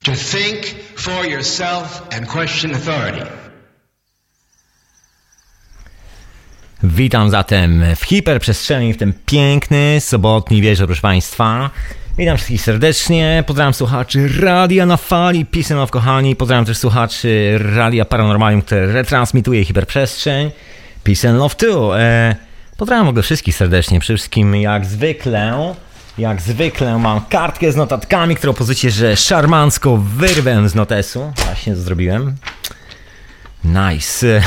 to think for yourself and question authority. Witam zatem w hiperprzestrzeni w ten piękny, sobotni wieczór, proszę Państwa. Witam wszystkich serdecznie, pozdrawiam słuchaczy Radia na Fali, Peace and Love, kochani. Pozdrawiam też słuchaczy Radia Paranormalium, które retransmituje hiperprzestrzeń. Peace and Love too. Pozdrawiam w ogóle wszystkich serdecznie, przede wszystkim jak zwykle mam kartkę z notatkami, którą pozwolicie, że szarmancko wyrwę z notesu. Właśnie to zrobiłem. Nice.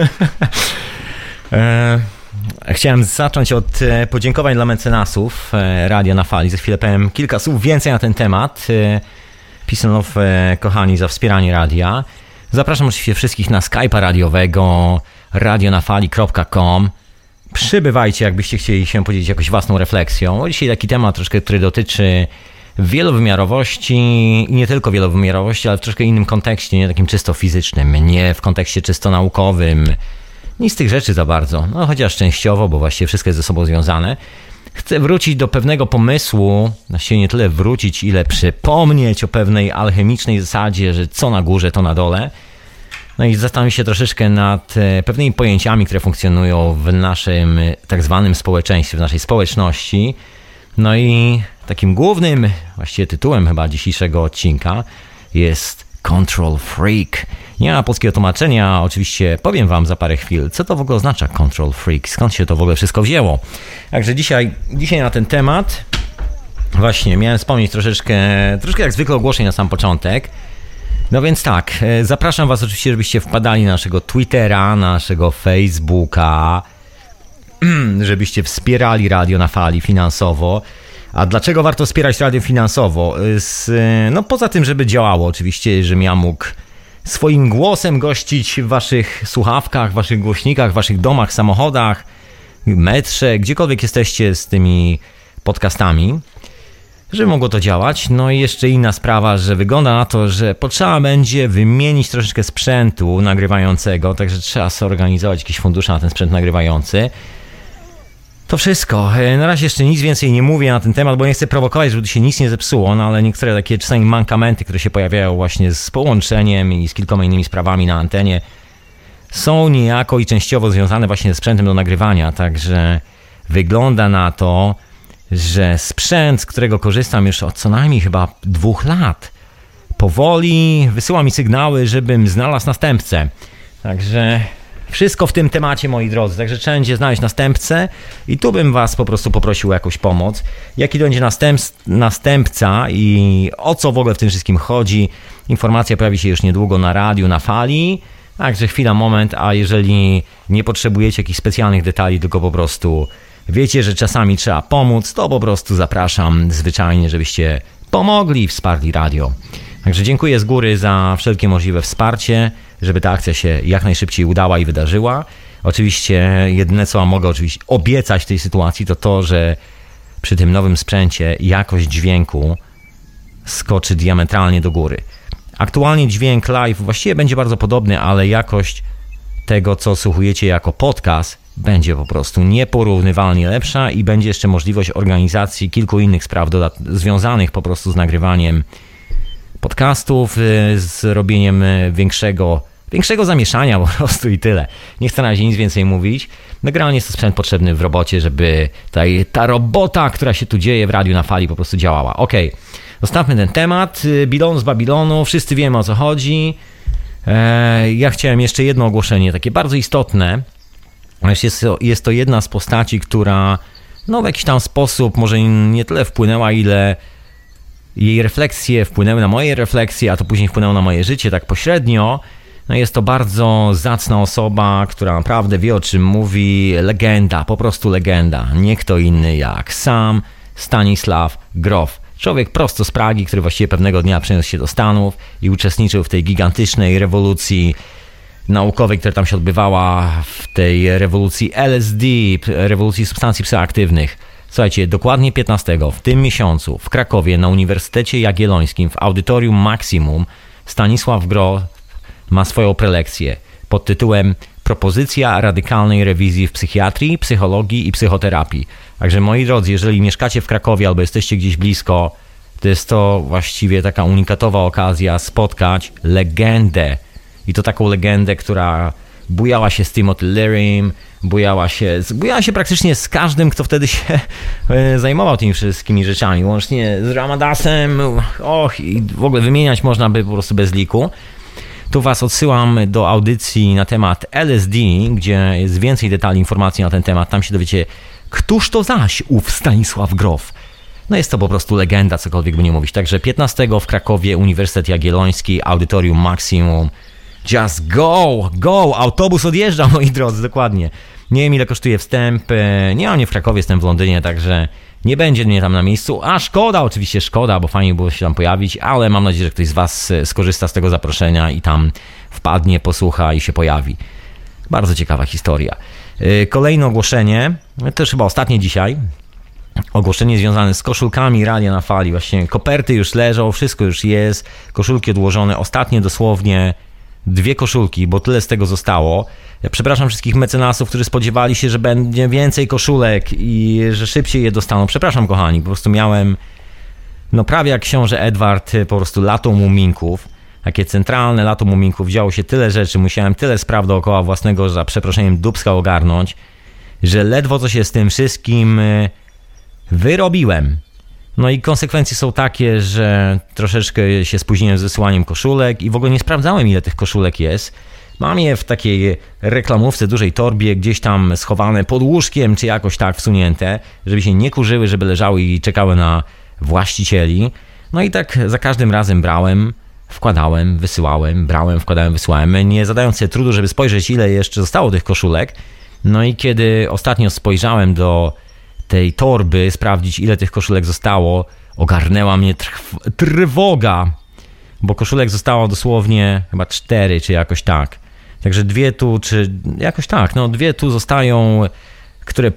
Chciałem zacząć od podziękowań dla mecenasów Radia na Fali. Za chwilę powiem kilka słów więcej na ten temat. Peace and Love, kochani, za wspieranie radia. Zapraszam oczywiście wszystkich na Skype'a radiowego radionafali.com. Przybywajcie, jakbyście chcieli się podzielić jakąś własną refleksją. Dzisiaj taki temat troszkę, który dotyczy wielowymiarowości i nie tylko wielowymiarowości, ale w troszkę innym kontekście, nie takim czysto fizycznym, nie w kontekście czysto naukowym. Nic z tych rzeczy za bardzo, no chociaż częściowo, bo właściwie wszystko jest ze sobą związane. Chcę wrócić do pewnego pomysłu, właściwie nie tyle wrócić, ile przypomnieć o pewnej alchemicznej zasadzie, że co na górze, to na dole. No i zastanowić się troszeczkę nad pewnymi pojęciami, które funkcjonują w naszym tak zwanym społeczeństwie, w naszej społeczności. No i takim głównym, właściwie tytułem chyba dzisiejszego odcinka jest Control Freak. Nie ma polskiego tłumaczenia, oczywiście powiem wam za parę chwil, co to w ogóle oznacza Control Freak, skąd się to w ogóle wszystko wzięło. Także dzisiaj na ten temat właśnie miałem wspomnieć troszeczkę jak zwykle ogłoszeń na sam początek. No więc tak, zapraszam was oczywiście, żebyście wpadali na naszego Twittera, naszego Facebooka, żebyście wspierali Radio na Fali finansowo. A dlaczego warto wspierać radio finansowo? No poza tym, żeby działało oczywiście, żebym ja mógł swoim głosem gościć w waszych słuchawkach, waszych głośnikach, waszych domach, samochodach, metrze, gdziekolwiek jesteście z tymi podcastami, żeby mogło to działać. No i jeszcze inna sprawa, że wygląda na to, że potrzeba będzie wymienić troszeczkę sprzętu nagrywającego, także trzeba zorganizować jakieś fundusze na ten sprzęt nagrywający. To wszystko. Na razie jeszcze nic więcej nie mówię na ten temat, bo nie chcę prowokować, żeby tu się nic nie zepsuło, no ale niektóre takie czasami mankamenty, które się pojawiają właśnie z połączeniem i z kilkoma innymi sprawami na antenie, są niejako i częściowo związane właśnie ze sprzętem do nagrywania, także wygląda na to, że sprzęt, z którego korzystam już od co najmniej chyba 2 lat, powoli wysyła mi sygnały, żebym znalazł następcę. Także wszystko w tym temacie, moi drodzy. Także trzeba będzie znaleźć następcę i tu bym was po prostu poprosił o jakąś pomoc. Jaki to będzie następca i o co w ogóle w tym wszystkim chodzi. Informacja pojawi się już niedługo na radiu, na Fali. Także chwila, moment, a jeżeli nie potrzebujecie jakichś specjalnych detali, tylko po prostu wiecie, że czasami trzeba pomóc, to po prostu zapraszam zwyczajnie, żebyście pomogli i wsparli radio. Także dziękuję z góry za wszelkie możliwe wsparcie, żeby ta akcja się jak najszybciej udała i wydarzyła. Oczywiście jedyne, co mogę oczywiście obiecać w tej sytuacji, to to, że przy tym nowym sprzęcie jakość dźwięku skoczy diametralnie do góry. Aktualnie dźwięk live właściwie będzie bardzo podobny, ale jakość tego, co słuchujecie jako podcast, będzie po prostu nieporównywalnie lepsza i będzie jeszcze możliwość organizacji kilku innych spraw związanych po prostu z nagrywaniem podcastów, z robieniem większego zamieszania po prostu i tyle. Nie chcę na razie nic więcej mówić. Generalnie jest to sprzęt potrzebny w robocie, żeby ta robota, która się tu dzieje w Radiu na Fali, po prostu działała. Okej, zostawmy ten temat. Bilon z Babilonu, wszyscy wiemy, o co chodzi. Ja chciałem jeszcze jedno ogłoszenie, takie bardzo istotne. Jest to jedna z postaci, która w jakiś tam sposób może nie tyle wpłynęła, ile jej refleksje wpłynęły na moje refleksje, a to później wpłynęło na moje życie tak pośrednio. No jest to bardzo zacna osoba, która naprawdę wie, o czym mówi. Legenda, po prostu legenda. Nie kto inny jak sam Stanisław Grof. Człowiek prosto z Pragi, który właściwie pewnego dnia przeniósł się do Stanów i uczestniczył w tej gigantycznej rewolucji naukowej, która tam się odbywała, w tej rewolucji LSD, rewolucji substancji psychoaktywnych. Słuchajcie, dokładnie 15 w tym miesiącu w Krakowie na Uniwersytecie Jagiellońskim w Audytorium Maximum Stanisław Grof ma swoją prelekcję pod tytułem Propozycja radykalnej rewizji w psychiatrii, psychologii i psychoterapii. Także moi drodzy, jeżeli mieszkacie w Krakowie albo jesteście gdzieś blisko, to jest to właściwie taka unikatowa okazja spotkać legendę. I to taką legendę, która bujała się z Timothy Learym, bujała się praktycznie z każdym, kto wtedy się zajmował tymi wszystkimi rzeczami, łącznie z Ramadasem, i w ogóle wymieniać można by po prostu bez liku. Tu was odsyłam do audycji na temat LSD, gdzie jest więcej detali, informacji na ten temat. Tam się dowiecie, któż to zaś ów Stanisław Grof. No jest to po prostu legenda, cokolwiek by nie mówić. Także 15 w Krakowie, Uniwersytet Jagielloński, Audytorium Maximum. Just go! Autobus odjeżdża, moi drodzy, dokładnie. Nie wiem, ile kosztuje wstęp. Nie mam mnie w Krakowie, jestem w Londynie, także nie będzie mnie tam na miejscu. A szkoda, oczywiście szkoda, bo fajnie było się tam pojawić, ale mam nadzieję, że ktoś z was skorzysta z tego zaproszenia i tam wpadnie, posłucha i się pojawi. Bardzo ciekawa historia. Kolejne ogłoszenie, też chyba ostatnie dzisiaj. Ogłoszenie związane z koszulkami Radia na Fali. Właśnie koperty już leżą, wszystko już jest. Koszulki odłożone. Ostatnie dosłownie 2 koszulki, bo tyle z tego zostało. Ja przepraszam wszystkich mecenasów, którzy spodziewali się, że będzie więcej koszulek i że szybciej je dostaną. Przepraszam, kochani, po prostu miałem prawie jak książę Edward, po prostu lato muminków. Takie centralne lato muminków. Działo się tyle rzeczy, musiałem tyle spraw dookoła własnego, za przeproszeniem dupska ogarnąć, że ledwo co się z tym wszystkim wyrobiłem. No i konsekwencje są takie, że troszeczkę się spóźniłem z wysyłaniem koszulek i w ogóle nie sprawdzałem, ile tych koszulek jest. Mam je w takiej reklamówce, dużej torbie, gdzieś tam schowane pod łóżkiem, czy jakoś tak wsunięte, żeby się nie kurzyły, żeby leżały i czekały na właścicieli. No i tak za każdym razem brałem, wkładałem, wysyłałem, brałem, wkładałem, wysyłałem, nie zadając sobie trudu, żeby spojrzeć, ile jeszcze zostało tych koszulek. No i kiedy ostatnio spojrzałem do tej torby, sprawdzić, ile tych koszulek zostało, ogarnęła mnie trwoga, bo koszulek zostało dosłownie chyba 4, czy jakoś tak. Także 2 tu, czy jakoś tak, 2 tu zostają, które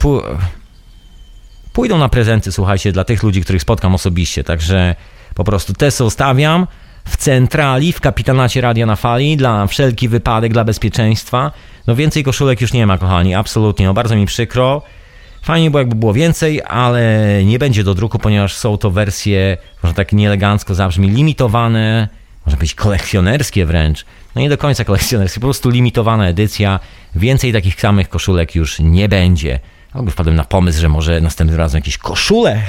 pójdą na prezenty, słuchajcie, dla tych ludzi, których spotkam osobiście. Także po prostu te zostawiam w centrali, w kapitanacie Radia na Fali, dla wszelki wypadek, dla bezpieczeństwa. Więcej koszulek już nie ma, kochani, absolutnie, bardzo mi przykro. Fajnie było, jakby było więcej, ale nie będzie do druku, ponieważ są to wersje, może tak nieelegancko zabrzmi, limitowane, może być kolekcjonerskie wręcz. Nie do końca kolekcjonerskie, po prostu limitowana edycja. Więcej takich samych koszulek już nie będzie. Albo wpadłem na pomysł, że może następnym razem jakieś koszule.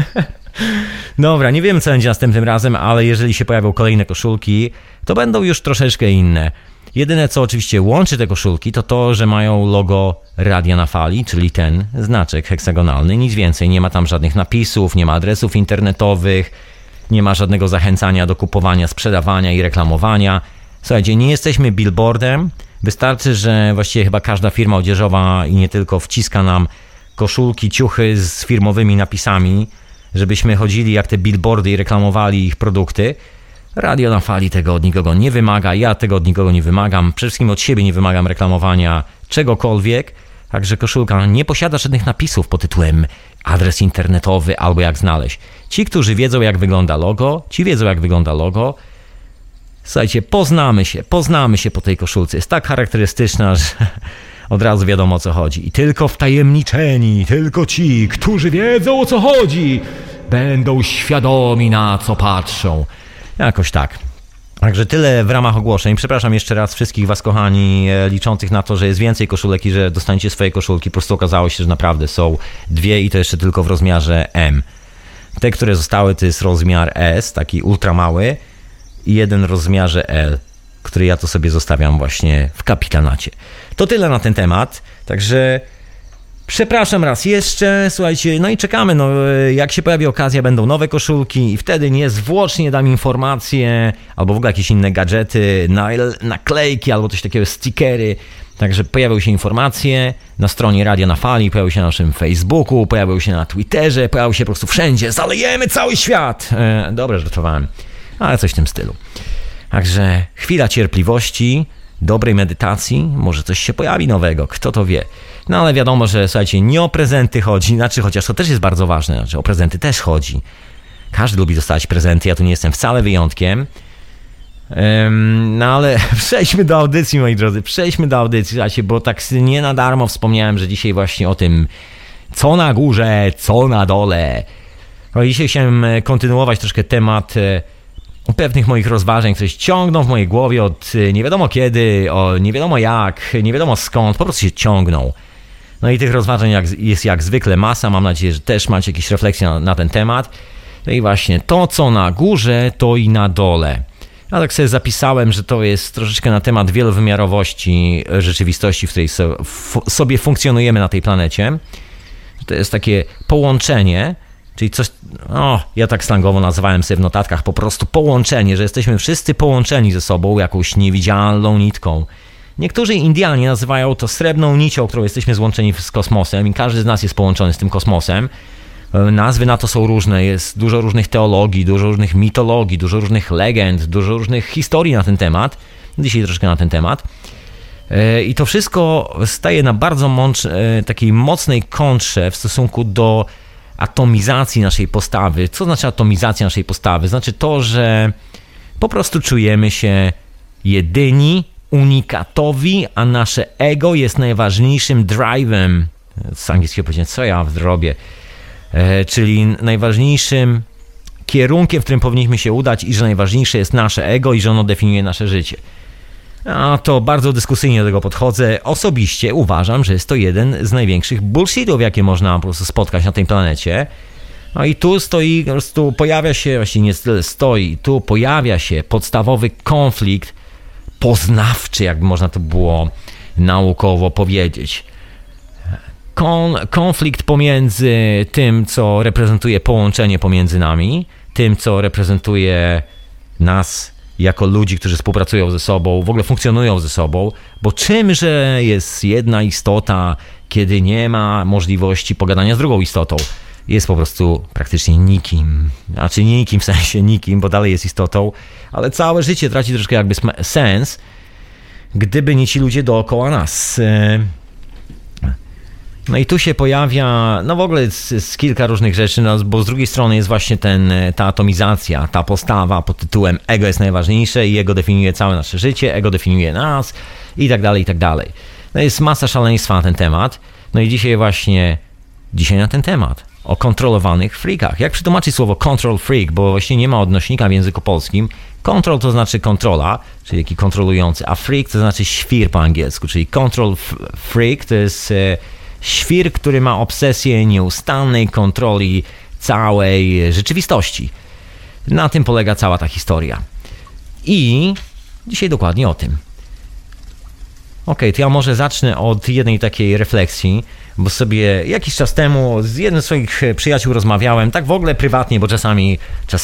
Dobra, nie wiem, co będzie następnym razem, ale jeżeli się pojawią kolejne koszulki, to będą już troszeczkę inne. Jedyne, co oczywiście łączy te koszulki, to to, że mają logo Radia na Fali, czyli ten znaczek heksagonalny. Nic więcej, nie ma tam żadnych napisów, nie ma adresów internetowych, nie ma żadnego zachęcania do kupowania, sprzedawania i reklamowania. Słuchajcie, nie jesteśmy billboardem. Wystarczy, że właściwie chyba każda firma odzieżowa i nie tylko wciska nam koszulki, ciuchy z firmowymi napisami, żebyśmy chodzili jak te billboardy i reklamowali ich produkty. Radio na Fali tego od nikogo nie wymaga, ja tego od nikogo nie wymagam, przede wszystkim od siebie nie wymagam reklamowania czegokolwiek, także koszulka nie posiada żadnych napisów pod tytułem adres internetowy albo jak znaleźć. Ci, którzy wiedzą, jak wygląda logo, ci wiedzą, jak wygląda logo. Słuchajcie, poznamy się po tej koszulce, jest tak charakterystyczna, że od razu wiadomo, o co chodzi. I tylko wtajemniczeni, tylko ci, którzy wiedzą, o co chodzi, będą świadomi, na co patrzą. Jakoś tak. Także tyle w ramach ogłoszeń. Przepraszam jeszcze raz wszystkich was, kochani, liczących na to, że jest więcej koszulek i że dostaniecie swoje koszulki. Po prostu okazało się, że naprawdę są 2 i to jeszcze tylko w rozmiarze M. Te, które zostały, to jest rozmiar S, taki ultra mały, i 1 w rozmiarze L, który ja to sobie zostawiam właśnie w kapitanacie. To tyle na ten temat. Także przepraszam raz jeszcze, słuchajcie, no i czekamy, jak się pojawi okazja, będą nowe koszulki i wtedy niezwłocznie dam informacje, albo w ogóle jakieś inne gadżety, naklejki, albo coś takiego, stickery. Także pojawią się informacje na stronie Radia na Fali, pojawią się na naszym Facebooku, pojawią się na Twitterze, pojawią się po prostu wszędzie, zalejemy cały świat. Dobrze, żartowałem, ale coś w tym stylu. Także chwila cierpliwości, dobrej medytacji, może coś się pojawi nowego, kto to wie. No ale wiadomo, że słuchajcie, nie o prezenty chodzi, chociaż to też jest bardzo ważne, o prezenty też chodzi. Każdy lubi dostać prezenty, ja tu nie jestem wcale wyjątkiem. No ale przejdźmy do audycji, moi drodzy, słuchajcie, bo tak nie na darmo wspomniałem, że dzisiaj właśnie o tym, co na górze, co na dole. No, dzisiaj chciałem kontynuować troszkę temat pewnych moich rozważań, które się ciągną w mojej głowie od nie wiadomo kiedy, nie wiadomo jak, nie wiadomo skąd, po prostu się ciągną. No i tych rozważań jest jak zwykle masa, mam nadzieję, że też macie jakieś refleksje na ten temat. No i właśnie to, co na górze, to i na dole. Ja tak sobie zapisałem, że to jest troszeczkę na temat wielowymiarowości rzeczywistości, w której sobie funkcjonujemy na tej planecie. To jest takie połączenie, czyli coś, ja tak slangowo nazywałem sobie w notatkach, po prostu połączenie, że jesteśmy wszyscy połączeni ze sobą jakąś niewidzialną nitką. Niektórzy Indianie nazywają to srebrną nicią, którą jesteśmy złączeni z kosmosem i każdy z nas jest połączony z tym kosmosem. Nazwy na to są różne, jest dużo różnych teologii, dużo różnych mitologii, dużo różnych legend, dużo różnych historii na ten temat. Dzisiaj troszkę na ten temat. I to wszystko staje na bardzo takiej mocnej kontrze w stosunku do atomizacji naszej postawy. Co znaczy atomizacja naszej postawy? Znaczy to, że po prostu czujemy się jedyni, unikatowi, a nasze ego jest najważniejszym drive'em. Z angielskiego powiedzieć, co ja robię? Czyli najważniejszym kierunkiem, w którym powinniśmy się udać i że najważniejsze jest nasze ego i że ono definiuje nasze życie. A to bardzo dyskusyjnie do tego podchodzę. Osobiście uważam, że jest to jeden z największych bullshitów, jakie można po prostu spotkać na tej planecie. No i tu stoi, po prostu pojawia się, właściwie nie tyle stoi, tu pojawia się podstawowy konflikt poznawczy, jakby można to było naukowo powiedzieć. Konflikt pomiędzy tym, co reprezentuje połączenie pomiędzy nami, tym, co reprezentuje nas jako ludzi, którzy współpracują ze sobą, w ogóle funkcjonują ze sobą, bo czymże jest jedna istota, kiedy nie ma możliwości pogadania z drugą istotą? Jest po prostu praktycznie nikim. Znaczy nie nikim w sensie nikim, bo dalej jest istotą, ale całe życie traci troszkę jakby sens, gdyby nie ci ludzie dookoła nas. No i tu się pojawia, w ogóle z kilka różnych rzeczy, bo z drugiej strony jest właśnie ta atomizacja, ta postawa pod tytułem ego jest najważniejsze i ego definiuje całe nasze życie, ego definiuje nas i tak dalej, i tak dalej. No jest masa szaleństwa na ten temat. No i dzisiaj na ten temat o kontrolowanych freakach. Jak przetłumaczyć słowo control freak, bo właściwie nie ma odnośnika w języku polskim. Control to znaczy kontrola, czyli taki kontrolujący, a freak to znaczy świr po angielsku, czyli control freak to jest świr, który ma obsesję nieustannej kontroli całej rzeczywistości. Na tym polega cała ta historia. I dzisiaj dokładnie o tym. Okej, to ja może zacznę od jednej takiej refleksji, bo sobie jakiś czas temu z jednym z swoich przyjaciół rozmawiałem, tak w ogóle prywatnie, bo czasami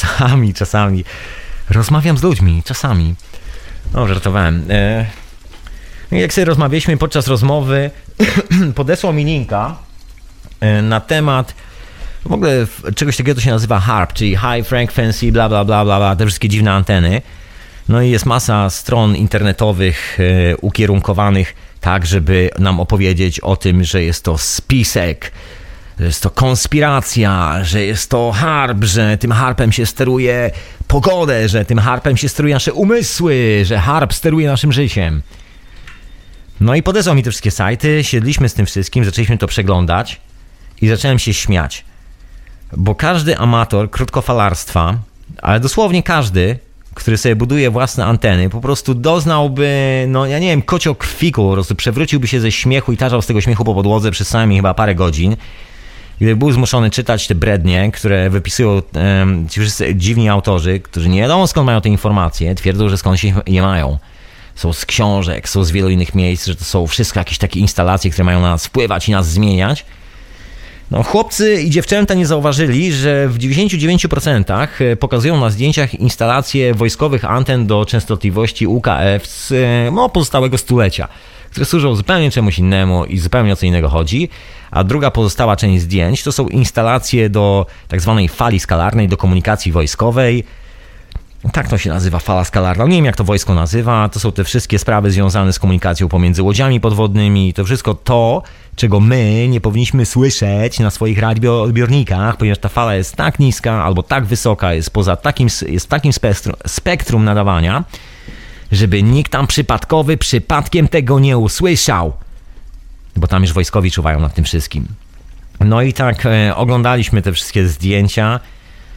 rozmawiam z ludźmi, czasami. Żartowałem. Jak sobie rozmawialiśmy, podczas rozmowy podesłał mi linka na temat w ogóle czegoś takiego, to się nazywa HARP, czyli High Frequency, bla bla bla bla, te wszystkie dziwne anteny. No i jest masa stron internetowych ukierunkowanych tak, żeby nam opowiedzieć o tym, że jest to spisek, że jest to konspiracja, że jest to HARP, że tym HARPem się steruje pogodę, że tym HARPem się steruje nasze umysły, że HARP steruje naszym życiem. No i podesłał mi te wszystkie sajty, siedliśmy z tym wszystkim, zaczęliśmy to przeglądać i zacząłem się śmiać. Bo każdy amator krótkofalarstwa, ale dosłownie każdy, który sobie buduje własne anteny, po prostu doznałby, kociokrwiku, po prostu przewróciłby się ze śmiechu i tarzał z tego śmiechu po podłodze przez sami chyba parę godzin. Gdyby był zmuszony czytać te brednie, które wypisują ci wszyscy dziwni autorzy, którzy nie wiadomo skąd mają te informacje, twierdzą, że skąd się je mają. Są z książek, są z wielu innych miejsc, że to są wszystko jakieś takie instalacje, które mają na nas wpływać i nas zmieniać. No, chłopcy i dziewczęta nie zauważyli, że w 99% pokazują na zdjęciach instalacje wojskowych anten do częstotliwości UKF z pozostałego stulecia, które służą zupełnie czemuś innemu i zupełnie o co innego chodzi. A druga pozostała część zdjęć to są instalacje do tak zwanej fali skalarnej, do komunikacji wojskowej. Tak to się nazywa, fala skalarna. Nie wiem, jak to wojsko nazywa. To są te wszystkie sprawy związane z komunikacją pomiędzy łodziami podwodnymi. To wszystko to, czego my nie powinniśmy słyszeć na swoich radioodbiornikach, ponieważ ta fala jest tak niska albo tak wysoka, jest w takim spektrum nadawania, żeby nikt tam przypadkiem tego nie usłyszał. Bo tam już wojskowi czuwają nad tym wszystkim. No i tak oglądaliśmy te wszystkie zdjęcia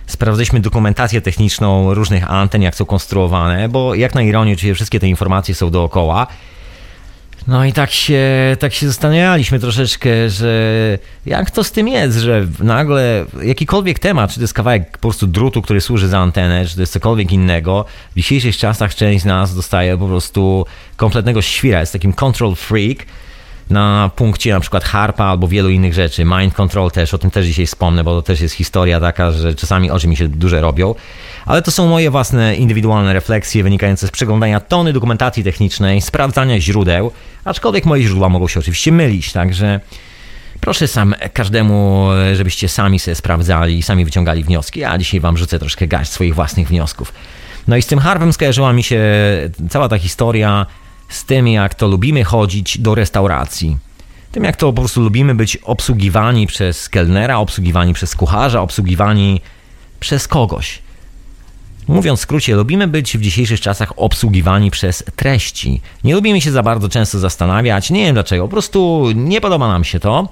sprawdzaliśmy dokumentację techniczną różnych anten, jak są konstruowane, bo jak na ironię, oczywiście wszystkie te informacje są dookoła. No i tak się zastanawialiśmy troszeczkę, że jak to z tym jest, że nagle jakikolwiek temat, czy to jest kawałek po prostu drutu, który służy za antenę, czy to jest cokolwiek innego, w dzisiejszych czasach część z nas dostaje po prostu kompletnego świra, jest takim control freak na punkcie na przykład harpa albo wielu innych rzeczy, mind control też, o tym też dzisiaj wspomnę, bo to też jest historia taka, że czasami oczy mi się duże robią, ale to są moje własne indywidualne refleksje wynikające z przeglądania tony dokumentacji technicznej, sprawdzania źródeł, aczkolwiek moje źródła mogą się oczywiście mylić, także proszę każdemu, żebyście sami sobie sprawdzali i sami wyciągali wnioski, a dzisiaj wam rzucę troszkę garść swoich własnych wniosków. No i z tym harpem skojarzyła mi się cała ta historia z tym, jak to lubimy chodzić do restauracji. Tym, jak to po prostu lubimy być obsługiwani przez kelnera, obsługiwani przez kucharza, obsługiwani przez kogoś. Mówiąc w skrócie, lubimy być w dzisiejszych czasach obsługiwani przez treści. Nie lubimy się za bardzo często zastanawiać, nie wiem dlaczego, po prostu nie podoba nam się to.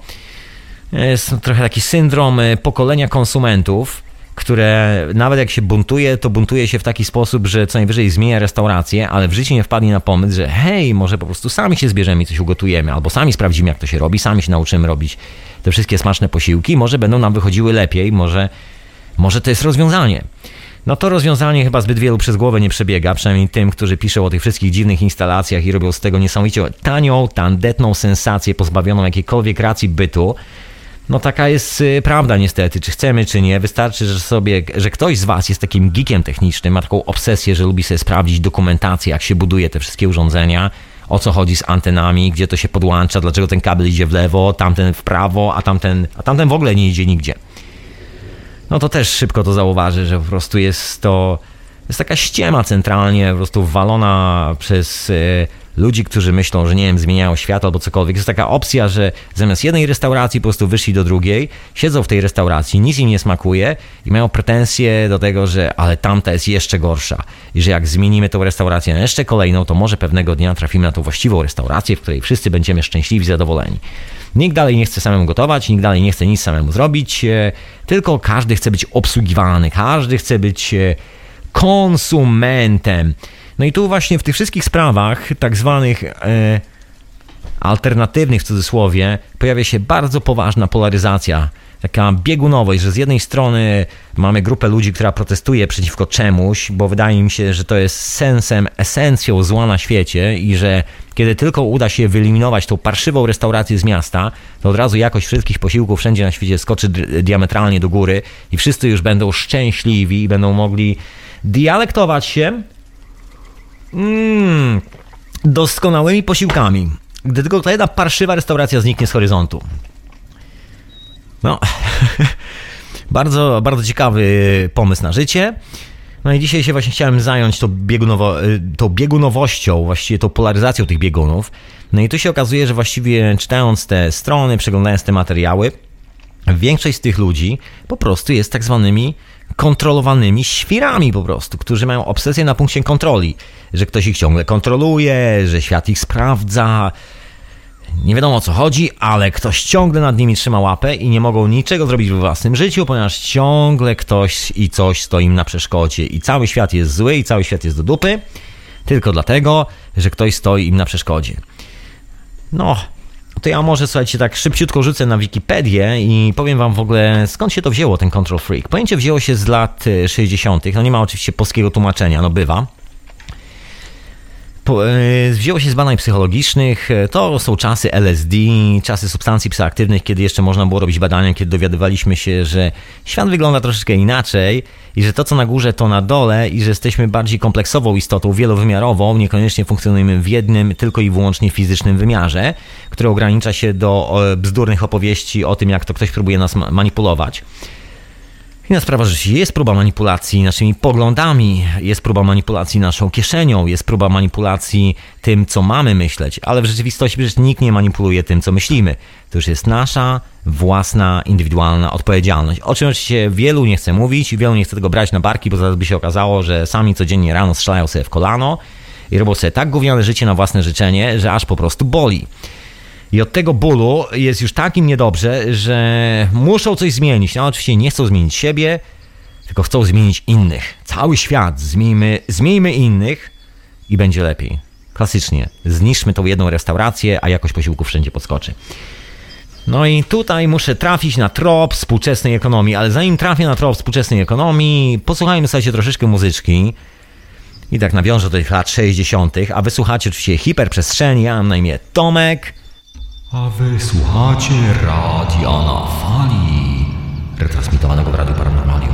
Jest trochę taki syndrom pokolenia konsumentów, które nawet jak się buntuje, to buntuje się w taki sposób, że co najwyżej zmienia restaurację, ale w życiu nie wpadnie na pomysł, że hej, może po prostu sami się zbierzemy i coś ugotujemy, albo sami sprawdzimy, jak to się robi, sami się nauczymy robić te wszystkie smaczne posiłki, może będą nam wychodziły lepiej, może to jest rozwiązanie. No to rozwiązanie chyba zbyt wielu przez głowę nie przebiega, przynajmniej tym, którzy piszą o tych wszystkich dziwnych instalacjach i robią z tego niesamowicie tanią, tandetną sensację pozbawioną jakiejkolwiek racji bytu. No taka jest prawda niestety, czy chcemy, czy nie. Wystarczy, że ktoś z was jest takim geekiem technicznym, ma taką obsesję, że lubi sobie sprawdzić dokumentację, jak się buduje te wszystkie urządzenia, o co chodzi z antenami, gdzie to się podłącza, dlaczego ten kabel idzie w lewo, tamten w prawo, a tamten w ogóle nie idzie nigdzie. No to też szybko to zauważy, że po prostu jest taka ściema centralnie, po prostu wwalona przez ludzi, którzy myślą, że nie wiem, zmieniają świat albo cokolwiek. Jest taka opcja, że zamiast jednej restauracji po prostu wyszli do drugiej, siedzą w tej restauracji, nic im nie smakuje i mają pretensje do tego, że ale tamta jest jeszcze gorsza i że jak zmienimy tą restaurację na jeszcze kolejną, to może pewnego dnia trafimy na tą właściwą restaurację, w której wszyscy będziemy szczęśliwi, zadowoleni. Nikt dalej nie chce samemu gotować, nikt dalej nie chce nic samemu zrobić, tylko każdy chce być obsługiwany, każdy chce być konsumentem. No i tu właśnie w tych wszystkich sprawach tak zwanych alternatywnych w cudzysłowie pojawia się bardzo poważna polaryzacja, taka biegunowość, że z jednej strony mamy grupę ludzi, która protestuje przeciwko czemuś, bo wydaje mi się, że to jest sensem, esencją zła na świecie i że kiedy tylko uda się wyeliminować tą parszywą restaurację z miasta, to od razu jakość wszystkich posiłków wszędzie na świecie skoczy diametralnie do góry i wszyscy już będą szczęśliwi i będą mogli dialektować się doskonałymi posiłkami, gdy tylko ta jedna parszywa restauracja zniknie z horyzontu. No, bardzo, bardzo ciekawy pomysł na życie. No i dzisiaj się właśnie chciałem zająć tą biegunowością, właściwie tą polaryzacją tych biegunów. No i tu się okazuje, że właściwie czytając te strony, przeglądając te materiały, większość z tych ludzi po prostu jest tak zwanymi kontrolowanymi świrami po prostu, którzy mają obsesję na punkcie kontroli, że ktoś ich ciągle kontroluje, że świat ich sprawdza. Nie wiadomo o co chodzi, ale ktoś ciągle nad nimi trzyma łapę i nie mogą niczego zrobić we własnym życiu, ponieważ ciągle ktoś i coś stoi im na przeszkodzie i cały świat jest zły i cały świat jest do dupy, tylko dlatego, że ktoś stoi im na przeszkodzie. No, to ja może, słuchajcie, tak szybciutko rzucę na Wikipedię i powiem wam w ogóle, skąd się to wzięło, ten control freak. Pojęcie wzięło się z lat 60. No nie ma oczywiście polskiego tłumaczenia, no bywa. Wzięło się z badań psychologicznych, to są czasy LSD, czasy substancji psychoaktywnych, kiedy jeszcze można było robić badania, kiedy dowiadywaliśmy się, że świat wygląda troszeczkę inaczej i że to co na górze to na dole i że jesteśmy bardziej kompleksową istotą, wielowymiarową, niekoniecznie funkcjonujemy w jednym, tylko i wyłącznie fizycznym wymiarze, który ogranicza się do bzdurnych opowieści o tym, jak to ktoś próbuje nas manipulować. Inna sprawa, że jest próba manipulacji naszymi poglądami, jest próba manipulacji naszą kieszenią, jest próba manipulacji tym, co mamy myśleć, ale w rzeczywistości przecież nikt nie manipuluje tym, co myślimy. To już jest nasza własna, indywidualna odpowiedzialność. O czym oczywiście wielu nie chce mówić, wielu nie chce tego brać na barki, bo zaraz by się okazało, że sami codziennie rano strzelają sobie w kolano i robią sobie tak gówniane życie na własne życzenie, że aż po prostu boli. I od tego bólu jest już tak im niedobrze, że muszą coś zmienić. No oczywiście nie chcą zmienić siebie, tylko chcą zmienić innych. Cały świat, zmieńmy innych i będzie lepiej. Klasycznie, zniszczmy tą jedną restaurację, a jakość posiłków wszędzie podskoczy. No i tutaj muszę trafić na trop współczesnej ekonomii, ale zanim trafię na trop współczesnej ekonomii, posłuchajmy sobie troszeczkę muzyczki. I tak nawiążę do tych lat 60., a wy słuchacie oczywiście Hiperprzestrzeni, ja mam na imię Tomek. A wy słuchacie Radia na Fali, retransmitowanego w Radiu Paranormalium.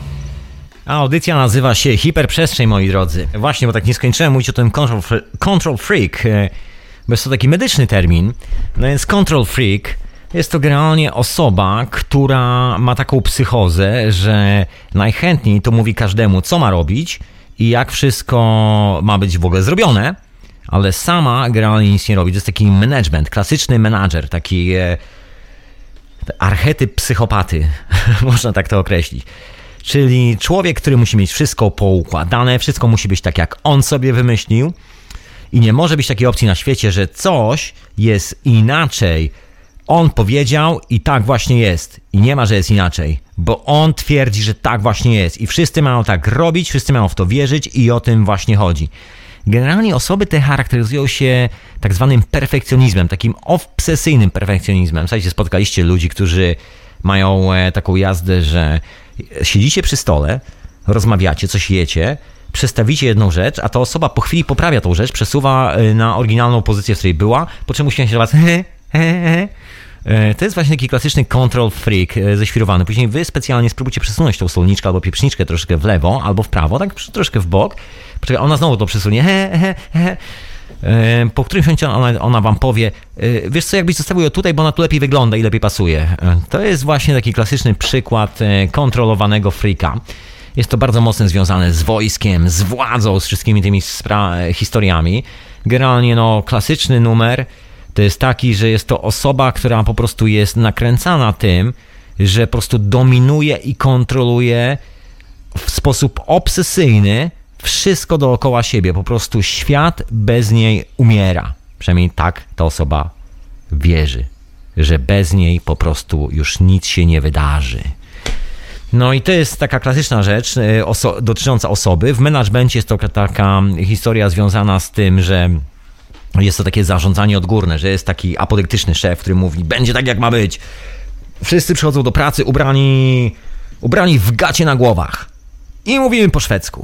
A audycja nazywa się Hiperprzestrzeń, moi drodzy. Właśnie, bo tak nie skończyłem mówić o tym control freak, bo jest to taki medyczny termin. No więc control freak jest to generalnie osoba, która ma taką psychozę, że najchętniej to mówi każdemu, co ma robić i jak wszystko ma być w ogóle zrobione, ale sama generalnie nic nie robi. To jest taki management, klasyczny menadżer, taki archetyp psychopaty, można tak to określić. Czyli człowiek, który musi mieć wszystko poukładane, wszystko musi być tak, jak on sobie wymyślił i nie może być takiej opcji na świecie, że coś jest inaczej. On powiedział i tak właśnie jest. I nie ma, że jest inaczej, bo on twierdzi, że tak właśnie jest. I wszyscy mają tak robić, wszyscy mają w to wierzyć i o tym właśnie chodzi. Generalnie osoby te charakteryzują się tak zwanym perfekcjonizmem, takim obsesyjnym perfekcjonizmem. W zasadzie spotkaliście ludzi, którzy mają taką jazdę, że siedzicie przy stole, rozmawiacie, coś jecie, przestawicie jedną rzecz, a ta osoba po chwili poprawia tą rzecz, przesuwa na oryginalną pozycję, w której była, po czym uśmiecha się do was. To jest właśnie taki klasyczny control freak ześwirowany. Później wy specjalnie spróbujcie przesunąć tą solniczkę albo pieprzniczkę troszkę w lewo albo w prawo, tak troszkę w bok. Ona znowu to przesunie. Po którymś momencie ona wam powie, wiesz co, jakbyś zostawił ją tutaj, bo ona tu lepiej wygląda i lepiej pasuje. To jest właśnie taki klasyczny przykład kontrolowanego freaka. Jest to bardzo mocno związane z wojskiem, z władzą, z wszystkimi tymi historiami. Generalnie klasyczny numer to jest taki, że jest to osoba, która po prostu jest nakręcana tym, że po prostu dominuje i kontroluje w sposób obsesyjny wszystko dookoła siebie. Po prostu świat bez niej umiera. Przynajmniej tak ta osoba wierzy, że bez niej po prostu już nic się nie wydarzy. No i to jest taka klasyczna rzecz dotycząca osoby. W menadżmencie jest to taka historia związana z tym, że jest to takie zarządzanie odgórne, że jest taki apodyktyczny szef, który mówi, będzie tak jak ma być. Wszyscy przychodzą do pracy ubrani w gacie na głowach. I mówimy po szwedzku.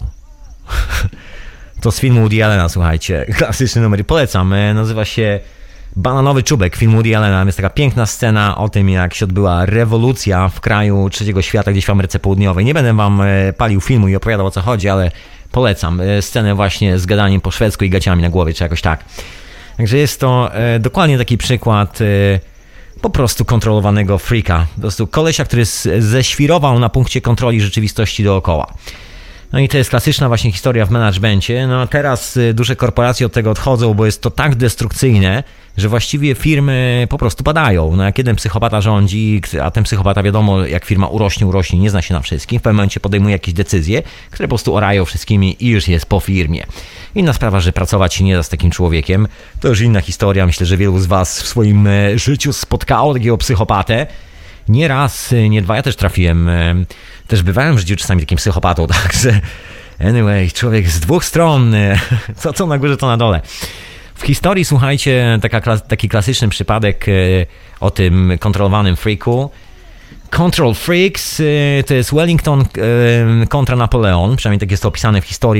To z filmu Woody Allena, słuchajcie. Klasyczny numer, polecam. Nazywa się Bananowy czubek, film Woody Allena. Jest taka piękna scena o tym, jak się odbyła rewolucja w kraju trzeciego świata, gdzieś w Ameryce Południowej. Nie będę wam palił filmu i opowiadał, o co chodzi, ale polecam scenę właśnie z gadaniem po szwedzku i gaciami na głowie, czy jakoś tak. Także jest to dokładnie taki przykład po prostu kontrolowanego freaka. Po prostu kolesia, który ześwirował na punkcie kontroli rzeczywistości dookoła. No i to jest klasyczna właśnie historia w menadżmencie. No a teraz duże korporacje od tego odchodzą, bo jest to tak destrukcyjne, że właściwie firmy po prostu padają. No jak jeden psychopata rządzi, a ten psychopata wiadomo, jak firma urośnie, nie zna się na wszystkim, w pewnym momencie podejmuje jakieś decyzje, które po prostu orają wszystkimi i już jest po firmie. Inna sprawa, że pracować się nie da z takim człowiekiem, to już inna historia. Myślę, że wielu z was w swoim życiu spotkało takiego psychopatę. Nie raz, nie dwa, ja też trafiłem, też bywałem w życiu czasami takim psychopatą, także anyway, człowiek z dwóch stron, co na górze, to na dole. W historii, słuchajcie, taki klasyczny przypadek o tym kontrolowanym freaku. Control Freaks to jest Wellington kontra Napoleon, przynajmniej tak jest to opisane w historii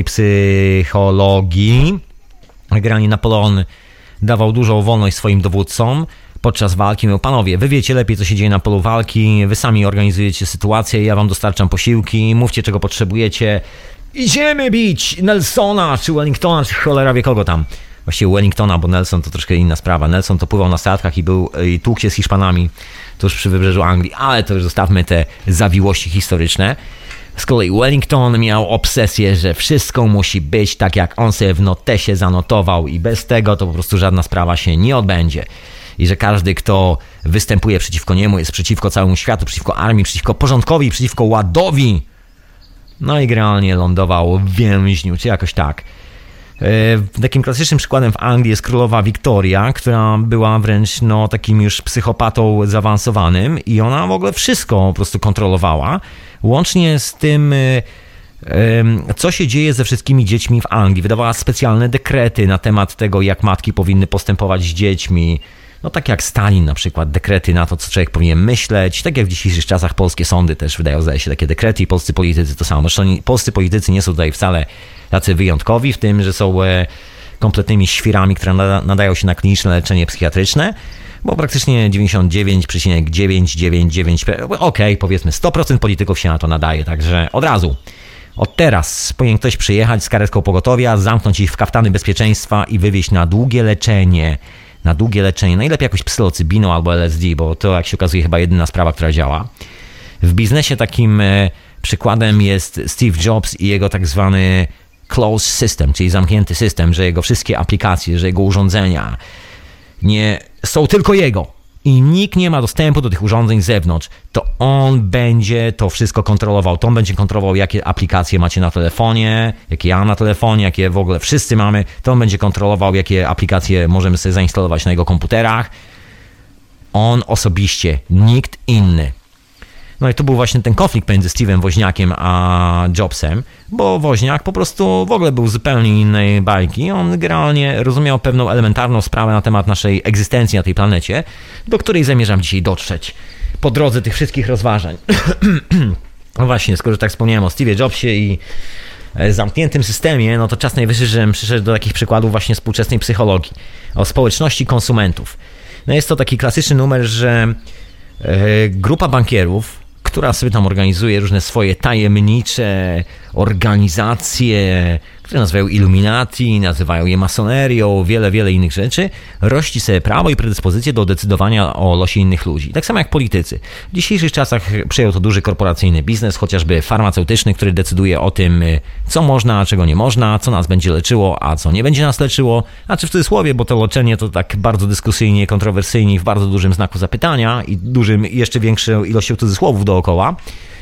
psychologii. Generalnie Napoleon dawał dużą wolność swoim dowódcom podczas walki. Mówił, panowie, wy wiecie lepiej, co się dzieje na polu walki, wy sami organizujecie sytuację, ja wam dostarczam posiłki, mówcie, czego potrzebujecie. Idziemy bić Nelsona, czy Wellingtona, czy cholera wie kogo tam. Właściwie Wellingtona, bo Nelson to troszkę inna sprawa. Nelson to pływał na statkach i tłukł się z Hiszpanami tuż przy wybrzeżu Anglii, ale to już zostawmy te zawiłości historyczne. Z kolei Wellington miał obsesję, że wszystko musi być tak, jak on sobie w notesie zanotował i bez tego to po prostu żadna sprawa się nie odbędzie. I że każdy, kto występuje przeciwko niemu, jest przeciwko całemu światu, przeciwko armii, przeciwko porządkowi, przeciwko ładowi. No i generalnie lądował w więźniu, czy jakoś tak. Takim klasycznym przykładem w Anglii jest królowa Wiktoria, która była wręcz takim już psychopatą zaawansowanym i ona w ogóle wszystko po prostu kontrolowała. łącznie z tym, co się dzieje ze wszystkimi dziećmi w Anglii. Wydawała specjalne dekrety na temat tego, jak matki powinny postępować z dziećmi. No tak jak Stalin na przykład, dekrety na to, co człowiek powinien myśleć. Tak jak w dzisiejszych czasach polskie sądy też wydają, zdaje się, takie dekrety i polscy politycy to samo. Zresztą polscy politycy nie są tutaj wcale tacy wyjątkowi w tym, że są kompletnymi świrami, które nadają się na kliniczne leczenie psychiatryczne, bo praktycznie 99,999%, powiedzmy 100% polityków się na to nadaje, także od razu. Od teraz powinien ktoś przyjechać z karetką pogotowia, zamknąć ich w kaftany bezpieczeństwa i wywieźć na długie leczenie. Najlepiej jakąś psylocybiną albo LSD, bo to, jak się okazuje, chyba jedyna sprawa, która działa. W biznesie takim przykładem jest Steve Jobs i jego tak zwany closed system, czyli zamknięty system, że jego wszystkie aplikacje, że jego urządzenia nie są tylko jego i nikt nie ma dostępu do tych urządzeń z zewnątrz, to on będzie to wszystko kontrolował. To on będzie kontrolował, jakie aplikacje macie na telefonie, jakie ja mam na telefonie, jakie w ogóle wszyscy mamy. To on będzie kontrolował, jakie aplikacje możemy sobie zainstalować na jego komputerach. On osobiście, nikt inny. No i to był właśnie ten konflikt między Steve'em Woźniakiem a Jobsem, bo Woźniak po prostu w ogóle był zupełnie innej bajki. On generalnie rozumiał pewną elementarną sprawę na temat naszej egzystencji na tej planecie, do której zamierzam dzisiaj dotrzeć po drodze tych wszystkich rozważań. No właśnie, skoro tak wspomniałem o Steve'ie Jobsie i zamkniętym systemie, no to czas najwyższy, żebym przyszedł do takich przykładów właśnie współczesnej psychologii, o społeczności konsumentów. No jest to taki klasyczny numer, że grupa bankierów, która sobie tam organizuje różne swoje tajemnicze organizacje, które nazywają Illuminati, nazywają je masonerią, wiele innych rzeczy, rości sobie prawo i predyspozycje do decydowania o losie innych ludzi. Tak samo jak politycy. W dzisiejszych czasach przejął to duży korporacyjny biznes, chociażby farmaceutyczny, który decyduje o tym, co można, a czego nie można, co nas będzie leczyło, a co nie będzie nas leczyło. A czy w cudzysłowie, bo to leczenie to tak bardzo dyskusyjnie, kontrowersyjnie, w bardzo dużym znaku zapytania i dużym, jeszcze większą ilością cudzysłowów dookoła.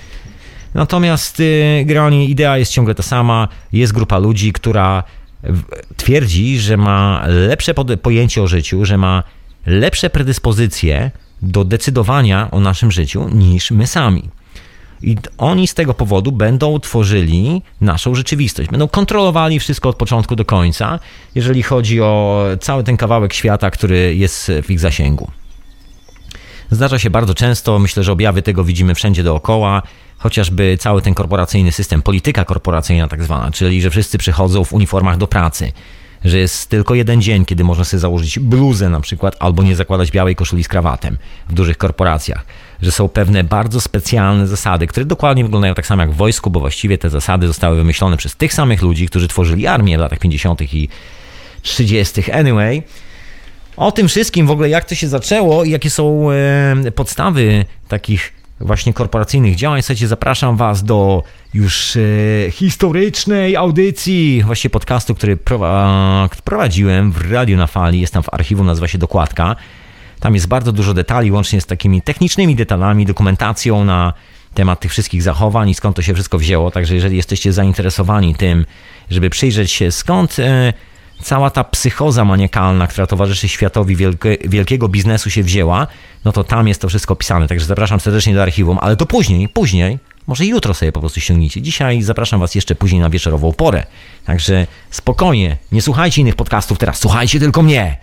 Natomiast generalnie idea jest ciągle ta sama. Jest grupa ludzi, która twierdzi, że ma lepsze pojęcie o życiu, że ma lepsze predyspozycje do decydowania o naszym życiu niż my sami. I oni z tego powodu będą tworzyli naszą rzeczywistość. Będą kontrolowali wszystko od początku do końca, jeżeli chodzi o cały ten kawałek świata, który jest w ich zasięgu. Zdarza się bardzo często, myślę, że objawy tego widzimy wszędzie dookoła, chociażby cały ten korporacyjny system, polityka korporacyjna tak zwana, czyli że wszyscy przychodzą w uniformach do pracy, że jest tylko jeden dzień, kiedy można sobie założyć bluzę na przykład, albo nie zakładać białej koszuli z krawatem w dużych korporacjach, że są pewne bardzo specjalne zasady, które dokładnie wyglądają tak samo jak w wojsku, bo właściwie te zasady zostały wymyślone przez tych samych ludzi, którzy tworzyli armię w latach 50. i 30. Anyway, o tym wszystkim w ogóle, jak to się zaczęło i jakie są podstawy takich właśnie korporacyjnych działań, słuchajcie, zapraszam Was do już historycznej audycji, właśnie podcastu, który prowadziłem w Radiu na Fali, jest tam w archiwum, nazywa się Dokładka. Tam jest bardzo dużo detali, łącznie z takimi technicznymi detalami, dokumentacją na temat tych wszystkich zachowań i skąd to się wszystko wzięło, także jeżeli jesteście zainteresowani tym, żeby przyjrzeć się skąd cała ta psychoza maniakalna, która towarzyszy światowi wielkiego biznesu się wzięła, no to tam jest to wszystko pisane. Także zapraszam serdecznie do archiwum, ale to później, może jutro sobie po prostu ściągnijcie. Dzisiaj zapraszam Was jeszcze później na wieczorową porę. Także spokojnie, nie słuchajcie innych podcastów teraz, słuchajcie tylko mnie.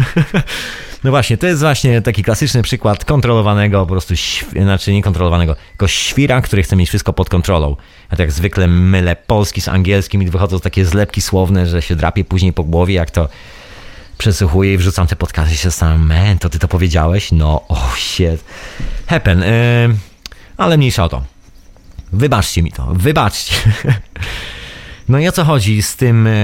No właśnie, to jest właśnie taki klasyczny przykład kontrolowanego, po prostu, znaczy niekontrolowanego, tylko świra, który chce mieć wszystko pod kontrolą. Ja tak jak zwykle mylę polski z angielskim i wychodzą takie zlepki słowne, że się drapie później po głowie, jak to przesłuchuję i wrzucam te podcasty i się zastanawiam, to ty to powiedziałeś? No, shit. Happen. Ale mniejsza o to. Wybaczcie mi to, wybaczcie. No i o co chodzi z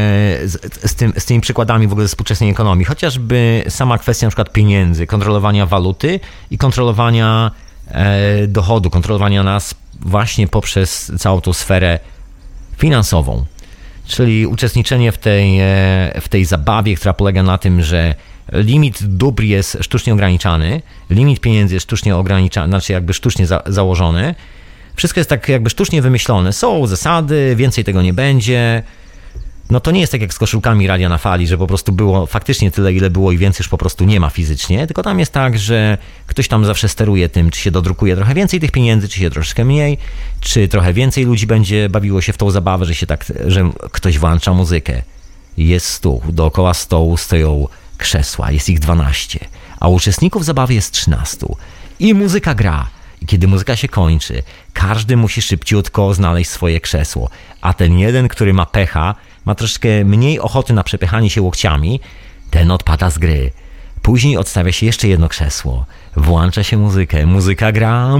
tymi przykładami w ogóle ze współczesnej ekonomii? Chociażby sama kwestia na przykład pieniędzy, kontrolowania waluty i kontrolowania dochodu, kontrolowania nas właśnie poprzez całą tą sferę finansową. Czyli uczestniczenie w tej zabawie, która polega na tym, że limit dóbr jest sztucznie ograniczany, limit pieniędzy jest sztucznie ograniczany, znaczy jakby sztucznie założony. Wszystko jest tak jakby sztucznie wymyślone. Są zasady, więcej tego nie będzie. no to nie jest tak jak z koszulkami Radia na Fali, że po prostu było faktycznie tyle, ile było i więcej już po prostu nie ma fizycznie, tylko tam jest tak, że ktoś tam zawsze steruje tym, czy się dodrukuje trochę więcej tych pieniędzy, czy się troszeczkę mniej, czy trochę więcej ludzi będzie bawiło się w tą zabawę, że ktoś włącza muzykę. Jest stół, dookoła stołu stoją krzesła, jest ich 12, a uczestników zabawy jest 13 i muzyka gra. I kiedy muzyka się kończy, każdy musi szybciutko znaleźć swoje krzesło, a ten jeden, który ma pecha, ma troszkę mniej ochoty na przepychanie się łokciami, ten odpada z gry. Później odstawia się jeszcze jedno krzesło, włącza się muzykę, muzyka gra,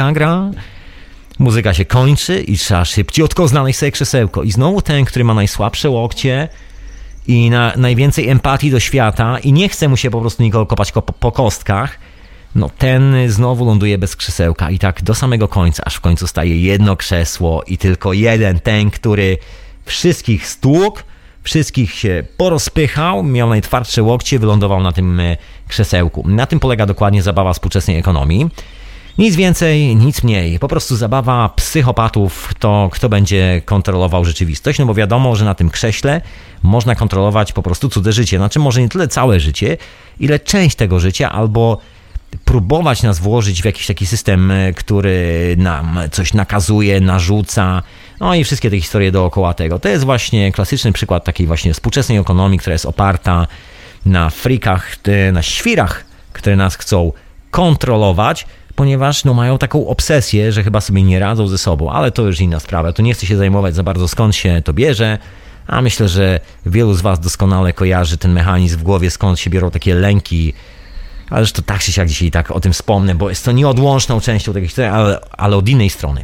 muzyka się kończy i trzeba szybciutko znaleźć sobie krzesełko. I znowu ten, który ma najsłabsze łokcie i najwięcej empatii do świata i nie chce mu się po prostu nikogo kopać po kostkach, no ten znowu ląduje bez krzesełka i tak do samego końca, aż w końcu staje jedno krzesło i tylko jeden, ten, który wszystkich stłukł, wszystkich się porozpychał, miał najtwardsze łokcie, wylądował na tym krzesełku. Na tym polega dokładnie zabawa współczesnej ekonomii. Nic więcej, nic mniej. Po prostu zabawa psychopatów, to kto będzie kontrolował rzeczywistość, no bo wiadomo, że na tym krześle można kontrolować po prostu cudze życie. Znaczy może nie tyle całe życie, ile część tego życia, albo próbować nas włożyć w jakiś taki system, który nam coś nakazuje, narzuca, no i wszystkie te historie dookoła tego. To jest właśnie klasyczny przykład takiej właśnie współczesnej ekonomii, która jest oparta na frikach, na świrach, które nas chcą kontrolować, ponieważ no, mają taką obsesję, że chyba sobie nie radzą ze sobą, ale to już inna sprawa. Tu nie chcę się zajmować za bardzo, skąd się to bierze, a myślę, że wielu z Was doskonale kojarzy ten mechanizm w głowie, skąd się biorą takie lęki. Ależ to tak czy siak dzisiaj tak o tym wspomnę, bo jest to nieodłączną częścią tej historii, ale od innej strony.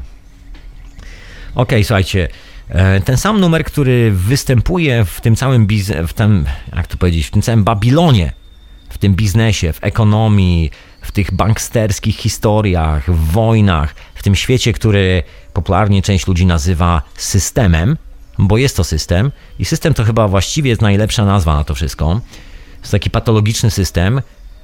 Okej, słuchajcie, ten sam numer, który występuje w tym całym w tym całym Babilonie, w tym biznesie, w ekonomii, w tych banksterskich historiach, w wojnach, w tym świecie, który popularnie część ludzi nazywa systemem, bo jest to system i system to chyba właściwie jest najlepsza nazwa na to wszystko. Jest taki patologiczny system.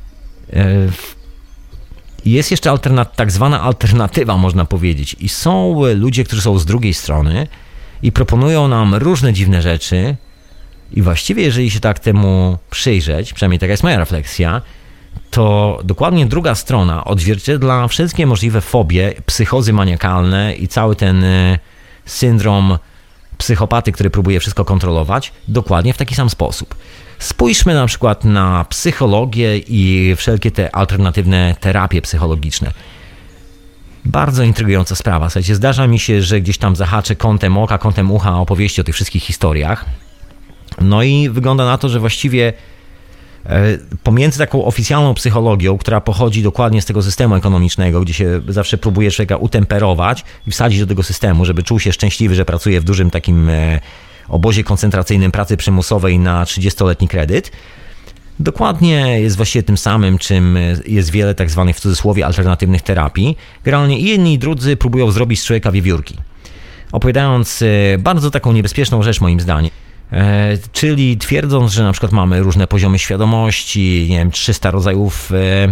Jest jeszcze tak zwana alternatywa, można powiedzieć. I są ludzie, którzy są z drugiej strony i proponują nam różne dziwne rzeczy. I właściwie, jeżeli się tak temu przyjrzeć, przynajmniej taka jest moja refleksja, to dokładnie druga strona odzwierciedla wszystkie możliwe fobie, psychozy maniakalne i cały ten syndrom psychopaty, który próbuje wszystko kontrolować, dokładnie w taki sam sposób. Spójrzmy na przykład na psychologię i wszelkie te alternatywne terapie psychologiczne. Bardzo intrygująca sprawa. Słuchajcie, zdarza mi się, że gdzieś tam zahaczę kątem oka, kątem ucha opowieści o tych wszystkich historiach. No i wygląda na to, że właściwie pomiędzy taką oficjalną psychologią, która pochodzi dokładnie z tego systemu ekonomicznego, gdzie się zawsze próbuje człowieka utemperować i wsadzić do tego systemu, żeby czuł się szczęśliwy, że pracuje w dużym takim obozie koncentracyjnym pracy przymusowej na 30-letni kredyt. Dokładnie jest właściwie tym samym, czym jest wiele tak zwanych w cudzysłowie alternatywnych terapii. Generalnie i jedni i drudzy próbują zrobić z człowieka wiewiórki. Opowiadając bardzo taką niebezpieczną rzecz moim zdaniem. Czyli twierdząc, że na przykład mamy różne poziomy świadomości, nie wiem, 300 rodzajów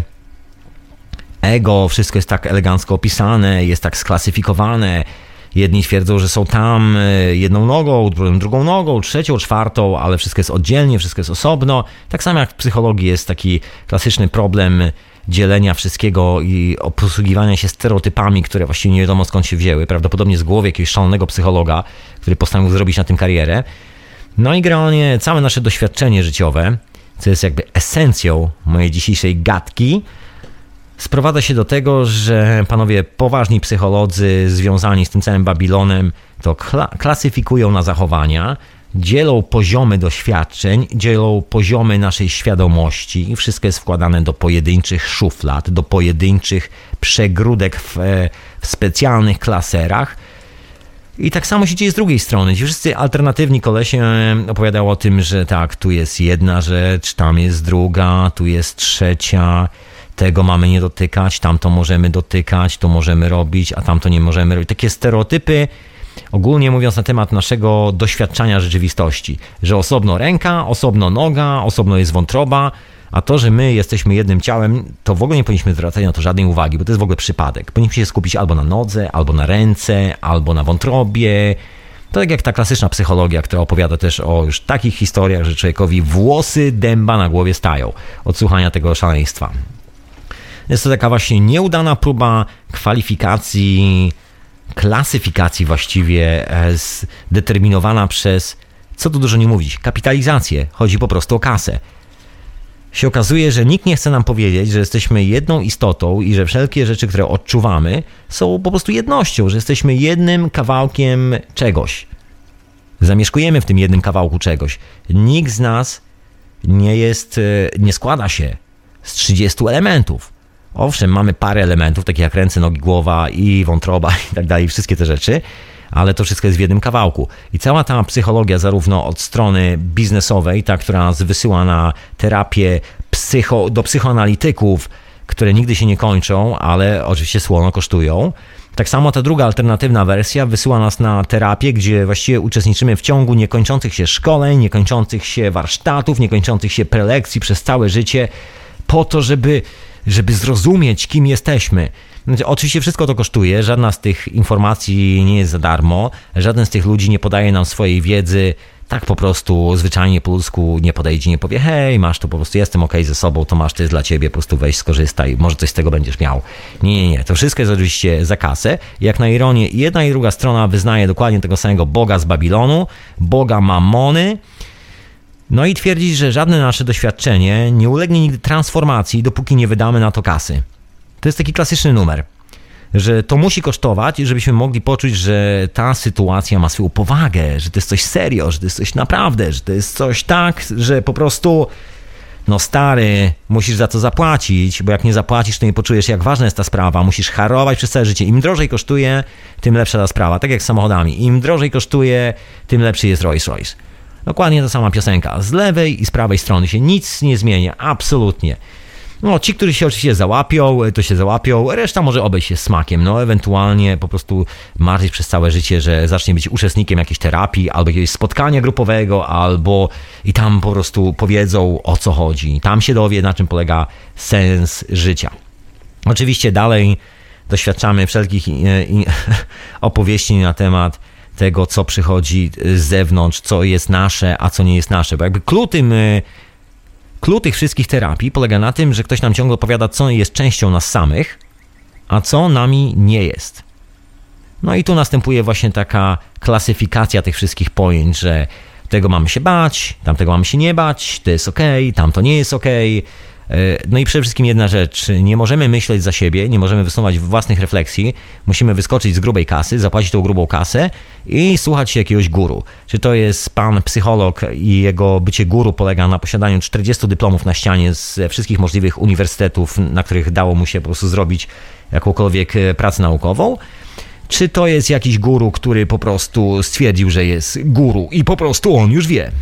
ego, wszystko jest tak elegancko opisane, jest tak sklasyfikowane. Jedni twierdzą, że są tam jedną nogą, drugą nogą, trzecią, czwartą, ale wszystko jest oddzielnie, wszystko jest osobno. Tak samo jak w psychologii jest taki klasyczny problem dzielenia wszystkiego i posługiwania się stereotypami, które właściwie nie wiadomo skąd się wzięły. Prawdopodobnie z głowy jakiegoś szalonego psychologa, który postanowił zrobić na tym karierę. No i generalnie całe nasze doświadczenie życiowe, co jest jakby esencją mojej dzisiejszej gadki, sprowadza się do tego, że panowie poważni psycholodzy związani z tym całym Babilonem to klasyfikują na zachowania, dzielą poziomy doświadczeń, dzielą poziomy naszej świadomości i wszystko jest wkładane do pojedynczych szuflad, do pojedynczych przegródek w specjalnych klaserach. I tak samo się dzieje z drugiej strony. Ci wszyscy alternatywni kolesie opowiadają o tym, że tak, tu jest jedna rzecz, tam jest druga, tu jest trzecia, tego mamy nie dotykać, tamto możemy dotykać, to możemy robić, a tamto nie możemy robić. Takie stereotypy, ogólnie mówiąc na temat naszego doświadczania rzeczywistości, że osobno ręka, osobno noga, osobno jest wątroba, a to, że my jesteśmy jednym ciałem, to w ogóle nie powinniśmy zwracać na to żadnej uwagi, bo to jest w ogóle przypadek. Powinniśmy się skupić albo na nodze, albo na ręce, albo na wątrobie, To tak jak ta klasyczna psychologia, która opowiada też o już takich historiach, że człowiekowi włosy dęba na głowie stają od słuchania tego szaleństwa. Jest to taka właśnie nieudana próba klasyfikacji właściwie zdeterminowana przez, co tu dużo nie mówić, kapitalizację. Chodzi po prostu o kasę. Się okazuje, że nikt nie chce nam powiedzieć, że jesteśmy jedną istotą i że wszelkie rzeczy, które odczuwamy, są po prostu jednością, że jesteśmy jednym kawałkiem czegoś. Zamieszkujemy w tym jednym kawałku czegoś. Nikt z nas nie składa się z 30 elementów. Owszem, mamy parę elementów, takie jak ręce, nogi, głowa i wątroba i tak dalej, wszystkie te rzeczy, ale to wszystko jest w jednym kawałku. I cała ta psychologia, zarówno od strony biznesowej, ta, która nas wysyła na terapię do psychoanalityków, które nigdy się nie kończą, ale oczywiście słono kosztują. Tak samo ta druga alternatywna wersja wysyła nas na terapię, gdzie właściwie uczestniczymy w ciągu niekończących się szkoleń, niekończących się warsztatów, niekończących się prelekcji przez całe życie, po to, żeby zrozumieć, kim jesteśmy. Oczywiście wszystko to kosztuje, żadna z tych informacji nie jest za darmo, żaden z tych ludzi nie podaje nam swojej wiedzy tak po prostu zwyczajnie po ludzku, nie podejdzie, nie powie hej, masz to po prostu, jestem okej ze sobą, to masz, to jest dla ciebie, po prostu weź, skorzystaj, może coś z tego będziesz miał. Nie, to wszystko jest oczywiście za kasę. Jak na ironię, jedna i druga strona wyznaje dokładnie tego samego Boga z Babilonu, Boga Mammony, no i twierdzi, że żadne nasze doświadczenie nie ulegnie nigdy transformacji, dopóki nie wydamy na to kasy. To jest taki klasyczny numer, że to musi kosztować, żebyśmy mogli poczuć, że ta sytuacja ma swoją powagę, że to jest coś serio, że to jest coś naprawdę, że to jest coś tak, że po prostu no stary, musisz za to zapłacić, bo jak nie zapłacisz, to nie poczujesz, jak ważna jest ta sprawa, musisz harować przez całe życie. Im drożej kosztuje, tym lepsza ta sprawa, tak jak z samochodami. Im drożej kosztuje, tym lepszy jest Rolls-Royce. Dokładnie ta sama piosenka. Z lewej i z prawej strony się nic nie zmienia, absolutnie. No, ci, którzy się oczywiście załapią, to się załapią, reszta może obejść się smakiem, no ewentualnie po prostu marzyć przez całe życie, że zacznie być uczestnikiem jakiejś terapii, albo jakiegoś spotkania grupowego, albo i tam po prostu powiedzą, o co chodzi. Tam się dowie, na czym polega sens życia. Oczywiście dalej doświadczamy wszelkich opowieści na temat tego, co przychodzi z zewnątrz, co jest nasze, a co nie jest nasze, bo jakby Clue tych wszystkich terapii polega na tym, że ktoś nam ciągle opowiada, co jest częścią nas samych, a co nami nie jest. No i tu następuje właśnie taka klasyfikacja tych wszystkich pojęć, że tego mamy się bać, tamtego mamy się nie bać, to jest okej, tamto nie jest okej. No i przede wszystkim jedna rzecz, nie możemy myśleć za siebie, nie możemy wysuwać własnych refleksji, musimy wyskoczyć z grubej kasy, zapłacić tą grubą kasę i słuchać się jakiegoś guru. Czy to jest pan psycholog i jego bycie guru polega na posiadaniu 40 dyplomów na ścianie ze wszystkich możliwych uniwersytetów, na których dało mu się po prostu zrobić jakąkolwiek pracę naukową? Czy to jest jakiś guru, który po prostu stwierdził, że jest guru i po prostu on już wie?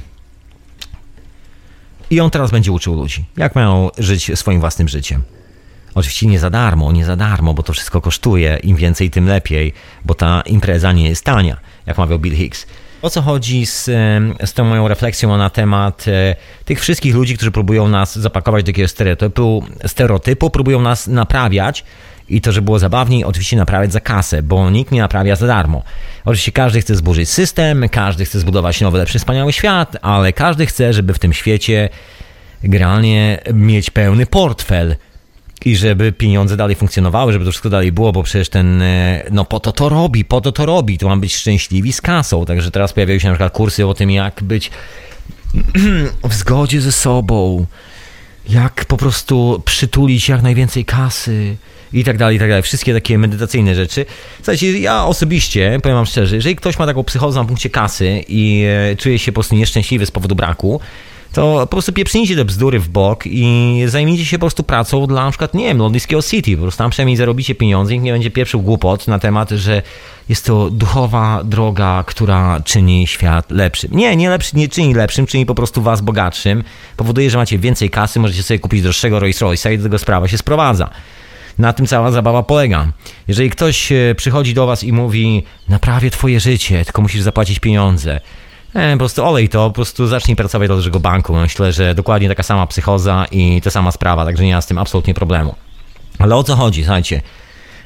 I on teraz będzie uczył ludzi, jak mają żyć swoim własnym życiem. Oczywiście nie za darmo, bo to wszystko kosztuje. Im więcej, tym lepiej, bo ta impreza nie jest tania, jak mawiał Bill Hicks. O co chodzi z tą moją refleksją na temat tych wszystkich ludzi, którzy próbują nas zapakować do jakiegoś stereotypu, próbują nas naprawiać i to, żeby było zabawniej, oczywiście naprawiać za kasę, bo nikt nie naprawia za darmo. Oczywiście każdy chce zburzyć system, każdy chce zbudować nowy, lepszy, wspaniały świat, ale każdy chce, żeby w tym świecie generalnie mieć pełny portfel i żeby pieniądze dalej funkcjonowały, żeby to wszystko dalej było, bo przecież po to to robi, to mam być szczęśliwi z kasą. Także teraz pojawiają się na przykład kursy o tym, jak być w zgodzie ze sobą, jak po prostu przytulić jak najwięcej kasy i tak dalej, i tak dalej. Wszystkie takie medytacyjne rzeczy. Słuchajcie, ja osobiście, powiem wam szczerze, jeżeli ktoś ma taką psychozę na punkcie kasy i czuje się po prostu nieszczęśliwy z powodu braku, to po prostu pieprznijcie te bzdury w bok i zajmijcie się po prostu pracą dla na przykład, nie wiem, londyńskiego City. Po prostu tam przynajmniej zarobicie pieniądze i nikt nie będzie pieprzył głupot na temat, że jest to duchowa droga, która czyni świat lepszym. Nie lepszy, nie czyni lepszym, czyni po prostu was bogatszym. Powoduje, że macie więcej kasy, możecie sobie kupić droższego Rolls Royce'a i do tego sprawa się sprowadza. Na tym cała zabawa polega. Jeżeli ktoś przychodzi do was i mówi, naprawię twoje życie, tylko musisz zapłacić pieniądze, po prostu olej to, po prostu zacznij pracować do dużego banku. Myślę, że dokładnie taka sama psychoza i ta sama sprawa, także nie ma z tym absolutnie problemu. Ale o co chodzi? Słuchajcie,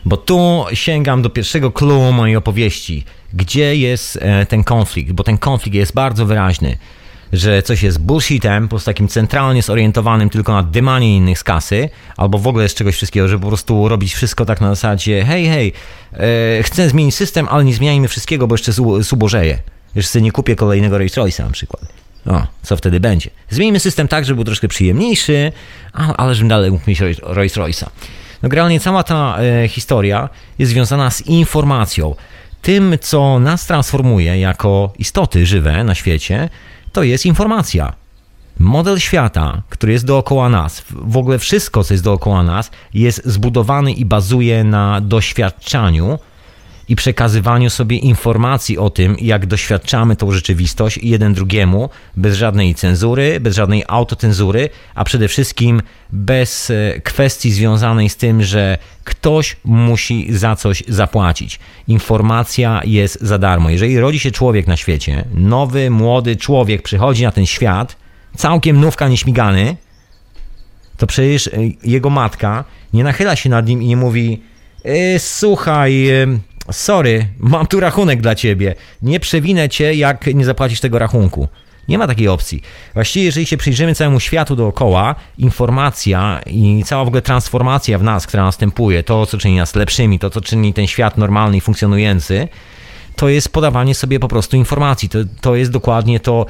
Bo tu sięgam do pierwszego clue mojej opowieści. Gdzie jest ten konflikt? Bo ten konflikt jest bardzo wyraźny. Że coś jest bullshitem, po prostu takim centralnie zorientowanym tylko na dymanie innych z kasy, albo w ogóle z czegoś wszystkiego, żeby po prostu robić wszystko tak na zasadzie hej, chcę zmienić system, ale nie zmieniajmy wszystkiego, bo jeszcze zubożeję. Jeszcze sobie nie kupię kolejnego Rolls Royce'a na przykład. No, co wtedy będzie? Zmieńmy system tak, żeby był troszkę przyjemniejszy, ale żebym dalej mógł mieć Rolls Royce'a. No generalnie cała ta historia jest związana z informacją. Tym, co nas transformuje jako istoty żywe na świecie, to jest informacja. Model świata, który jest dookoła nas, w ogóle wszystko, co jest dookoła nas, jest zbudowany i bazuje na doświadczaniu i przekazywaniu sobie informacji o tym, jak doświadczamy tą rzeczywistość jeden drugiemu, bez żadnej cenzury, bez żadnej autocenzury, a przede wszystkim bez kwestii związanej z tym, że ktoś musi za coś zapłacić. Informacja jest za darmo. Jeżeli rodzi się człowiek na świecie, nowy, młody człowiek przychodzi na ten świat, całkiem nówka nieśmigany, to przecież jego matka nie nachyla się nad nim i nie mówi słuchaj, sorry, mam tu rachunek dla ciebie. Nie przewinę cię, jak nie zapłacisz tego rachunku. Nie ma takiej opcji. Właściwie, jeżeli się przyjrzymy całemu światu dookoła, informacja i cała w ogóle transformacja w nas, która następuje, to, co czyni nas lepszymi, to, co czyni ten świat normalny i funkcjonujący, to jest podawanie sobie po prostu informacji. To jest dokładnie to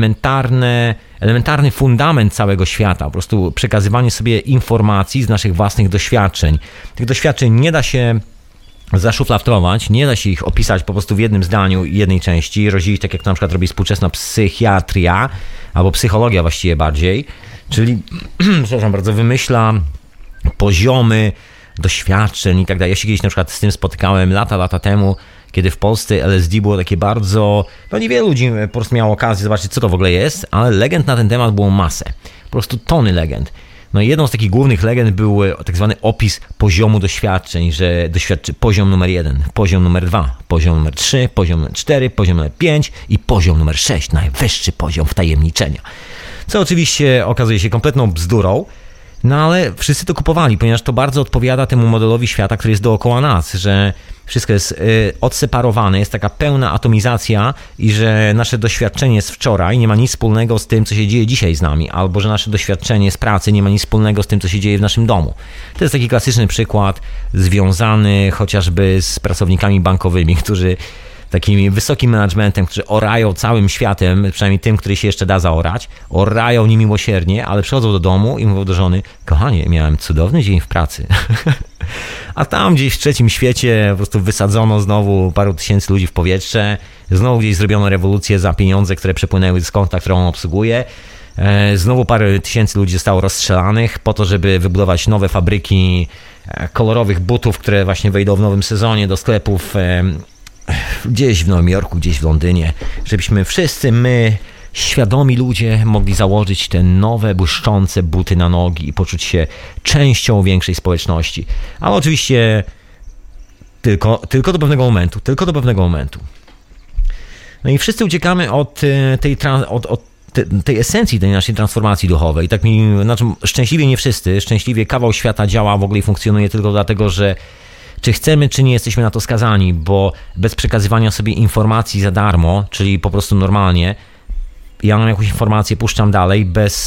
elementarny fundament całego świata. Po prostu przekazywanie sobie informacji z naszych własnych doświadczeń. Tych doświadczeń nie da się zaszufladkować, nie da się ich opisać po prostu w jednym zdaniu, jednej części, rozdzielić tak jak to na przykład robi współczesna psychiatria, albo psychologia właściwie bardziej, czyli, przepraszam bardzo, wymyśla poziomy doświadczeń i tak dalej. Ja się kiedyś na przykład z tym spotykałem lata temu, kiedy w Polsce LSD było takie bardzo, no niewielu ludzi po prostu miało okazję zobaczyć, co to w ogóle jest, ale legend na ten temat było masę. Po prostu tony legend. No i jedną z takich głównych legend był tak zwany opis poziomu doświadczeń, że doświadczy poziom numer 1, poziom numer 2, poziom numer 3, poziom numer 4, poziom numer 5 i poziom numer 6, najwyższy poziom wtajemniczenia. Co oczywiście okazuje się kompletną bzdurą, no ale wszyscy to kupowali, ponieważ to bardzo odpowiada temu modelowi świata, który jest dookoła nas, że wszystko jest odseparowane, jest taka pełna atomizacja i że nasze doświadczenie z wczoraj nie ma nic wspólnego z tym, co się dzieje dzisiaj z nami, albo że nasze doświadczenie z pracy nie ma nic wspólnego z tym, co się dzieje w naszym domu. To jest taki klasyczny przykład związany chociażby z pracownikami bankowymi, którzy takim wysokim managementem, którzy orają całym światem, przynajmniej tym, który się jeszcze da zaorać, orają niemiłosiernie, ale przychodzą do domu i mówią do żony: kochanie, miałem cudowny dzień w pracy. A tam gdzieś w trzecim świecie po prostu wysadzono znowu paru tysięcy ludzi w powietrze, znowu gdzieś zrobiono rewolucję za pieniądze, które przepłynęły z konta, którą on obsługuje. Znowu parę tysięcy ludzi zostało rozstrzelanych po to, żeby wybudować nowe fabryki kolorowych butów, które właśnie wejdą w nowym sezonie do sklepów gdzieś w Nowym Jorku, gdzieś w Londynie, żebyśmy wszyscy my, świadomi ludzie, mogli założyć te nowe, błyszczące buty na nogi i poczuć się częścią większej społeczności. Ale oczywiście tylko do pewnego momentu. No i wszyscy uciekamy od tej esencji tej naszej transformacji duchowej. Tak znaczy, szczęśliwie nie wszyscy, szczęśliwie kawał świata działa w ogóle i funkcjonuje tylko dlatego, że czy chcemy, czy nie jesteśmy na to skazani, bo bez przekazywania sobie informacji za darmo, czyli po prostu normalnie, ja mam jakąś informację, puszczam dalej,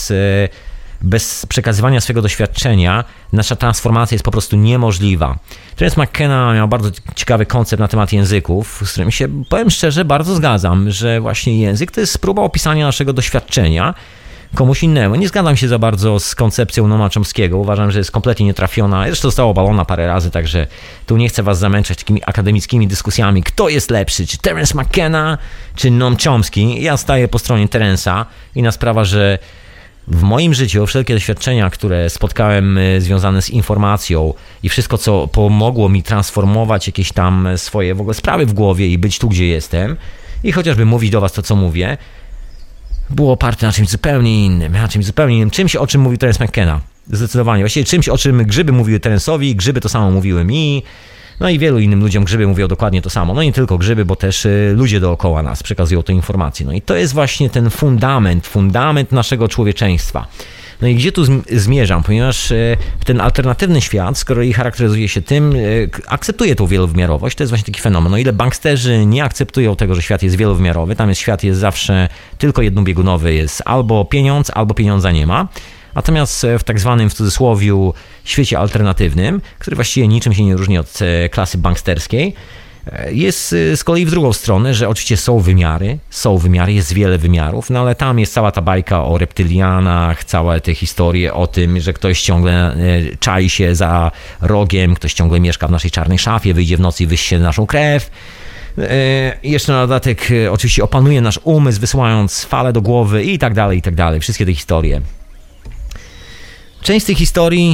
bez przekazywania swojego doświadczenia, nasza transformacja jest po prostu niemożliwa. Terence McKenna miał bardzo ciekawy koncept na temat języków, z którym się, powiem szczerze, bardzo zgadzam, że właśnie język to jest próba opisania naszego doświadczenia komuś innemu. Nie zgadzam się za bardzo z koncepcją Noama Chomskiego. Uważam, że jest kompletnie nietrafiona. Zresztą została obalona parę razy, także tu nie chcę was zamęczać takimi akademickimi dyskusjami. Kto jest lepszy? Czy Terence McKenna, czy Noam Chomsky? Ja staję po stronie Terence'a. Inna sprawa, że w moim życiu wszelkie doświadczenia, które spotkałem związane z informacją i wszystko, co pomogło mi transformować jakieś tam swoje w ogóle sprawy w głowie i być tu, gdzie jestem i chociażby mówić do was to, co mówię, było oparte na czymś zupełnie innym, czymś, o czym mówił Terence McKenna. Zdecydowanie. Właściwie czymś, o czym grzyby mówiły Terence'owi, grzyby to samo mówiły mi, no i wielu innym ludziom grzyby mówią dokładnie to samo. No nie tylko grzyby, bo też ludzie dookoła nas przekazują te informacje. No i to jest właśnie ten fundament naszego człowieczeństwa. No i gdzie tu zmierzam? Ponieważ ten alternatywny świat z kolei charakteryzuje się tym, akceptuje tą wielowymiarowość, to jest właśnie taki fenomen. O ile banksterzy nie akceptują tego, że świat jest wielowymiarowy, tam jest świat jest zawsze tylko jednobiegunowy, jest albo pieniądz, albo pieniądza nie ma. Natomiast w tak zwanym, w cudzysłowiu, świecie alternatywnym, który właściwie niczym się nie różni od klasy banksterskiej, jest z kolei w drugą stronę, że oczywiście są wymiary, jest wiele wymiarów, no ale tam jest cała ta bajka o reptylianach, całe te historie o tym, że ktoś ciągle czai się za rogiem, ktoś ciągle mieszka w naszej czarnej szafie, wyjdzie w nocy i wyście naszą krew. Jeszcze na dodatek oczywiście opanuje nasz umysł, wysyłając fale do głowy i tak dalej, wszystkie te historie. Część z tych historii,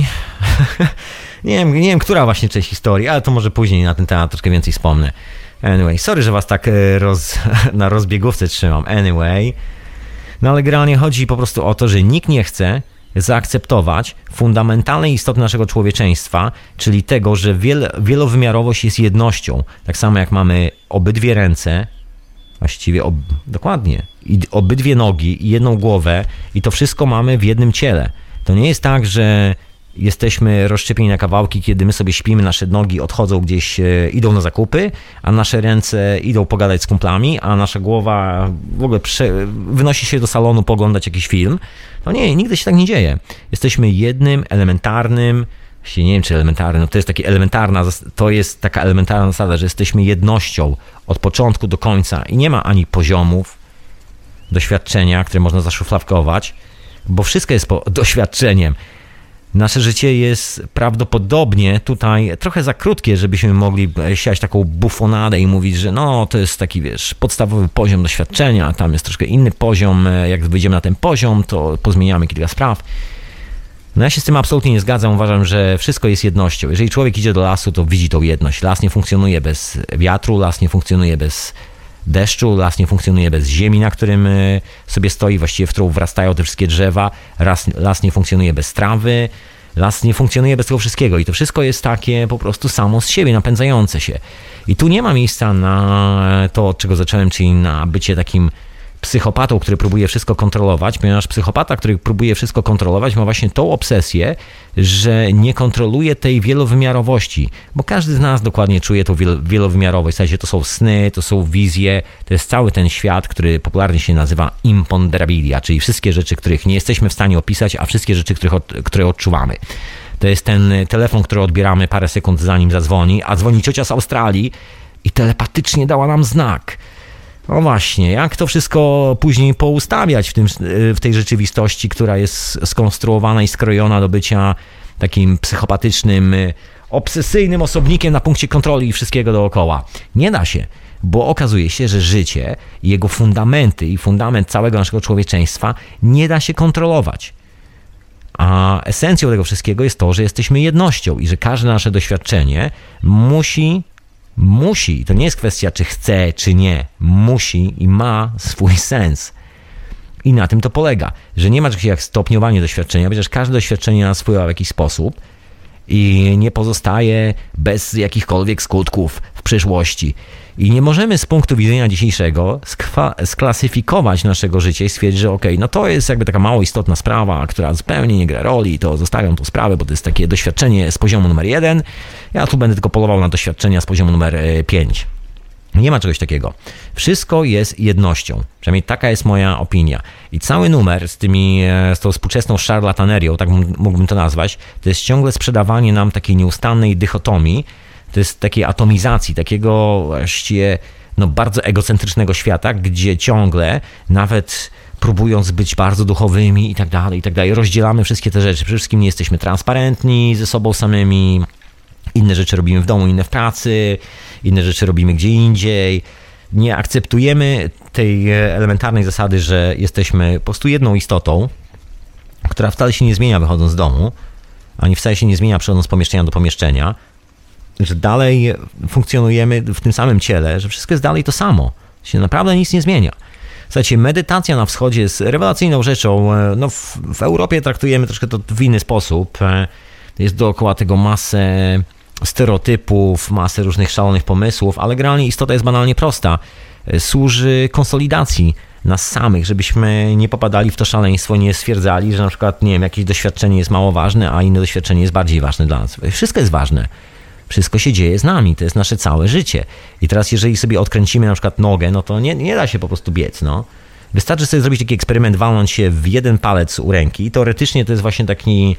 nie wiem, która właśnie część historii, ale to może później na ten temat troszkę więcej wspomnę. Anyway, sorry, że was tak na rozbiegówce trzymam. Anyway, no ale generalnie chodzi po prostu o to, że nikt nie chce zaakceptować fundamentalnej istoty naszego człowieczeństwa, czyli tego, że wielowymiarowość jest jednością. Tak samo jak mamy obydwie ręce, właściwie dokładnie, i obydwie nogi i jedną głowę i to wszystko mamy w jednym ciele. To nie jest tak, że jesteśmy rozszczepieni na kawałki, kiedy my sobie śpimy, nasze nogi odchodzą gdzieś, idą na zakupy, a nasze ręce idą pogadać z kumplami, a nasza głowa w ogóle wynosi się do salonu pooglądać jakiś film. To nie, nigdy się tak nie dzieje. Jesteśmy jednym elementarnym, właściwie nie wiem czy elementarny, no to jest taka elementarna zasada, że jesteśmy jednością od początku do końca i nie ma ani poziomów doświadczenia, które można zaszufladkować, bo wszystko jest doświadczeniem. Nasze życie jest prawdopodobnie tutaj trochę za krótkie, żebyśmy mogli siać taką bufonadę i mówić, że no to jest taki, podstawowy poziom doświadczenia, tam jest troszkę inny poziom, jak wyjdziemy na ten poziom, to pozmieniamy kilka spraw. No ja się z tym absolutnie nie zgadzam, uważam, że wszystko jest jednością. Jeżeli człowiek idzie do lasu, to widzi tą jedność. Las nie funkcjonuje bez wiatru, las nie funkcjonuje bez deszczu, las nie funkcjonuje bez ziemi, na którym sobie stoi, właściwie w którą wrastają te wszystkie drzewa, las nie funkcjonuje bez trawy, las nie funkcjonuje bez tego wszystkiego i to wszystko jest takie po prostu samo z siebie, napędzające się. I tu nie ma miejsca na to, od czego zacząłem, czyli na bycie takim psychopatą, który próbuje wszystko kontrolować, ponieważ psychopata, który próbuje wszystko kontrolować, ma właśnie tą obsesję, że nie kontroluje tej wielowymiarowości, bo każdy z nas dokładnie czuje tą wielowymiarowość, w sensie to są sny, to są wizje, to jest cały ten świat, który popularnie się nazywa imponderabilia, czyli wszystkie rzeczy, których nie jesteśmy w stanie opisać, a wszystkie rzeczy, które odczuwamy. To jest ten telefon, który odbieramy parę sekund zanim zadzwoni, a dzwoni ciocia z Australii i telepatycznie dała nam znak. No właśnie, jak to wszystko później poustawiać w tej rzeczywistości, która jest skonstruowana i skrojona do bycia takim psychopatycznym, obsesyjnym osobnikiem na punkcie kontroli wszystkiego dookoła? Nie da się, bo okazuje się, że życie, jego fundamenty i fundament całego naszego człowieczeństwa nie da się kontrolować. A esencją tego wszystkiego jest to, że jesteśmy jednością i że każde nasze doświadczenie musi, to nie jest kwestia, czy chce, czy nie, musi i ma swój sens. I na tym to polega, że nie ma czegoś jak stopniowanie doświadczenia, przecież każde doświadczenie nas wpływa w jakiś sposób i nie pozostaje bez jakichkolwiek skutków w przyszłości. I nie możemy z punktu widzenia dzisiejszego sklasyfikować naszego życia i stwierdzić, że okej, no to jest jakby taka mało istotna sprawa, która zupełnie nie gra roli, to zostawiam tą sprawę, bo to jest takie doświadczenie z poziomu numer 1, ja tu będę tylko polował na doświadczenia z poziomu numer 5. Nie ma czegoś takiego. Wszystko jest jednością. Przynajmniej taka jest moja opinia. I cały numer z tą współczesną szarlatanerią, tak mógłbym to nazwać, to jest ciągle sprzedawanie nam takiej nieustannej dychotomii, to jest takiej atomizacji, takiego właściwie bardzo egocentrycznego świata, gdzie ciągle, nawet próbując być bardzo duchowymi i tak dalej, rozdzielamy wszystkie te rzeczy. Przede wszystkim nie jesteśmy transparentni ze sobą samymi, inne rzeczy robimy w domu, inne w pracy, inne rzeczy robimy gdzie indziej. Nie akceptujemy tej elementarnej zasady, że jesteśmy po prostu jedną istotą, która wcale się nie zmienia wychodząc z domu, ani wcale się nie zmienia przechodząc z pomieszczenia do pomieszczenia, że dalej funkcjonujemy w tym samym ciele, że wszystko jest dalej to samo. Się naprawdę nic nie zmienia. Słuchajcie, medytacja na wschodzie jest rewelacyjną rzeczą. No w Europie traktujemy troszkę to w inny sposób. Jest dookoła tego masę stereotypów, masę różnych szalonych pomysłów, ale generalnie istota jest banalnie prosta. Służy konsolidacji nas samych, żebyśmy nie popadali w to szaleństwo, nie stwierdzali, że na przykład, nie wiem, jakieś doświadczenie jest mało ważne, a inne doświadczenie jest bardziej ważne dla nas. Wszystko jest ważne. Wszystko się dzieje z nami, to jest nasze całe życie. I teraz jeżeli sobie odkręcimy na przykład nogę, no to nie da się po prostu biec, no. Wystarczy sobie zrobić taki eksperyment, walnąć się w jeden palec u ręki i teoretycznie to jest właśnie taki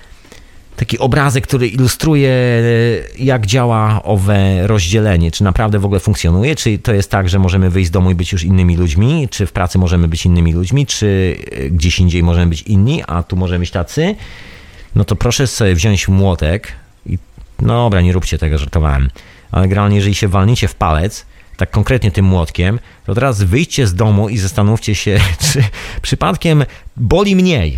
obrazek, który ilustruje, jak działa owe rozdzielenie, czy naprawdę w ogóle funkcjonuje, czy to jest tak, że możemy wyjść z domu i być już innymi ludźmi, czy w pracy możemy być innymi ludźmi, czy gdzieś indziej możemy być inni, a tu możemy być tacy. No to proszę sobie wziąć młotek i no dobra, nie róbcie tego, żartowałem, ale generalnie jeżeli się walniecie w palec, tak konkretnie tym młotkiem, to teraz wyjdźcie z domu i zastanówcie się, czy przypadkiem boli mniej.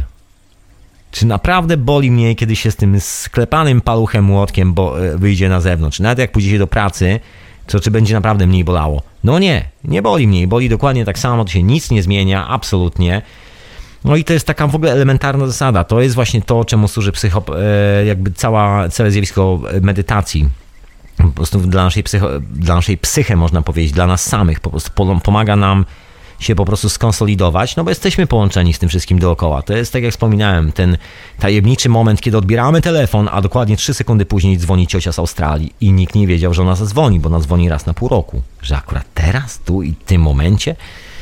Czy naprawdę boli mniej, kiedy się z tym sklepanym paluchem młotkiem wyjdzie na zewnątrz? Nawet jak pójdziecie do pracy, to czy będzie naprawdę mniej bolało? No nie boli mniej, boli dokładnie tak samo, to się nic nie zmienia, absolutnie. No i to jest taka w ogóle elementarna zasada. To jest właśnie to, czemu służy jakby całe zjawisko medytacji. Po prostu dla naszej psyche, można powiedzieć, dla nas samych. Po prostu pomaga nam się po prostu skonsolidować, no bo jesteśmy połączeni z tym wszystkim dookoła. To jest, tak jak wspominałem, ten tajemniczy moment, kiedy odbieramy telefon, a dokładnie 3 sekundy później dzwoni ciocia z Australii i nikt nie wiedział, że ona zadzwoni, bo ona dzwoni raz na pół roku. Że akurat teraz, tu i w tym momencie?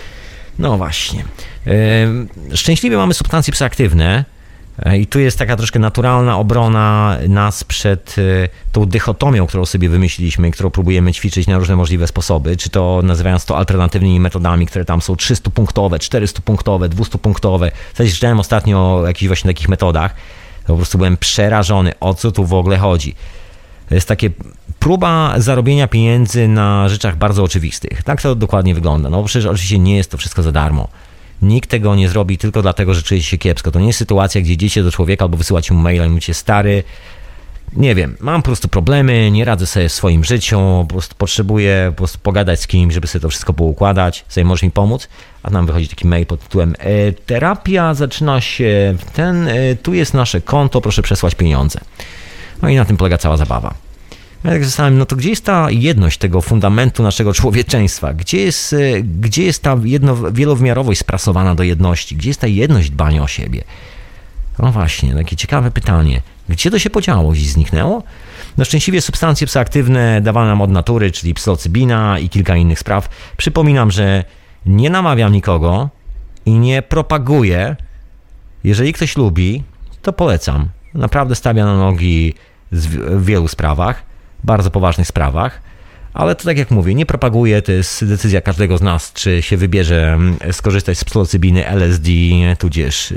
No właśnie. Szczęśliwie mamy substancje psychoaktywne i tu jest taka troszkę naturalna obrona nas przed tą dychotomią, którą sobie wymyśliliśmy, którą próbujemy ćwiczyć na różne możliwe sposoby, czy to nazywając to alternatywnymi metodami, które tam są 300-punktowe, 400-punktowe, 200-punktowe. Czytałem ostatnio o jakichś właśnie takich metodach, to po prostu byłem przerażony, o co tu w ogóle chodzi. To jest takie próba zarobienia pieniędzy na rzeczach bardzo oczywistych. Tak to dokładnie wygląda. No przecież oczywiście nie jest to wszystko za darmo. Nikt tego nie zrobi tylko dlatego, że czuje się kiepsko. To nie jest sytuacja, gdzie idziecie do człowieka albo wysyłacie mu maila i mówicie: stary, nie wiem, mam po prostu problemy, nie radzę sobie w swoim życiu, po prostu potrzebuję po prostu pogadać z kimś, żeby sobie to wszystko poukładać, sobie możesz mi pomóc? A nam wychodzi taki mail pod tytułem: terapia zaczyna się, tu jest nasze konto, proszę przesłać pieniądze. No i na tym polega cała zabawa. Ja tak zastanawiam, no to gdzie jest ta jedność tego fundamentu naszego człowieczeństwa? Gdzie jest ta wielowymiarowość sprasowana do jedności? Gdzie jest ta jedność dbania o siebie? No właśnie, takie ciekawe pytanie. Gdzie to się podziało? Gdzieś zniknęło? No szczęśliwie substancje psychoaktywne dawane nam od natury, czyli psylocybina i kilka innych spraw. Przypominam, że nie namawiam nikogo i nie propaguję. Jeżeli ktoś lubi, to polecam. Naprawdę stawia na nogi w wielu sprawach, bardzo poważnych sprawach, ale to tak jak mówię, nie propaguję, to jest decyzja każdego z nas, czy się wybierze skorzystać z psylocybiny, LSD, tudzież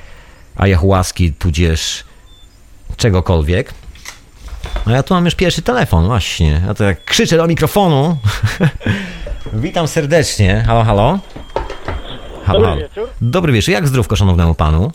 ayahuaski, tudzież czegokolwiek. No ja tu mam już pierwszy telefon, właśnie. Ja to jak krzyczę do mikrofonu. Witam serdecznie. Halo, halo. Dobry wieczór. Dobry wieczór. Jak zdrówko szanownemu panu?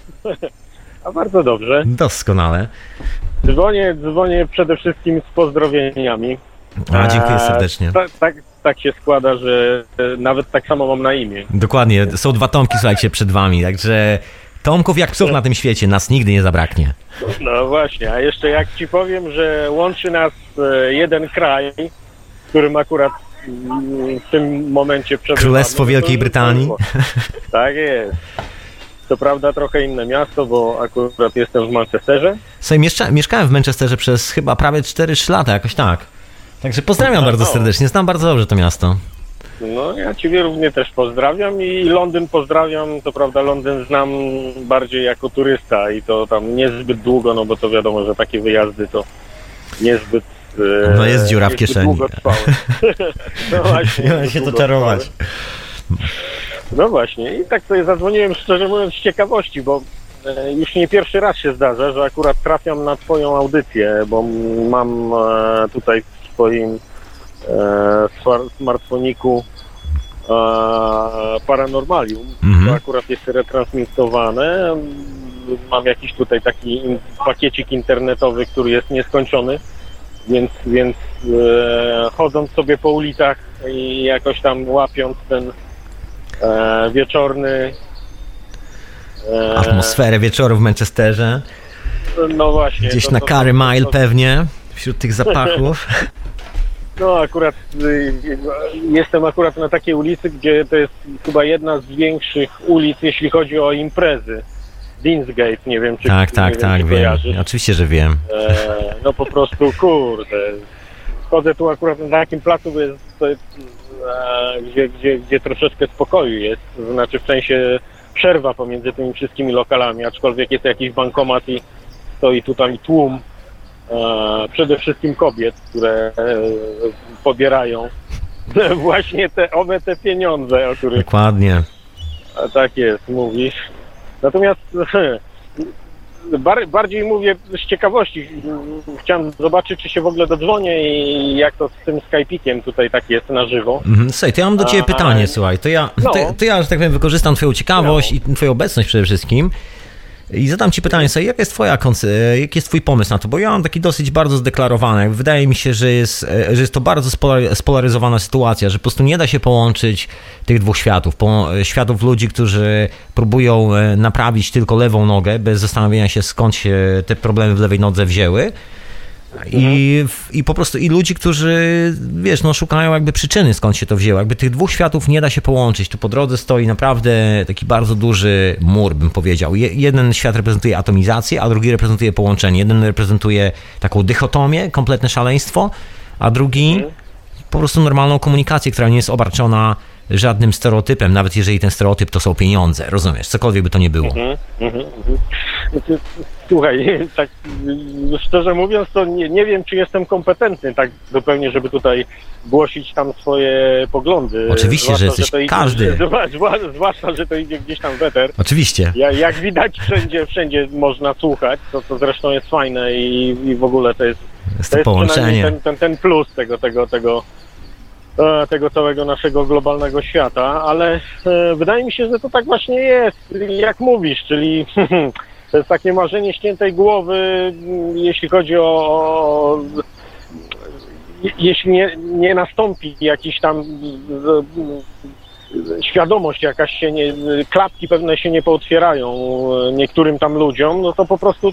A bardzo dobrze. Doskonale. Dzwonię przede wszystkim z pozdrowieniami. Dziękuję serdecznie. Tak się składa, że nawet tak samo mam na imię. Dokładnie. Są 2 Tomki, słuchajcie, przed wami, także Tomków jak psów na tym świecie, nas nigdy nie zabraknie. No właśnie, a jeszcze jak ci powiem, że łączy nas jeden kraj, w którym akurat w tym momencie przebywamy. Królestwo Wielkiej Brytanii. Tak jest. To prawda trochę inne miasto, bo akurat jestem w Manchesterze. Słuchaj, mieszkałem w Manchesterze przez chyba prawie 4-3 lata, jakoś tak. Także pozdrawiam bardzo serdecznie, znam bardzo dobrze to miasto. No, ja Ciebie również też pozdrawiam i Londyn pozdrawiam. To prawda, Londyn znam bardziej jako turysta i to tam niezbyt długo, no bo to wiadomo, że takie wyjazdy to niezbyt... No jest dziura w kieszeni. Długo trwały. No właśnie. Nie ma się to czarować. No właśnie i tak sobie zadzwoniłem, szczerze mówiąc, z ciekawości, bo już nie pierwszy raz się zdarza, że akurat trafiam na Twoją audycję, bo mam tutaj w swoim smartfoniku Paranormalium, to akurat jest retransmitowane. Mam jakiś tutaj taki pakiecik internetowy, który jest nieskończony, więc chodząc sobie po ulicach i jakoś tam łapiąc ten wieczorny atmosferę wieczoru w Manchesterze. No właśnie. Gdzieś na Carey Mile pewnie, wśród tych zapachów. No akurat jestem akurat na takiej ulicy, gdzie to jest chyba jedna z większych ulic, jeśli chodzi o imprezy. Deansgate, nie wiem czy Tak, wiem. kojarzysz. Oczywiście, że wiem. No po prostu kurde. Chodzę tu akurat na takim placu, gdzie troszeczkę spokoju jest. To znaczy w sensie przerwa pomiędzy tymi wszystkimi lokalami, aczkolwiek jest jakiś bankomat i stoi tutaj tłum. Przede wszystkim kobiet, które pobierają właśnie te pieniądze, o których... Dokładnie. Tak jest, mówisz. Natomiast bardziej mówię z ciekawości. Chciałem zobaczyć, czy się w ogóle dodzwonię i jak to z tym Skype'ikiem tutaj tak jest na żywo. Słuchaj, to ja mam do Ciebie pytanie, słuchaj. To ja, że tak powiem, wykorzystam Twoją ciekawość i Twoją obecność przede wszystkim. I zadam Ci pytanie sobie, jaki jest Twój pomysł na to? Bo ja mam taki dosyć bardzo zdeklarowany. Wydaje mi się, że jest to bardzo spolaryzowana sytuacja, że po prostu nie da się połączyć tych dwóch światów. Światów ludzi, którzy próbują naprawić tylko lewą nogę, bez zastanowienia się, skąd się te problemy w lewej nodze wzięły. I po prostu i ludzi, którzy, wiesz, no szukają jakby przyczyny, skąd się to wzięło. Jakby tych dwóch światów nie da się połączyć. Tu po drodze stoi naprawdę taki bardzo duży mur, bym powiedział. Jeden świat reprezentuje atomizację, a drugi reprezentuje połączenie. Jeden reprezentuje taką dychotomię, kompletne szaleństwo, a drugi po prostu normalną komunikację, która nie jest obarczona żadnym stereotypem, nawet jeżeli ten stereotyp to są pieniądze, rozumiesz, cokolwiek by to nie było. Słuchaj, tak szczerze mówiąc, to nie wiem, czy jestem kompetentny tak zupełnie, żeby tutaj głosić tam swoje poglądy. Oczywiście, że jesteś każdy. Zwłaszcza, że to idzie gdzieś tam w eter. Oczywiście. Jak widać, wszędzie można słuchać, to zresztą jest fajne i w ogóle to jest połączenie. Ten plus tego całego naszego globalnego świata, ale wydaje mi się, że to tak właśnie jest, jak mówisz, czyli to jest takie marzenie ściętej głowy, jeśli chodzi o jeśli nie nastąpi jakiś tam świadomość jakaś się klapki pewne się nie pootwierają niektórym tam ludziom, no to po prostu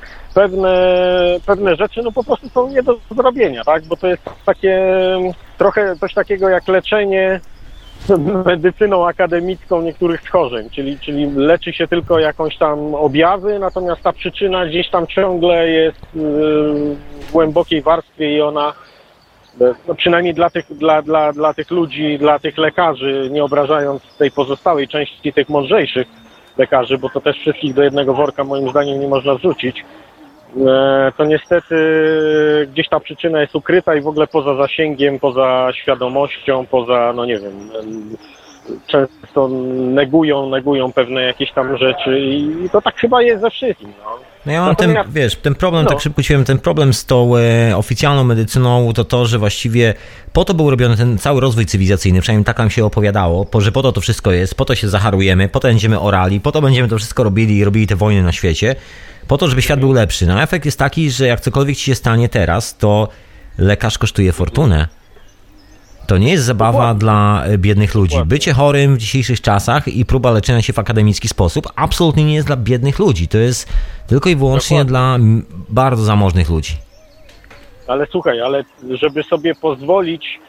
pewne rzeczy no po prostu są nie do zrobienia, tak? Bo to jest takie trochę coś takiego jak leczenie medycyną akademicką niektórych schorzeń, czyli leczy się tylko jakąś tam objawy, natomiast ta przyczyna gdzieś tam ciągle jest w głębokiej warstwie i ona no przynajmniej dla tych ludzi, dla tych lekarzy, nie obrażając tej pozostałej części tych mądrzejszych lekarzy, bo to też wszystkich do jednego worka moim zdaniem nie można wrzucić, to niestety gdzieś ta przyczyna jest ukryta i w ogóle poza zasięgiem, poza świadomością, poza, no nie wiem, często negują pewne jakieś tam rzeczy i to tak chyba jest ze wszystkim, no. No ja mam ten problem, tak szybko ci powiem, ten problem z tą oficjalną medycyną to, że właściwie po to był robiony ten cały rozwój cywilizacyjny, przynajmniej tak nam się opowiadało, że po to wszystko jest, po to się zacharujemy, po to będziemy orali, po to będziemy to wszystko robili te wojny na świecie, po to, żeby świat był lepszy. No efekt jest taki, że jak cokolwiek ci się stanie teraz, to lekarz kosztuje fortunę. To nie jest zabawa dla biednych ludzi. Bycie chorym w dzisiejszych czasach i próba leczenia się w akademicki sposób absolutnie nie jest dla biednych ludzi. To jest tylko i wyłącznie dla bardzo zamożnych ludzi. Ale słuchaj, żeby sobie pozwolić,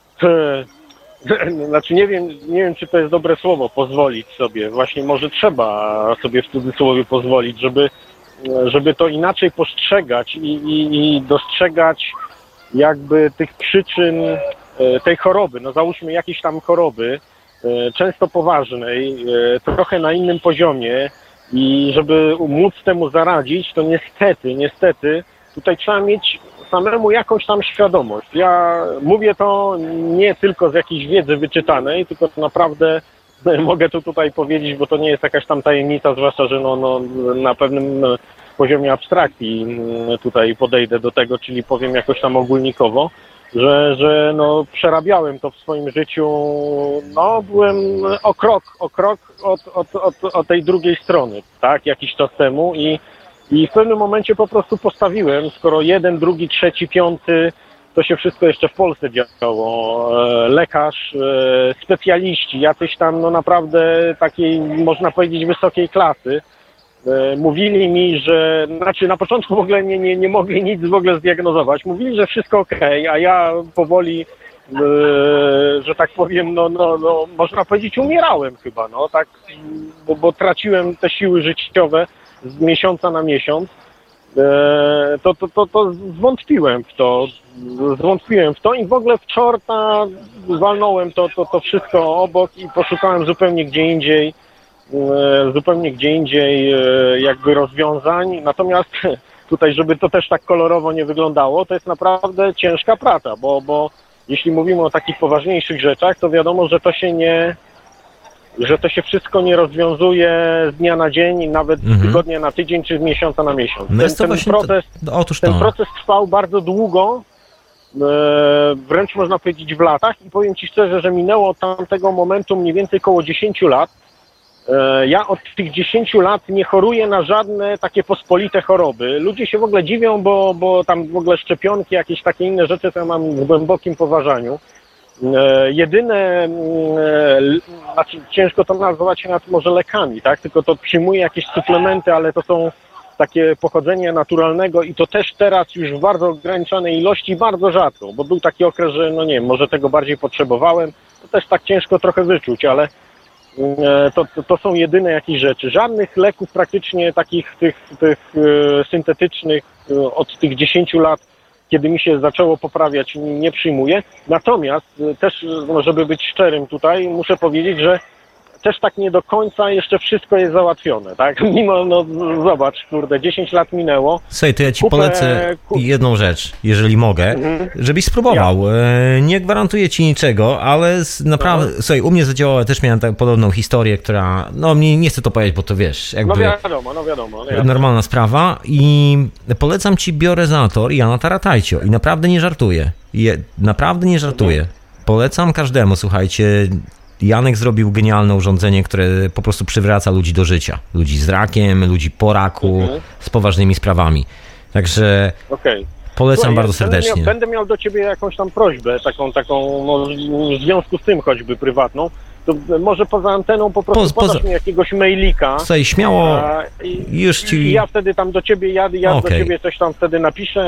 znaczy nie wiem, czy to jest dobre słowo, pozwolić sobie. Właśnie może trzeba sobie w cudzysłowie pozwolić, żeby to inaczej postrzegać i dostrzegać jakby tych przyczyn tej choroby, no załóżmy jakiejś tam choroby, często poważnej, trochę na innym poziomie i żeby móc temu zaradzić, to niestety tutaj trzeba mieć samemu jakąś tam świadomość. Ja mówię to nie tylko z jakiejś wiedzy wyczytanej, tylko naprawdę mogę to tutaj powiedzieć, bo to nie jest jakaś tam tajemnica, zwłaszcza, że na pewnym poziomie abstrakcji tutaj podejdę do tego, czyli powiem jakoś tam ogólnikowo, że no przerabiałem to w swoim życiu, no byłem o krok od tej drugiej strony, tak, jakiś czas temu i w pewnym momencie po prostu postawiłem, skoro jeden, drugi, trzeci, piąty, to się wszystko jeszcze w Polsce działo, lekarz, specjaliści, jacyś tam no naprawdę takiej, można powiedzieć, wysokiej klasy, mówili mi, że, znaczy na początku w ogóle nie mogli nic w ogóle zdiagnozować. Mówili, że wszystko okej, a ja powoli, że tak powiem, no, można powiedzieć, umierałem chyba, no, tak, bo traciłem te siły życiowe z miesiąca na miesiąc. To zwątpiłem w to i w ogóle w czorta walnąłem to wszystko obok i poszukałem zupełnie gdzie indziej jakby rozwiązań. Natomiast tutaj, żeby to też tak kolorowo nie wyglądało, to jest naprawdę ciężka praca, bo jeśli mówimy o takich poważniejszych rzeczach, to wiadomo, że to się wszystko nie rozwiązuje z dnia na dzień, nawet z tygodnia na tydzień, czy z miesiąca na miesiąc. No Ten proces trwał bardzo długo, wręcz można powiedzieć w latach i powiem Ci szczerze, że minęło od tamtego momentu mniej więcej około 10 lat. Ja od tych 10 lat nie choruję na żadne takie pospolite choroby. Ludzie się w ogóle dziwią, bo tam w ogóle szczepionki, jakieś takie inne rzeczy to ja mam w głębokim poważaniu. Jedyne, znaczy ciężko to nazwać nawet może lekami, tak? Tylko to przyjmuję jakieś suplementy, ale to są takie pochodzenia naturalnego i to też teraz już w bardzo ograniczonej ilości, bardzo rzadko, bo był taki okres, że no nie wiem, może tego bardziej potrzebowałem, to też tak ciężko trochę wyczuć, ale to są jedyne jakieś rzeczy. Żadnych leków praktycznie takich tych syntetycznych od tych 10 lat, kiedy mi się zaczęło poprawiać, nie przyjmuję. Natomiast też, żeby być szczerym tutaj, muszę powiedzieć, że też tak nie do końca jeszcze wszystko jest załatwione, tak? Mimo, no zobacz, kurde, 10 lat minęło. Słuchaj, to ja ci polecę jedną rzecz, jeżeli mogę, żebyś spróbował. Nie gwarantuję ci niczego, ale naprawdę, słuchaj, u mnie zadziałała, też miałem tak podobną historię, która, no nie chcę to powiedzieć, bo to wiesz, jakby... No wiadomo. Normalna sprawa i polecam ci biorezonator Jana Taratajcio i naprawdę nie żartuję. Naprawdę nie żartuję. Polecam każdemu, słuchajcie. Janek zrobił genialne urządzenie, które po prostu przywraca ludzi do życia. Ludzi z rakiem, ludzi po raku, z poważnymi sprawami. Także polecam bardzo serdecznie. Będę miał do ciebie jakąś tam prośbę, taką no, w związku z tym choćby prywatną. To może poza anteną po prostu podasz mi jakiegoś mailika. Słuchaj, śmiało, już ci... I ja wtedy tam do ciebie, do ciebie coś tam wtedy napiszę,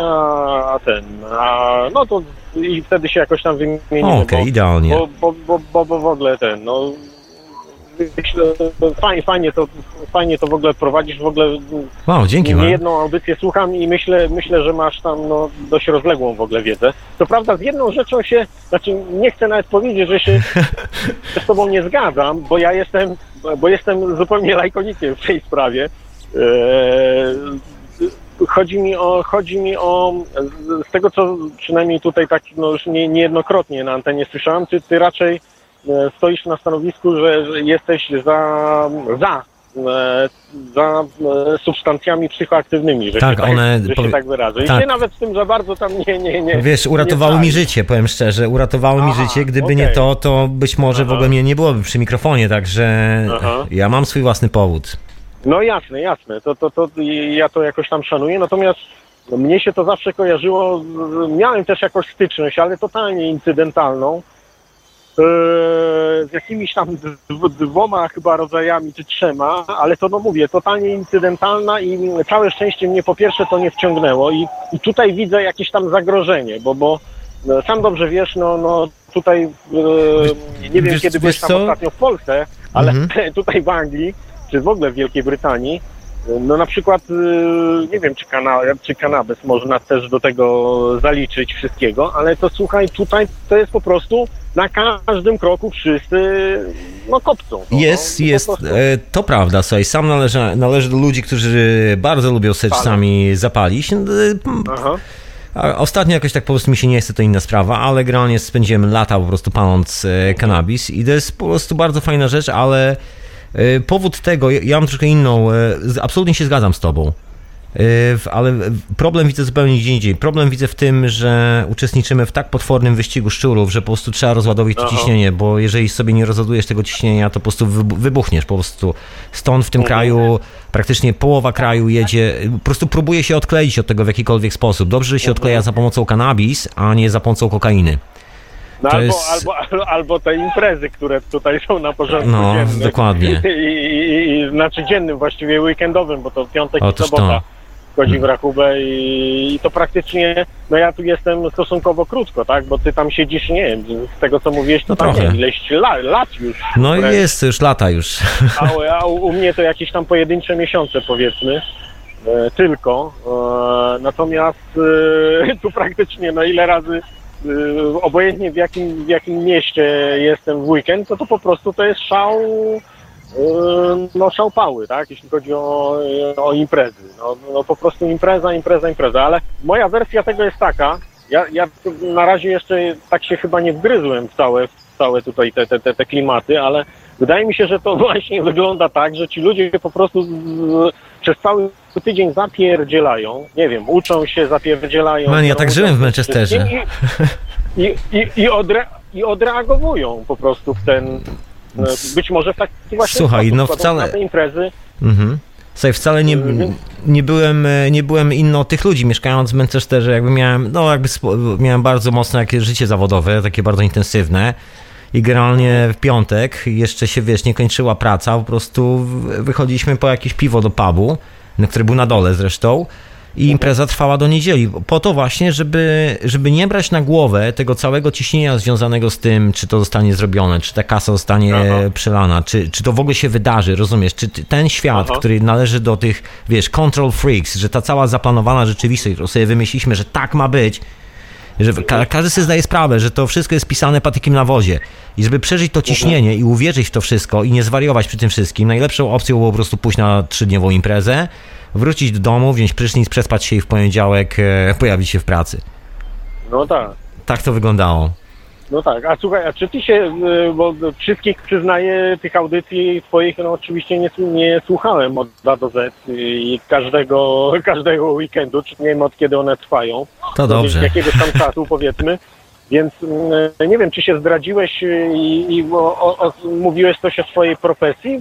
no to i wtedy się jakoś tam wymienimy. Idealnie. Bo w ogóle no... Myślę, fajnie to w ogóle prowadzisz, w ogóle dzięki. Nie jedną audycję słucham i myślę, że masz tam no, dość rozległą w ogóle wiedzę. To prawda, z jedną rzeczą nie chcę nawet powiedzieć, że się z tobą nie zgadzam, bo jestem zupełnie laikonikiem w tej sprawie. Chodzi mi o z tego, co przynajmniej tutaj tak no, już niejednokrotnie na antenie słyszałem, ty raczej stoisz na stanowisku, że jesteś za substancjami psychoaktywnymi, że się tak wyrażę. I ty nawet z tym za bardzo tam nie wiesz, uratowały mi życie, powiem szczerze, mi życie. Gdyby nie to być może w ogóle mnie nie byłoby przy mikrofonie, także ja mam swój własny powód. No jasne. To ja to jakoś tam szanuję, natomiast mnie się to zawsze kojarzyło, miałem też jakąś styczność, ale totalnie incydentalną, z jakimiś tam dwoma chyba rodzajami, czy trzema, ale to no mówię, totalnie incydentalna i całe szczęście mnie po pierwsze to nie wciągnęło i tutaj widzę jakieś tam zagrożenie, bo sam dobrze wiesz, no tutaj nie wiem kiedy byłeś tam ostatnio w Polsce, ale tutaj w Anglii, czy w ogóle w Wielkiej Brytanii, no na przykład, nie wiem, czy kanabis można też do tego zaliczyć wszystkiego, ale to słuchaj, tutaj to jest po prostu na każdym kroku wszyscy kopcą. To prawda, słuchaj, sam należy do ludzi, którzy bardzo lubią sobie czasami zapalić. A ostatnio jakoś tak po prostu mi się nie chce, to inna sprawa, ale generalnie spędziłem lata po prostu paląc kanabis i to jest po prostu bardzo fajna rzecz, ale powód tego, ja mam troszkę inną, absolutnie się zgadzam z tobą, ale problem widzę zupełnie gdzie indziej. Problem widzę w tym, że uczestniczymy w tak potwornym wyścigu szczurów, że po prostu trzeba rozładować to ciśnienie, bo jeżeli sobie nie rozładujesz tego ciśnienia, to po prostu wybuchniesz po prostu. Stąd w tym kraju praktycznie połowa kraju jedzie, po prostu próbuje się odkleić od tego w jakikolwiek sposób. Dobrze, że się odkleja za pomocą kanabis, a nie za pomocą kokainy. No To albo, jest... albo te imprezy, które tutaj są na porządku No, dziennym. dokładnie. Znaczy dziennym, właściwie weekendowym, bo to piątek i Otóż sobota to. wchodzi w rachubę i to praktycznie, no ja tu jestem stosunkowo krótko, tak, bo ty tam siedzisz, nie wiem, z tego co mówiłeś, to No tam trochę. nie, ileś lat już. No i wręcz. jest już lata już. A u mnie to jakieś tam pojedyncze miesiące, powiedzmy, tylko. Natomiast tu praktycznie, no ile razy, obojętnie w jakim mieście jestem w weekend, to po prostu to jest szał, no szał pały, tak, jeśli chodzi o imprezy. No po prostu impreza, ale moja wersja tego jest taka, ja na razie jeszcze tak się chyba nie wgryzłem w całe tutaj te klimaty, ale wydaje mi się, że to właśnie wygląda tak, że ci ludzie po prostu przez cały tydzień zapierdzielają, nie wiem, uczą się, zapierdzielają. Man, ja tak żyłem w Manchesterze. I odreagowują po prostu w ten, być może w taki właśnie Słuchaj, sposób, no wchodzą wcale... na te imprezy. Mhm. Słuchaj, wcale nie byłem inny od tych ludzi. Mieszkając w Manchesterze, miałem bardzo mocne jakieś życie zawodowe, takie bardzo intensywne. I generalnie w piątek jeszcze się, nie kończyła praca, po prostu wychodziliśmy po jakieś piwo do pubu, który był na dole zresztą, i impreza trwała do niedzieli. Po to właśnie, żeby nie brać na głowę tego całego ciśnienia związanego z tym, czy to zostanie zrobione, czy ta kasa zostanie przelana, czy to w ogóle się wydarzy, rozumiesz? Czy ten świat, który należy do tych, control freaks, że ta cała zaplanowana rzeczywistość, którą sobie wymyśliliśmy, że tak ma być, że każdy sobie zdaje sprawę, że to wszystko jest pisane patykiem na wozie. I żeby przeżyć to ciśnienie i uwierzyć w to wszystko i nie zwariować przy tym wszystkim, najlepszą opcją było po prostu pójść na 3-dniową imprezę, wrócić do domu, wziąć prysznic, przespać się i w poniedziałek pojawić się w pracy. No tak. Tak to wyglądało. No tak, a słuchaj, a czy ty się, bo wszystkich przyznaję tych audycji twoich, no oczywiście nie słuchałem od A do Z i każdego weekendu, czy nie wiem od kiedy one trwają. To dobrze. Z jakiegoś tam czasu powiedzmy, więc nie wiem, czy się zdradziłeś i mówiłeś coś o swojej profesji,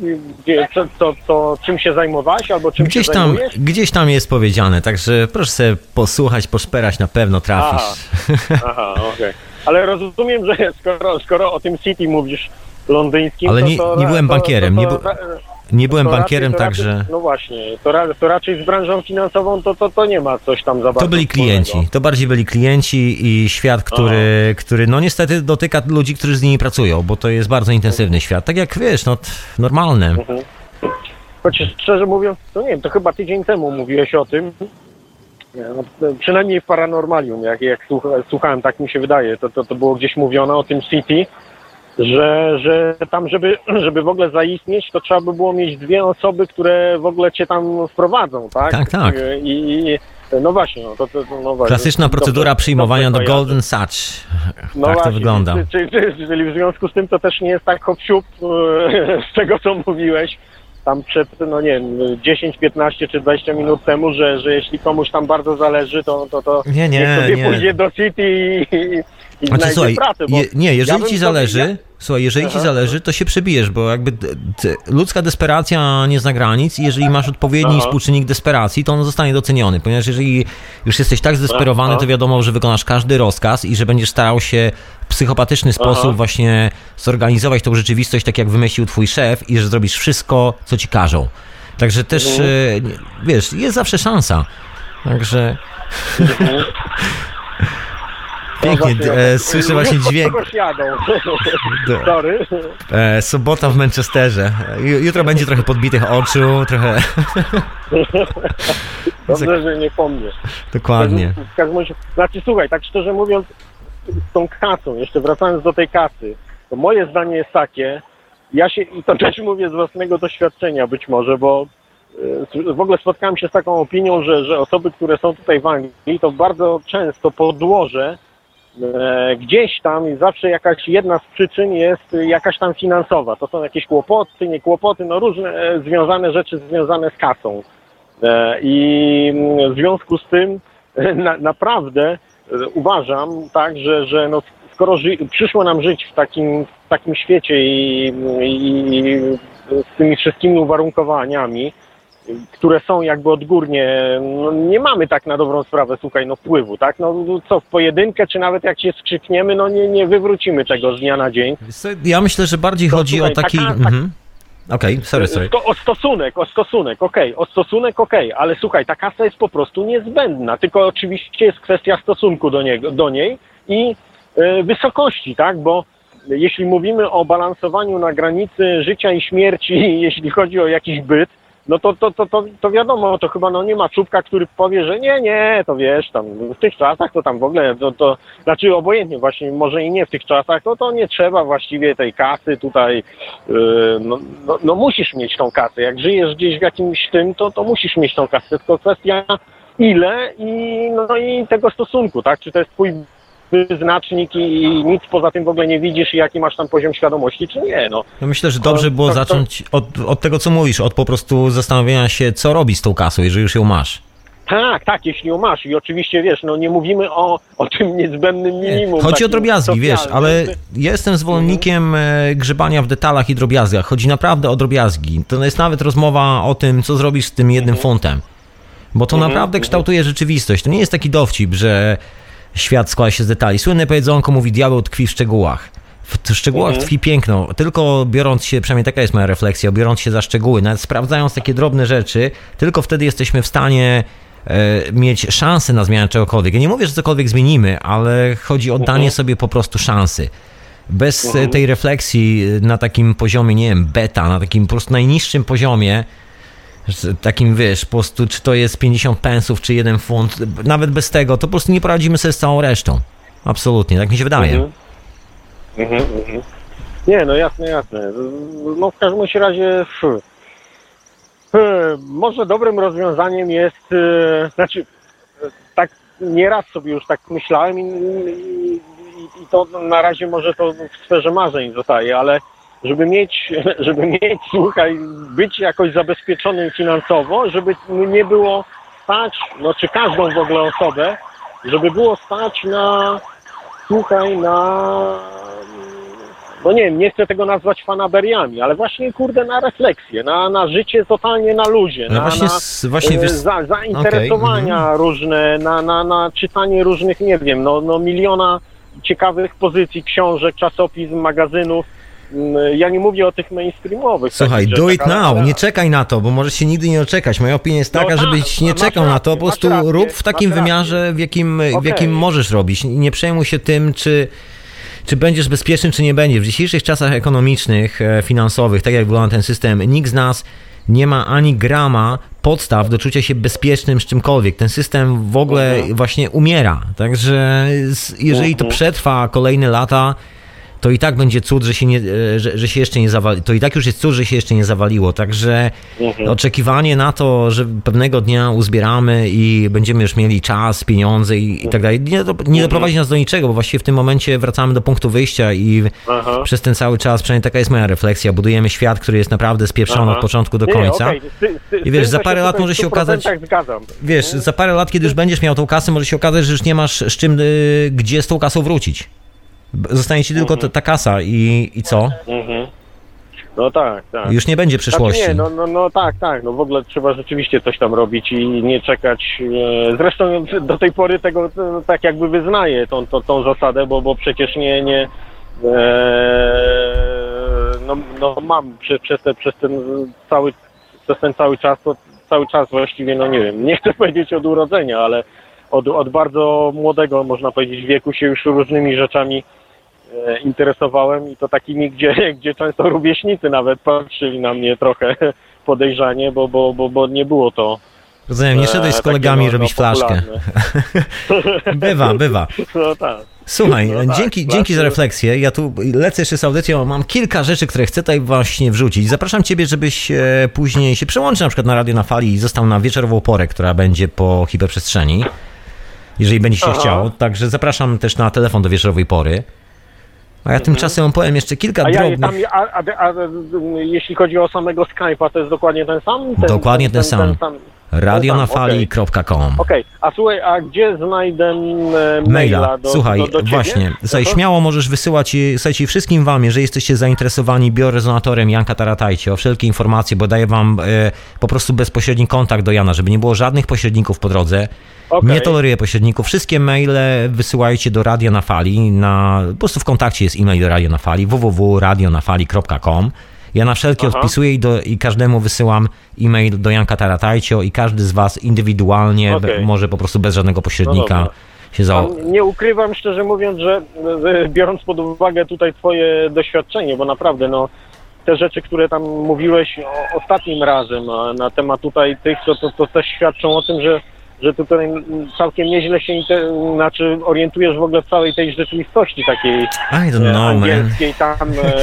czym się zajmowałeś albo czym się zajmujesz? Gdzieś tam jest powiedziane, także proszę sobie posłuchać, poszperać, na pewno trafisz. Aha, okej. Ale rozumiem, że skoro o tym City mówisz londyńskim, ale nie byłem bankierem, nie byłem bankierem, także... No właśnie, to raczej z branżą finansową to nie ma coś tam za bardzo. To byli klienci, to bardziej byli klienci i świat, który no niestety dotyka ludzi, którzy z nimi pracują, bo to jest bardzo intensywny świat, tak jak normalne. Choć szczerze mówiąc, to nie wiem, to chyba tydzień temu mówiłeś o tym, no, przynajmniej w Paranormalium, jak słuchałem, tak mi się wydaje, to było gdzieś mówione o tym City, że tam, żeby w ogóle zaistnieć, to trzeba by było mieć 2 osoby, które w ogóle cię tam wprowadzą, tak? Tak. I no właśnie, no właśnie. Klasyczna procedura przyjmowania do Golden Satch. No tak właśnie, to wygląda. Czyli w związku z tym to też nie jest tak hop-siup z tego, co mówiłeś tam przed, no nie wiem, 10, 15 czy 20 minut temu, że jeśli komuś tam bardzo zależy, to niech sobie pójdzie do City i znaczy, słuchaj, pracę, bo jeżeli ci zależy, ci zależy, to się przebijesz, bo jakby ludzka desperacja nie zna granic i jeżeli masz odpowiedni współczynnik desperacji, to on zostanie doceniony, ponieważ jeżeli już jesteś tak zdesperowany, to wiadomo, że wykonasz każdy rozkaz i że będziesz starał się w psychopatyczny sposób właśnie zorganizować tą rzeczywistość tak, jak wymyślił twój szef i że zrobisz wszystko, co ci każą. Także też, jest zawsze szansa. Także... Pięknie, słyszę właśnie dźwięk. Sorry. Sobota w Manchesterze. Jutro będzie trochę podbitych oczu, trochę... Dobrze, że nie po mnie. Dokładnie. Znaczy, słuchaj, tak szczerze mówiąc, z tą kasą, jeszcze wracając do tej kasy, to moje zdanie jest takie, i to też mówię z własnego doświadczenia być może, bo w ogóle spotkałem się z taką opinią, że osoby, które są tutaj w Anglii, to bardzo często podłoże gdzieś tam i zawsze jakaś jedna z przyczyn jest jakaś tam finansowa. To są jakieś kłopoty, nie kłopoty, no różne rzeczy związane z kasą. I w związku z tym naprawdę uważam tak, że no, skoro przyszło nam żyć w takim świecie i z tymi wszystkimi uwarunkowaniami, które są jakby odgórnie, no nie mamy tak na dobrą sprawę, słuchaj, no wpływu, tak? No co, w pojedynkę, czy nawet jak się skrzykniemy, no nie wywrócimy tego z dnia na dzień. Ja myślę, że bardziej chodzi słuchaj, o taki... Okej, sorry. O stosunek, ale słuchaj, ta kasa jest po prostu niezbędna, tylko oczywiście jest kwestia stosunku do niej i wysokości, tak? Bo jeśli mówimy o balansowaniu na granicy życia i śmierci, jeśli chodzi o jakiś byt, no to wiadomo, to chyba no nie ma czubka, który powie, że nie, to wiesz, tam w tych czasach to tam w ogóle, znaczy obojętnie właśnie, może i nie w tych czasach, to nie trzeba właściwie tej kasy tutaj, no musisz mieć tą kasę, jak żyjesz gdzieś w jakimś tym, to musisz mieć tą kasę, tylko kwestia ile i tego stosunku, tak, czy to jest twój wyznacznik i nic poza tym w ogóle nie widzisz i jaki masz tam poziom świadomości, czy nie, no. No myślę, że dobrze było zacząć od tego, co mówisz, od po prostu zastanowienia się, co robić z tą kasą, jeżeli już ją masz. Tak, jeśli ją masz i oczywiście, wiesz, no nie mówimy o tym niezbędnym minimum. Chodzi o drobiazgi, wiesz, ale ja jestem zwolennikiem grzebania w detalach i drobiazgach. Chodzi naprawdę o drobiazgi. To jest nawet rozmowa o tym, co zrobisz z tym jednym funtem. Bo to naprawdę kształtuje rzeczywistość. To nie jest taki dowcip, że świat składa się z detali. Słynne powiedzonko mówi, diabeł tkwi w szczegółach. W szczegółach tkwi piękno. Tylko biorąc się, przynajmniej taka jest moja refleksja, biorąc się za szczegóły, nawet sprawdzając takie drobne rzeczy, tylko wtedy jesteśmy w stanie mieć szansę na zmianę czegokolwiek. Ja nie mówię, że cokolwiek zmienimy, ale chodzi o danie sobie po prostu szansy. Bez tej refleksji na takim poziomie, nie wiem, beta, na takim po prostu najniższym poziomie, takim, wiesz, po prostu czy to jest 50 pensów, czy 1 funt, nawet bez tego, to po prostu nie poradzimy sobie z całą resztą. Absolutnie, tak mi się wydaje. Nie, no jasne. No w każdym razie może dobrym rozwiązaniem jest, znaczy tak nieraz sobie już tak myślałem i to na razie może to w sferze marzeń zostaje, ale żeby mieć, słuchaj, być jakoś zabezpieczonym finansowo, żeby nie było stać, no czy każdą w ogóle osobę, żeby było stać na, słuchaj, no nie wiem, nie chcę tego nazwać fanaberiami, ale właśnie, kurde, na refleksję, na życie totalnie na luzie, zainteresowania różne, na czytanie różnych, nie wiem, no miliona ciekawych pozycji, książek, czasopism, magazynów. Ja nie mówię o tych mainstreamowych. Słuchaj, do it now, nie czekaj na to, bo możesz się nigdy nie doczekać. Moja opinia jest taka, żebyś nie czekał na to, po prostu rób w takim wymiarze, w jakim możesz robić. Nie przejmuj się tym, czy będziesz bezpieczny, czy nie będziesz. W dzisiejszych czasach ekonomicznych, finansowych, tak jak wygląda ten system, nikt z nas nie ma ani grama podstaw do czucia się bezpiecznym z czymkolwiek. Ten system w ogóle właśnie umiera. Także jeżeli to przetrwa kolejne lata, to i tak będzie cud, że się jeszcze nie zawali. To i tak już jest cud, że się jeszcze nie zawaliło. Także oczekiwanie na to, że pewnego dnia uzbieramy i będziemy już mieli czas, pieniądze i tak dalej, nie doprowadzi nas do niczego, bo właściwie w tym momencie wracamy do punktu wyjścia i przez ten cały czas, przynajmniej taka jest moja refleksja, budujemy świat, który jest naprawdę spieprzony od początku do końca. I wiesz, za parę lat może się okazać, wiesz, za parę lat, kiedy już będziesz miał tą kasę, może się okazać, że już nie masz z czym, gdzie z tą kasą wrócić. Zostanie ci tylko ta kasa i co? No tak. Już nie będzie przyszłości. Znaczy nie, tak. No w ogóle trzeba rzeczywiście coś tam robić i nie czekać. Zresztą do tej pory tego tak jakby wyznaję tą zasadę, bo przecież mam przez ten cały czas, to cały czas właściwie, no nie wiem, nie chcę powiedzieć od urodzenia, ale od bardzo młodego, można powiedzieć, wieku się już różnymi rzeczami interesowałem i to takimi, gdzie często rówieśnicy nawet patrzyli na mnie trochę podejrzanie, bo nie było to. Rozumiem, nie szedłeś z kolegami robić flaszkę. Bywa. No tak. Słuchaj, dzięki za refleksję. Ja tu lecę jeszcze z audycją, mam kilka rzeczy, które chcę tutaj właśnie wrzucić. Zapraszam Ciebie, żebyś później się przełączył na przykład na Radio na Fali i został na wieczorową porę, która będzie po hiperprzestrzeni, jeżeli będzie się chciało. Także zapraszam też na telefon do wieczorowej pory. A ja tymczasem powiem jeszcze kilka drobnych... A jeśli chodzi o samego Skype'a, to jest dokładnie ten sam? Dokładnie ten sam. radionafali.com. Okej, a słuchaj, a gdzie znajdę maila do ciebie? Właśnie. Słuchaj, śmiało możesz wysyłać, słuchajcie, wszystkim wam, jeżeli jesteście zainteresowani biorezonatorem Janka Taratajcie, o wszelkie informacje, bo daję wam po prostu bezpośredni kontakt do Jana, żeby nie było żadnych pośredników po drodze. Nie toleruję pośredników. Wszystkie maile wysyłajcie do Radia na Fali. Po prostu w kontakcie jest e-mail do Radia na Fali, www.radionafali.com. Ja na wszelkie odpisuję i każdemu wysyłam e-mail do Janka Taratajcio i każdy z was indywidualnie może po prostu bez żadnego pośrednika się Nie ukrywam, szczerze mówiąc, że biorąc pod uwagę tutaj twoje doświadczenie, bo naprawdę te rzeczy, które tam mówiłeś ostatnim razem na temat tutaj tych, to też świadczą o tym, że tutaj całkiem nieźle się orientujesz w ogóle w całej tej rzeczywistości takiej angielskiej, tam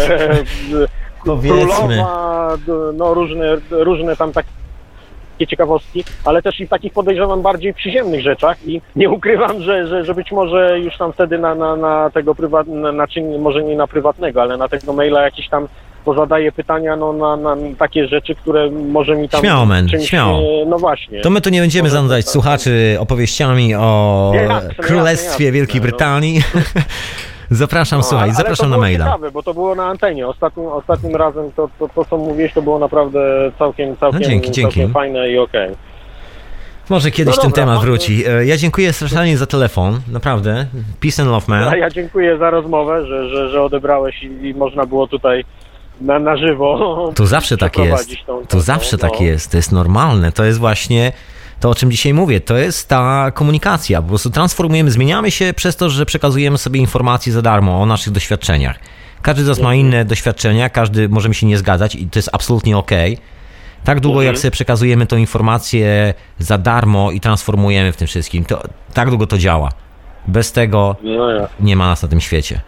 królowa, różne tam takie ciekawostki, ale też i w takich, podejrzewam, bardziej przyziemnych rzeczach i nie ukrywam, że być może już tam wtedy na tego może nie na prywatnego, ale na tego maila jakieś tam pozadaję pytania na takie rzeczy, które może mi tam... Śmiało. No właśnie. To my tu nie będziemy zanudzać słuchaczy opowieściami o Królestwie Wielkiej Brytanii. Zapraszam, zapraszam na maila. To było ciekawe, bo to było na antenie. Ostatnim razem to co mówiłeś, to było naprawdę całkiem fajne i okej. Może kiedyś ten temat wróci. Ja dziękuję strasznie za telefon, naprawdę. Peace and love, man. A ja dziękuję za rozmowę, że odebrałeś i można było tutaj na żywo. To zawsze tak jest. Tak jest. To jest normalne. To jest właśnie to, o czym dzisiaj mówię. To jest ta komunikacja. Po prostu transformujemy, zmieniamy się przez to, że przekazujemy sobie informacje za darmo o naszych doświadczeniach. Każdy z nas ma inne doświadczenia, każdy możemy się nie zgadzać i to jest absolutnie okej. Tak długo, jak sobie przekazujemy tą informację za darmo i transformujemy w tym wszystkim, to tak długo to działa. Bez tego nie ma nas na tym świecie.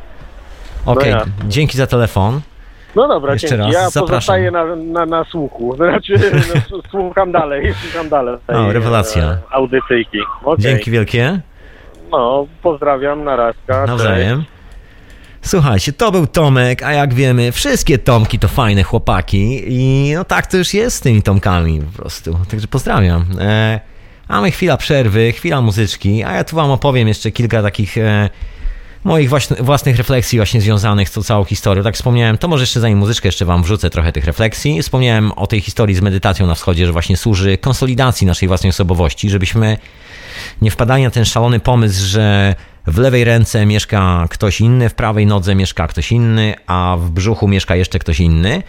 Dzięki za telefon. No dobra, jeszcze dzięki. Raz, ja zapraszam. pozostaję na słuchu. Znaczy, słucham dalej tej rewelacja. Audycyjki. Dzięki wielkie. Pozdrawiam, na razie. Nawzajem. Słuchajcie, to był Tomek, a jak wiemy, wszystkie Tomki to fajne chłopaki i tak to już jest z tymi Tomkami po prostu. Także pozdrawiam. Mamy chwila przerwy, chwila muzyczki, a ja tu wam opowiem jeszcze kilka takich moich własnych refleksji właśnie związanych z tą całą historią. Tak wspomniałem, to może jeszcze zanim muzyczkę jeszcze wam wrzucę trochę tych refleksji. Wspomniałem o tej historii z medytacją na wschodzie, że właśnie służy konsolidacji naszej własnej osobowości, żebyśmy nie wpadali na ten szalony pomysł, że w lewej ręce mieszka ktoś inny, w prawej nodze mieszka ktoś inny, a w brzuchu mieszka jeszcze ktoś inny.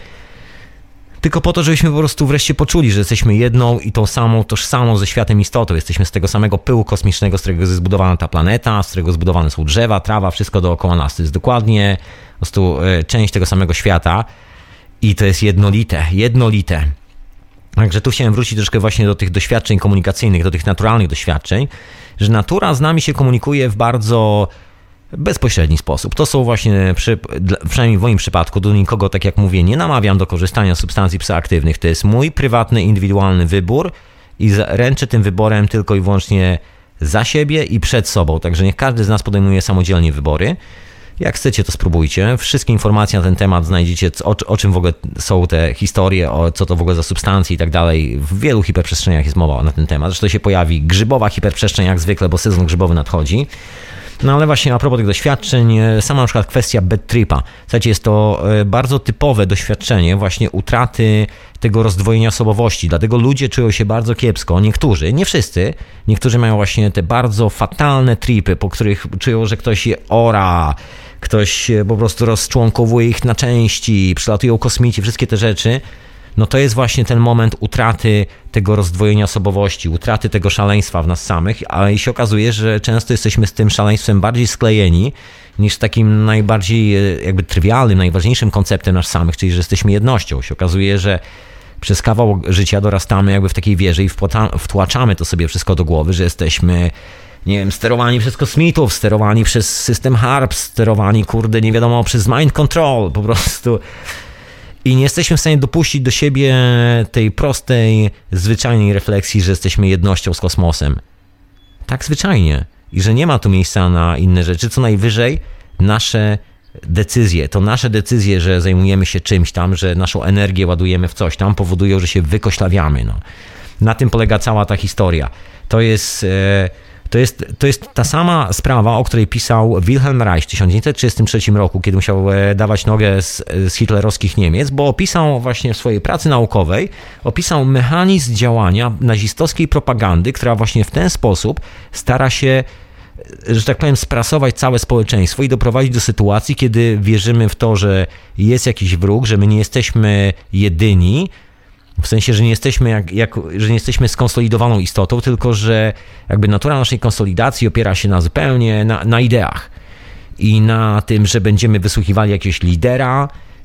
Tylko po to, żebyśmy po prostu wreszcie poczuli, że jesteśmy jedną i tą samą, tożsamą ze światem istotą. Jesteśmy z tego samego pyłu kosmicznego, z którego jest zbudowana ta planeta, z którego zbudowane są drzewa, trawa, wszystko dookoła nas. To jest dokładnie po prostu część tego samego świata i to jest jednolite. Także tu chciałem wrócić troszkę właśnie do tych doświadczeń komunikacyjnych, do tych naturalnych doświadczeń, że natura z nami się komunikuje w bardzo bezpośredni sposób. To są właśnie, przynajmniej w moim przypadku, do nikogo, tak jak mówię, nie namawiam do korzystania z substancji psychoaktywnych. To jest mój prywatny, indywidualny wybór i ręczę tym wyborem tylko i wyłącznie za siebie i przed sobą. Także niech każdy z nas podejmuje samodzielnie wybory. Jak chcecie, to spróbujcie. Wszystkie informacje na ten temat znajdziecie, o czym w ogóle są te historie, co to w ogóle za substancje i tak dalej. W wielu hiperprzestrzeniach jest mowa na ten temat. Zresztą się pojawi grzybowa hiperprzestrzeń jak zwykle, bo sezon grzybowy nadchodzi. No ale właśnie a propos tych doświadczeń, sama na przykład kwestia bad tripa. Słuchajcie, jest to bardzo typowe doświadczenie właśnie utraty tego rozdwojenia osobowości. Dlatego ludzie czują się bardzo kiepsko. Niektórzy, nie wszyscy, niektórzy mają właśnie te bardzo fatalne tripy, po których czują, że ktoś je ora, ktoś po prostu rozczłonkowuje ich na części, przylatują kosmici, wszystkie te rzeczy. No to jest właśnie ten moment utraty tego rozdwojenia osobowości, utraty tego szaleństwa w nas samych, ale się okazuje, że często jesteśmy z tym szaleństwem bardziej sklejeni niż z takim najbardziej jakby trywialnym, najważniejszym konceptem nas samych, czyli że jesteśmy jednością. Się okazuje, że przez kawał życia dorastamy jakby w takiej wieży i wtłaczamy to sobie wszystko do głowy, że jesteśmy, nie wiem, sterowani przez kosmitów, sterowani przez system HARP, sterowani, nie wiadomo, przez mind control po prostu. I nie jesteśmy w stanie dopuścić do siebie tej prostej, zwyczajnej refleksji, że jesteśmy jednością z kosmosem. Tak zwyczajnie. I że nie ma tu miejsca na inne rzeczy. Co najwyżej nasze decyzje, to nasze decyzje, że zajmujemy się czymś tam, że naszą energię ładujemy w coś tam, powodują, że się wykoślawiamy. No. Na tym polega cała ta historia. To jest ta sama sprawa, o której pisał Wilhelm Reich w 1933 roku, kiedy musiał dawać nogę z hitlerowskich Niemiec, bo opisał właśnie w swojej pracy naukowej, opisał mechanizm działania nazistowskiej propagandy, która właśnie w ten sposób stara się, że tak powiem, sprasować całe społeczeństwo i doprowadzić do sytuacji, kiedy wierzymy w to, że jest jakiś wróg, że my nie jesteśmy jedyni, w sensie, że nie jesteśmy że nie jesteśmy skonsolidowaną istotą, tylko że jakby natura naszej konsolidacji opiera się zupełnie na ideach i na tym, że będziemy wysłuchiwali jakiegoś lidera,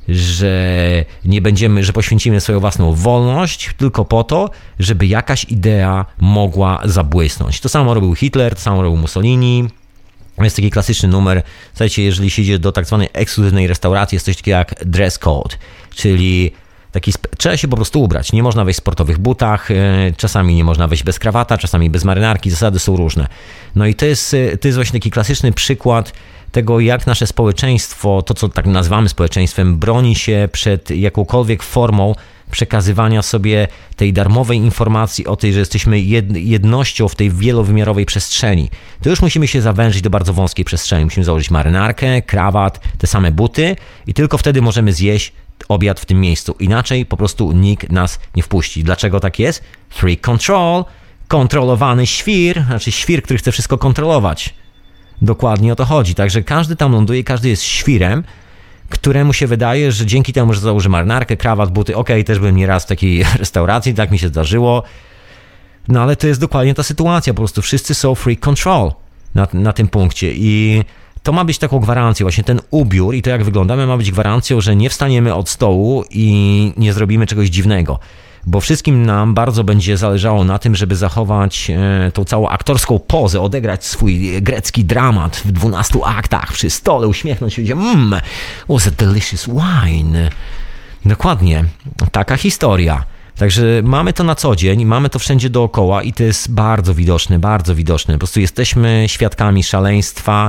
że poświęcimy swoją własną wolność tylko po to, żeby jakaś idea mogła zabłysnąć. To samo robił Hitler, to samo robił Mussolini. Jest taki klasyczny numer. Słuchajcie, jeżeli się idzie do tak zwanej ekskluzywnej restauracji, jest coś takiego jak dress code, czyli trzeba się po prostu ubrać. Nie można wejść w sportowych butach, czasami nie można wejść bez krawata, czasami bez marynarki, zasady są różne. No i to jest właśnie taki klasyczny przykład tego, jak nasze społeczeństwo, to co tak nazywamy społeczeństwem, broni się przed jakąkolwiek formą przekazywania sobie tej darmowej informacji o tej, że jesteśmy jednością w tej wielowymiarowej przestrzeni. To już musimy się zawężyć do bardzo wąskiej przestrzeni. Musimy założyć marynarkę, krawat, te same buty i tylko wtedy możemy zjeść obiad w tym miejscu. Inaczej po prostu nikt nas nie wpuści. Dlaczego tak jest? Free control, kontrolowany świr, znaczy świr, który chce wszystko kontrolować. Dokładnie o to chodzi. Także każdy tam ląduje, każdy jest świrem, któremu się wydaje, że dzięki temu, że założy marynarkę, krawat, buty, też byłem nieraz w takiej restauracji, tak mi się zdarzyło. No ale to jest dokładnie ta sytuacja, po prostu wszyscy są free control na tym punkcie i to ma być taką gwarancją, właśnie ten ubiór i to jak wyglądamy ma być gwarancją, że nie wstaniemy od stołu i nie zrobimy czegoś dziwnego, bo wszystkim nam bardzo będzie zależało na tym, żeby zachować tą całą aktorską pozę, odegrać swój grecki dramat w 12 aktach przy stole, uśmiechnąć się i powiedzieć, was a delicious wine. Dokładnie, taka historia. Także mamy to na co dzień, mamy to wszędzie dookoła i to jest bardzo widoczne, bardzo widoczne. Po prostu jesteśmy świadkami szaleństwa.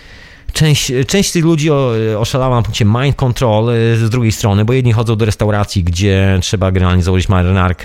Część tych ludzi oszalała na punkcie mind control z drugiej strony, bo jedni chodzą do restauracji, gdzie trzeba generalnie założyć marynarkę,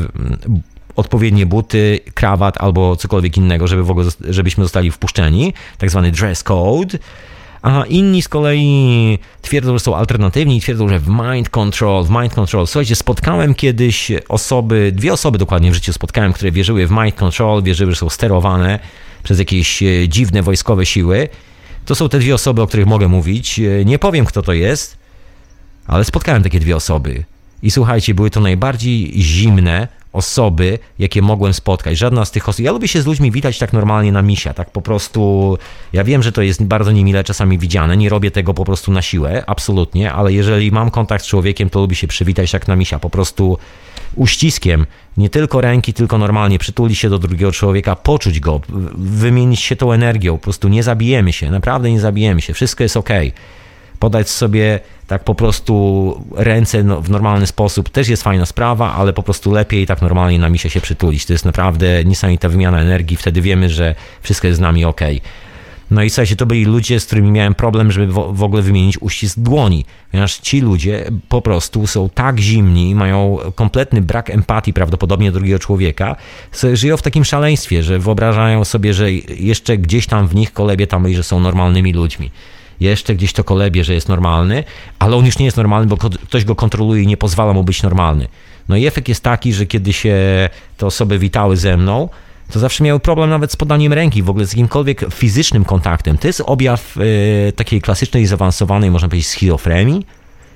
odpowiednie buty, krawat albo cokolwiek innego, żebyśmy zostali wpuszczeni, tak zwany dress code, a inni z kolei twierdzą, że są alternatywni i twierdzą, że w mind control. Słuchajcie, spotkałem kiedyś dwie osoby dokładnie w życiu spotkałem, które wierzyły w mind control, wierzyły, że są sterowane przez jakieś dziwne wojskowe siły. To są te dwie osoby, o których mogę mówić. Nie powiem, kto to jest, ale spotkałem takie dwie osoby. I słuchajcie, były to najbardziej zimne osoby, jakie mogłem spotkać. Żadna z tych osób... Ja lubię się z ludźmi witać tak normalnie na misia, tak po prostu... Ja wiem, że to jest bardzo niemile czasami widziane, nie robię tego po prostu na siłę, absolutnie, ale jeżeli mam kontakt z człowiekiem, to lubię się przywitać tak na misia, po prostu uściskiem. Nie tylko ręki, tylko normalnie przytulić się do drugiego człowieka, poczuć go, wymienić się tą energią, po prostu nie zabijemy się, naprawdę nie zabijemy się, wszystko jest okej. Podać sobie tak po prostu ręce w normalny sposób też jest fajna sprawa, ale po prostu lepiej tak normalnie na misie się przytulić. To jest naprawdę niesamowita wymiana energii, wtedy wiemy, że wszystko jest z nami okej. No i słuchajcie, to byli ludzie, z którymi miałem problem, żeby w ogóle wymienić uścisk dłoni, ponieważ ci ludzie po prostu są tak zimni, mają kompletny brak empatii prawdopodobnie do drugiego człowieka, żyją w takim szaleństwie, że wyobrażają sobie, że jeszcze gdzieś tam w nich kolebie tam że są normalnymi ludźmi. Jeszcze gdzieś to kolebie, że jest normalny, ale on już nie jest normalny, bo ktoś go kontroluje i nie pozwala mu być normalny. No i efekt jest taki, że kiedy się te osoby witały ze mną, to zawsze miały problem nawet z podaniem ręki, w ogóle z jakimkolwiek fizycznym kontaktem. To jest objaw takiej klasycznej, zaawansowanej, można powiedzieć, schizofrenii,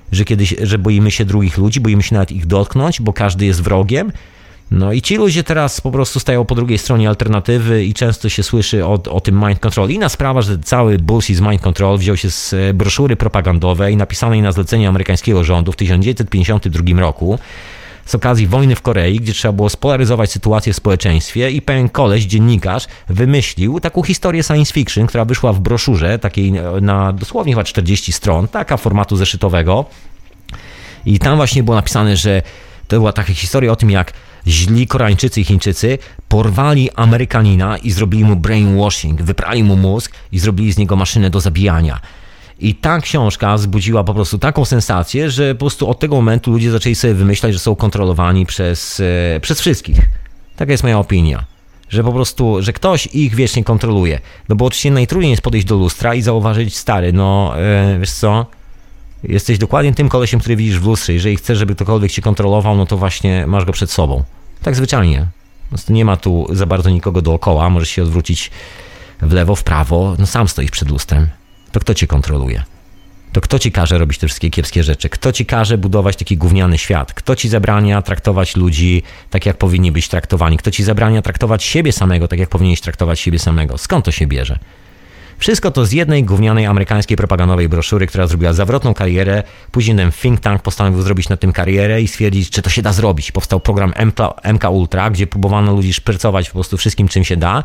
że boimy się drugich ludzi, boimy się nawet ich dotknąć, bo każdy jest wrogiem. No i ci ludzie teraz po prostu stają po drugiej stronie alternatywy i często się słyszy o tym mind control. Inna sprawa, że cały bullshit z mind control wziął się z broszury propagandowej napisanej na zlecenie amerykańskiego rządu w 1952 roku z okazji wojny w Korei, gdzie trzeba było spolaryzować sytuację w społeczeństwie i pewien koleś, dziennikarz, wymyślił taką historię science fiction, która wyszła w broszurze takiej na dosłownie chyba 40 stron, taka formatu zeszytowego i tam właśnie było napisane, że to była taka historia o tym, jak źli Koreańczycy i Chińczycy porwali Amerykanina i zrobili mu brainwashing, wyprali mu mózg i zrobili z niego maszynę do zabijania. I ta książka wzbudziła po prostu taką sensację, że po prostu od tego momentu ludzie zaczęli sobie wymyślać, że są kontrolowani przez wszystkich. Taka jest moja opinia. Że po prostu, że ktoś ich wiecznie kontroluje. No bo oczywiście najtrudniej jest podejść do lustra i zauważyć, stary, wiesz co, jesteś dokładnie tym kolesiem, który widzisz w lustrze. Jeżeli chcesz, żeby ktokolwiek cię kontrolował, no to właśnie masz go przed sobą. Tak zwyczajnie. Nie ma tu za bardzo nikogo dookoła, możesz się odwrócić w lewo, w prawo, no sam stoisz przed lustrem. To kto cię kontroluje? To kto ci każe robić te wszystkie kiepskie rzeczy? Kto ci każe budować taki gówniany świat? Kto ci zabrania traktować ludzi tak, jak powinni być traktowani? Kto ci zabrania traktować siebie samego tak, jak powinieneś traktować siebie samego? Skąd to się bierze? Wszystko to z jednej gównianej amerykańskiej propagandowej broszury, która zrobiła zawrotną karierę. Później ten think tank postanowił zrobić na tym karierę i stwierdzić, czy to się da zrobić. Powstał program MK Ultra, gdzie próbowano ludzi szprycować po prostu wszystkim, czym się da,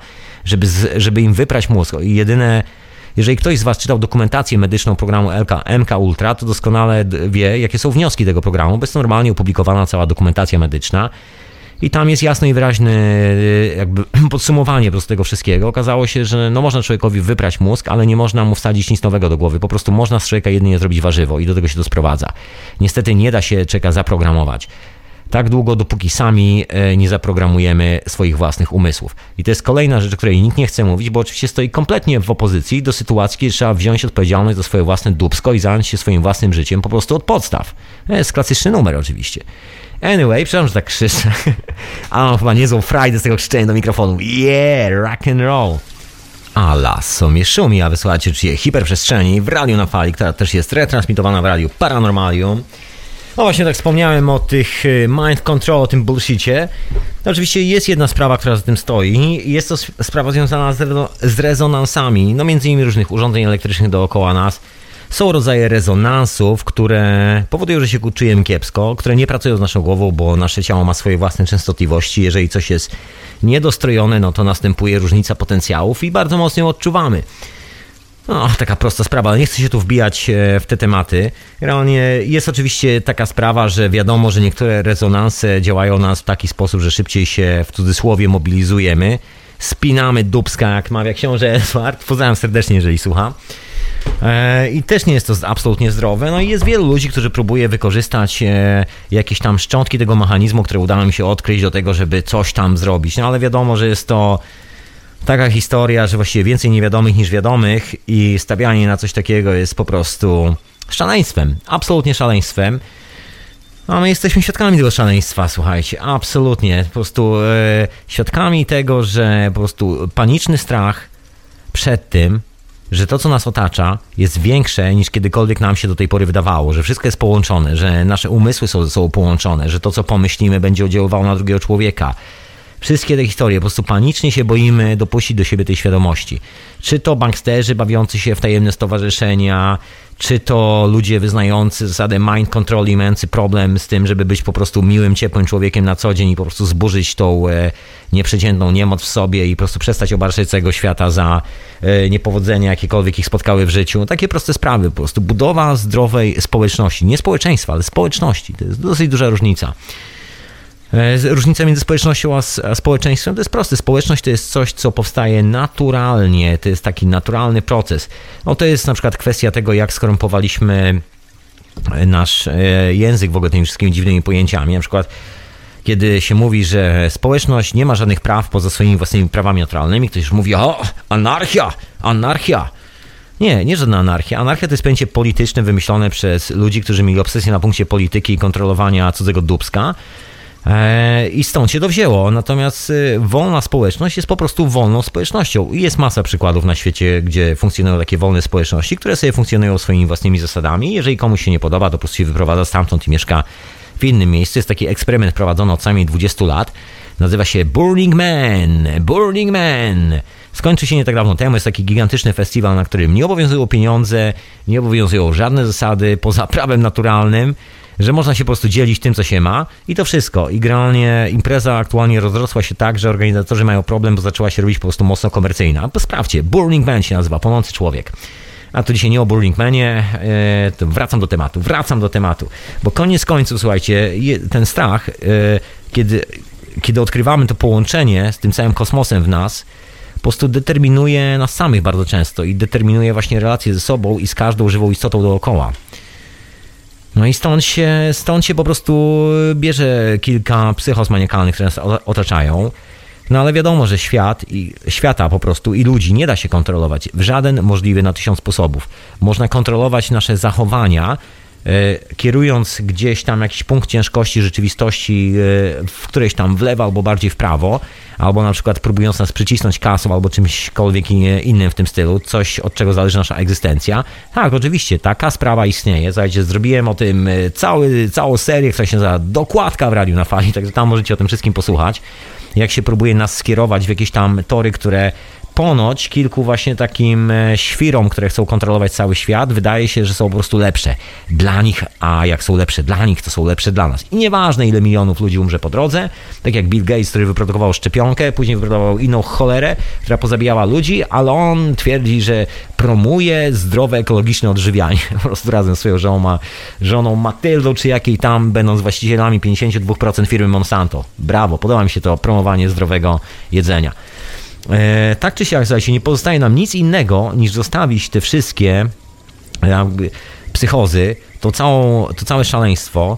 żeby im wyprać mózg. I jeżeli ktoś z was czytał dokumentację medyczną programu MK Ultra, to doskonale wie, jakie są wnioski tego programu, bo jest normalnie opublikowana cała dokumentacja medyczna. I tam jest jasne i wyraźne jakby podsumowanie po prostu tego wszystkiego. Okazało się, że można człowiekowi wyprać mózg, ale nie można mu wsadzić nic nowego do głowy. Po prostu można z człowieka jedynie zrobić warzywo i do tego się to sprowadza. Niestety nie da się człowieka zaprogramować. Tak długo, dopóki sami nie zaprogramujemy swoich własnych umysłów. I to jest kolejna rzecz, o której nikt nie chce mówić, bo oczywiście stoi kompletnie w opozycji do sytuacji, kiedy trzeba wziąć odpowiedzialność za swoje własne dupsko i zająć się swoim własnym życiem po prostu od podstaw. To jest klasyczny numer oczywiście. Anyway, przepraszam, że tak krzyczę, ale mam chyba niezłą frajdę z tego krzyczenia do mikrofonu. Yeah, rock and roll. A lasso mnie szumi, a wysłuchacie czyje hiperprzestrzeni w Radiu na Fali, która też jest retransmitowana w Radiu Paranormalium. No właśnie, tak wspomniałem o tych mind control, o tym bullshicie. To oczywiście jest jedna sprawa, która za tym stoi. Jest to sprawa związana z rezonansami, no między innymi różnych urządzeń elektrycznych dookoła nas. Są rodzaje rezonansów, które powodują, że się czujemy kiepsko, które nie pracują z naszą głową, bo nasze ciało ma swoje własne częstotliwości. Jeżeli coś jest niedostrojone, no to następuje różnica potencjałów i bardzo mocno ją odczuwamy. No, taka prosta sprawa, ale nie chcę się tu wbijać w te tematy. Realnie jest oczywiście taka sprawa, że wiadomo, że niektóre rezonanse działają na nas w taki sposób, że szybciej się w cudzysłowie mobilizujemy. Spinamy dupska, jak mawia książę Edward. Pozdrawiam serdecznie, jeżeli słucha. I też nie jest to absolutnie zdrowe. No i jest wielu ludzi, którzy próbuje wykorzystać jakieś tam szczątki tego mechanizmu, które udało mi się odkryć do tego, żeby coś tam zrobić. No ale wiadomo, że jest to taka historia, że właściwie więcej niewiadomych niż wiadomych i stawianie na coś takiego jest po prostu szaleństwem. Absolutnie szaleństwem. A my jesteśmy świadkami tego szaleństwa, słuchajcie. Absolutnie. Po prostu świadkami tego, że po prostu paniczny strach przed tym, że to, co nas otacza, jest większe niż kiedykolwiek nam się do tej pory wydawało, że wszystko jest połączone, że nasze umysły są ze sobą połączone, że to, co pomyślimy, będzie oddziaływało na drugiego człowieka. Wszystkie te historie, po prostu panicznie się boimy dopuścić do siebie tej świadomości. Czy to banksterzy bawiący się w tajemne stowarzyszenia, czy to ludzie wyznający zasadę mind control i mający problem z tym, żeby być po prostu miłym, ciepłym człowiekiem na co dzień i po prostu zburzyć tą nieprzeciętną niemoc w sobie i po prostu przestać obarczać całego świata za niepowodzenia, jakiekolwiek ich spotkały w życiu. Takie proste sprawy, po prostu budowa zdrowej społeczności. Nie społeczeństwa, ale społeczności. To jest dosyć duża różnica. Różnica między społecznością a społeczeństwem to jest proste. Społeczność to jest coś, co powstaje naturalnie. To jest taki naturalny proces. No to jest na przykład kwestia tego, jak skorumpowaliśmy nasz język w ogóle tymi wszystkimi dziwnymi pojęciami. Na przykład kiedy się mówi, że społeczność nie ma żadnych praw poza swoimi własnymi prawami naturalnymi, ktoś już mówi, o, anarchia. Nie żadna anarchia. Anarchia to jest pojęcie polityczne wymyślone przez ludzi, którzy mieli obsesję na punkcie polityki i kontrolowania cudzego dupska. I stąd się to wzięło. Natomiast wolna społeczność jest po prostu wolną społecznością. I jest masa przykładów na świecie, gdzie funkcjonują takie wolne społeczności, które sobie funkcjonują swoimi własnymi zasadami. Jeżeli komuś się nie podoba, to po prostu się wyprowadza stamtąd i mieszka w innym miejscu. Jest taki eksperyment prowadzony od co najmniej 20 lat. Nazywa się Burning Man. Skończył się nie tak dawno temu. Jest taki gigantyczny festiwal, na którym nie obowiązują pieniądze, nie obowiązują żadne zasady poza prawem naturalnym, że można się po prostu dzielić tym, co się ma i to wszystko. I generalnie impreza aktualnie rozrosła się tak, że organizatorzy mają problem, bo zaczęła się robić po prostu mocno komercyjna. Sprawdźcie, Burning Man się nazywa, płonący człowiek. A to dzisiaj nie o Burning Manie, to wracam do tematu. Bo koniec końców, słuchajcie, ten strach, kiedy odkrywamy to połączenie z tym całym kosmosem w nas, po prostu determinuje nas samych bardzo często i determinuje właśnie relacje ze sobą i z każdą żywą istotą dookoła. No i stąd się po prostu bierze kilka psychos maniakalnych, które nas otaczają. No ale wiadomo, że świata po prostu i ludzi nie da się kontrolować w żaden możliwy na 1000 sposobów. Można kontrolować nasze zachowania, kierując gdzieś tam jakiś punkt ciężkości rzeczywistości w którejś tam w lewo albo bardziej w prawo, albo na przykład próbując nas przycisnąć kasą albo czymśkolwiek innym w tym stylu, coś od czego zależy nasza egzystencja. Tak, oczywiście, taka sprawa istnieje. Słuchajcie, zrobiłem o tym całą serię, która się nazywa Dokładka w Radiu na Fali, także tam możecie o tym wszystkim posłuchać. Jak się próbuje nas skierować w jakieś tam tory, które ponoć kilku właśnie takim świrom, które chcą kontrolować cały świat, wydaje się, że są po prostu lepsze dla nich, a jak są lepsze dla nich, to są lepsze dla nas. I nieważne, ile milionów ludzi umrze po drodze, tak jak Bill Gates, który wyprodukował szczepionkę, później wyprodukował inną cholerę, która pozabijała ludzi, ale on twierdzi, że promuje zdrowe, ekologiczne odżywianie. Po prostu razem z swoją żoną Matyldą, czy jakiej tam, będąc właścicielami 52% firmy Monsanto. Brawo, podoba mi się to promowanie zdrowego jedzenia. Tak czy siak, słuchajcie, nie pozostaje nam nic innego niż zostawić te wszystkie jakby psychozy, to całe szaleństwo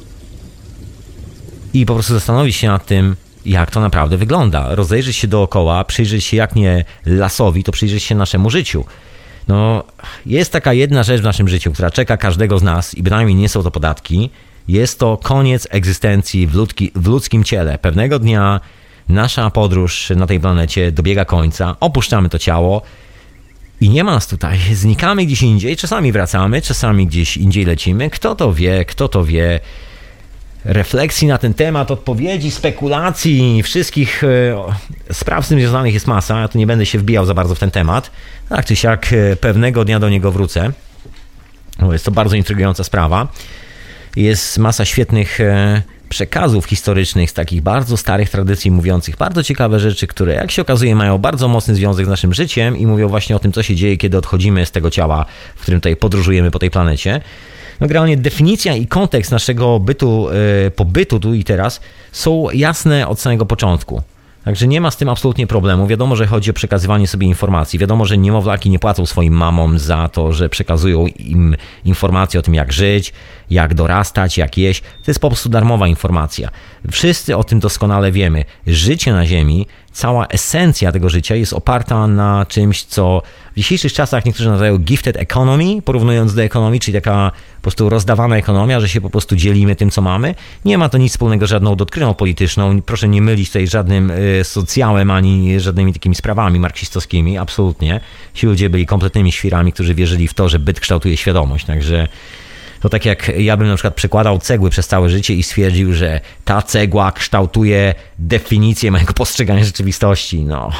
i po prostu zastanowić się nad tym, jak to naprawdę wygląda. Rozejrzeć się dookoła, przyjrzeć się jak nie lasowi, to przyjrzeć się naszemu życiu. No, jest taka jedna rzecz w naszym życiu, która czeka każdego z nas i bynajmniej nie są to podatki. Jest to koniec egzystencji w ludzkim ciele. Pewnego dnia nasza podróż na tej planecie dobiega końca, opuszczamy to ciało i nie ma nas tutaj. Znikamy gdzieś indziej, czasami wracamy, czasami gdzieś indziej lecimy. Kto to wie. Refleksji na ten temat, odpowiedzi, spekulacji, wszystkich spraw z tym związanych jest masa. Ja tu nie będę się wbijał za bardzo w ten temat. Tak czy siak pewnego dnia do niego wrócę. Jest to bardzo intrygująca sprawa. Jest masa świetnych przekazów historycznych z takich bardzo starych tradycji mówiących bardzo ciekawe rzeczy, które jak się okazuje mają bardzo mocny związek z naszym życiem i mówią właśnie o tym, co się dzieje, kiedy odchodzimy z tego ciała, w którym tutaj podróżujemy po tej planecie. No generalnie definicja i kontekst naszego pobytu tu i teraz są jasne od samego początku. Także nie ma z tym absolutnie problemu. Wiadomo, że chodzi o przekazywanie sobie informacji. Wiadomo, że niemowlaki nie płacą swoim mamom za to, że przekazują im informacje o tym, jak żyć, jak dorastać, jak jeść. To jest po prostu darmowa informacja. Wszyscy o tym doskonale wiemy. Życie na Ziemi, cała esencja tego życia jest oparta na czymś, co w dzisiejszych czasach niektórzy nazywają gifted economy, porównując do ekonomii, czyli taka po prostu rozdawana ekonomia, że się po prostu dzielimy tym, co mamy. Nie ma to nic wspólnego z żadną doktryną polityczną. Proszę nie mylić tutaj żadnym socjałem, ani żadnymi takimi sprawami marksistowskimi. Absolutnie. Ci ludzie byli kompletnymi świrami, którzy wierzyli w to, że byt kształtuje świadomość. Także to tak jak ja bym na przykład przekładał cegły przez całe życie i stwierdził, że ta cegła kształtuje definicję mojego postrzegania rzeczywistości. No,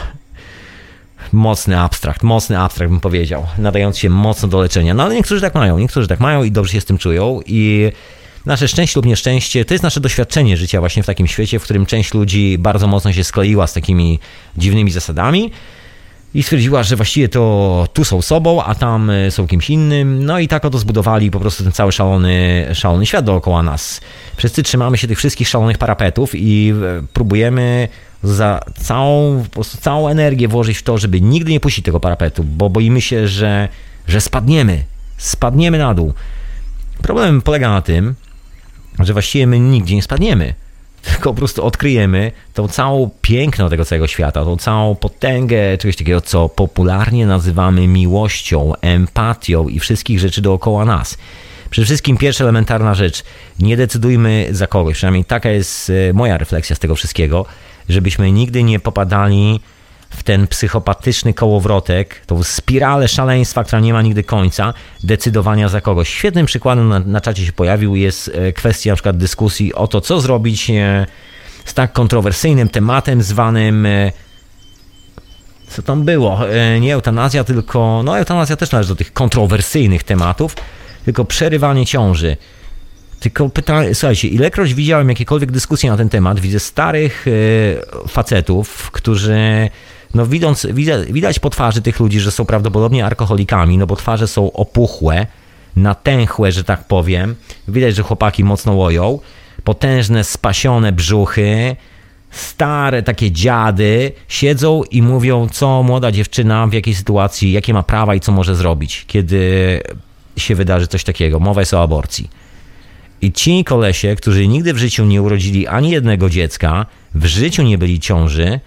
mocny abstrakt bym powiedział, nadający się mocno do leczenia. No ale niektórzy tak mają i dobrze się z tym czują i nasze szczęście lub nieszczęście to jest nasze doświadczenie życia właśnie w takim świecie, w którym część ludzi bardzo mocno się skleiła z takimi dziwnymi zasadami i stwierdziła, że właściwie to tu są sobą, a tam są kimś innym. No i tak oto zbudowali po prostu ten cały szalony świat dookoła nas. Wszyscy trzymamy się tych wszystkich szalonych parapetów i próbujemy za całą energię włożyć w to, żeby nigdy nie puścić tego parapetu, bo boimy się, że spadniemy na dół. Problem polega na tym, że właściwie my nigdzie nie spadniemy. Tylko po prostu odkryjemy tą całą piękno tego całego świata, tą całą potęgę czegoś takiego, co popularnie nazywamy miłością, empatią i wszystkich rzeczy dookoła nas. Przede wszystkim pierwsza elementarna rzecz, nie decydujmy za kogoś, przynajmniej taka jest moja refleksja z tego wszystkiego, żebyśmy nigdy nie popadali w ten psychopatyczny kołowrotek, tą spiralę szaleństwa, która nie ma nigdy końca, decydowania za kogoś. Świetnym przykładem na czacie się pojawił jest kwestia na przykład dyskusji o to, co zrobić z tak kontrowersyjnym tematem zwanym, co tam było, nie eutanazja, tylko, no eutanazja też należy do tych kontrowersyjnych tematów, tylko przerywanie ciąży. Tylko pytanie, słuchajcie, ilekroć widziałem jakiekolwiek dyskusje na ten temat, widzę starych facetów, którzy, no widać po twarzy tych ludzi, że są prawdopodobnie alkoholikami, no bo twarze są opuchłe, natęchłe, że tak powiem. Widać, że chłopaki mocno łoją, potężne, spasione brzuchy, stare takie dziady siedzą i mówią, co młoda dziewczyna, w jakiej sytuacji, jakie ma prawa i co może zrobić, kiedy się wydarzy coś takiego. Mowa jest o aborcji. I ci kolesie, którzy nigdy w życiu nie urodzili ani jednego dziecka, w życiu nie byli ciąży,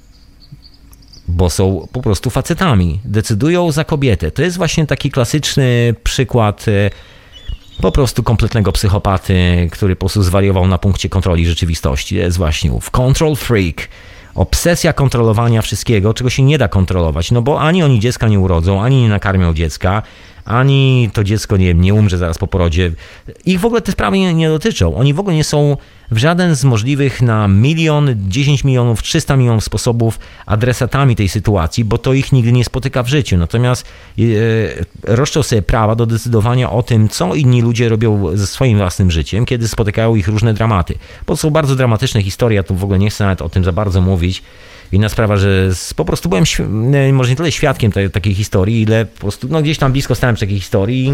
bo są po prostu facetami, decydują za kobietę. To jest właśnie taki klasyczny przykład po prostu kompletnego psychopaty, który po prostu zwariował na punkcie kontroli rzeczywistości. To jest właśnie control freak. Obsesja kontrolowania wszystkiego, czego się nie da kontrolować, no bo ani oni dziecka nie urodzą, ani nie nakarmią dziecka, ani to dziecko nie umrze zaraz po porodzie. Ich w ogóle te sprawy nie dotyczą. Oni w ogóle nie są w żaden z możliwych na 1 000 000, 10 milionów, 300 milionów sposobów adresatami tej sytuacji, bo to ich nigdy nie spotyka w życiu. Natomiast roszczą sobie prawa do decydowania o tym, co inni ludzie robią ze swoim własnym życiem, kiedy spotykają ich różne dramaty. Bo to są bardzo dramatyczne historie, ja tu w ogóle nie chcę nawet o tym za bardzo mówić. Inna sprawa, że po prostu byłem może nie tyle świadkiem takiej historii, ile po prostu gdzieś tam blisko stałem przy takiej historii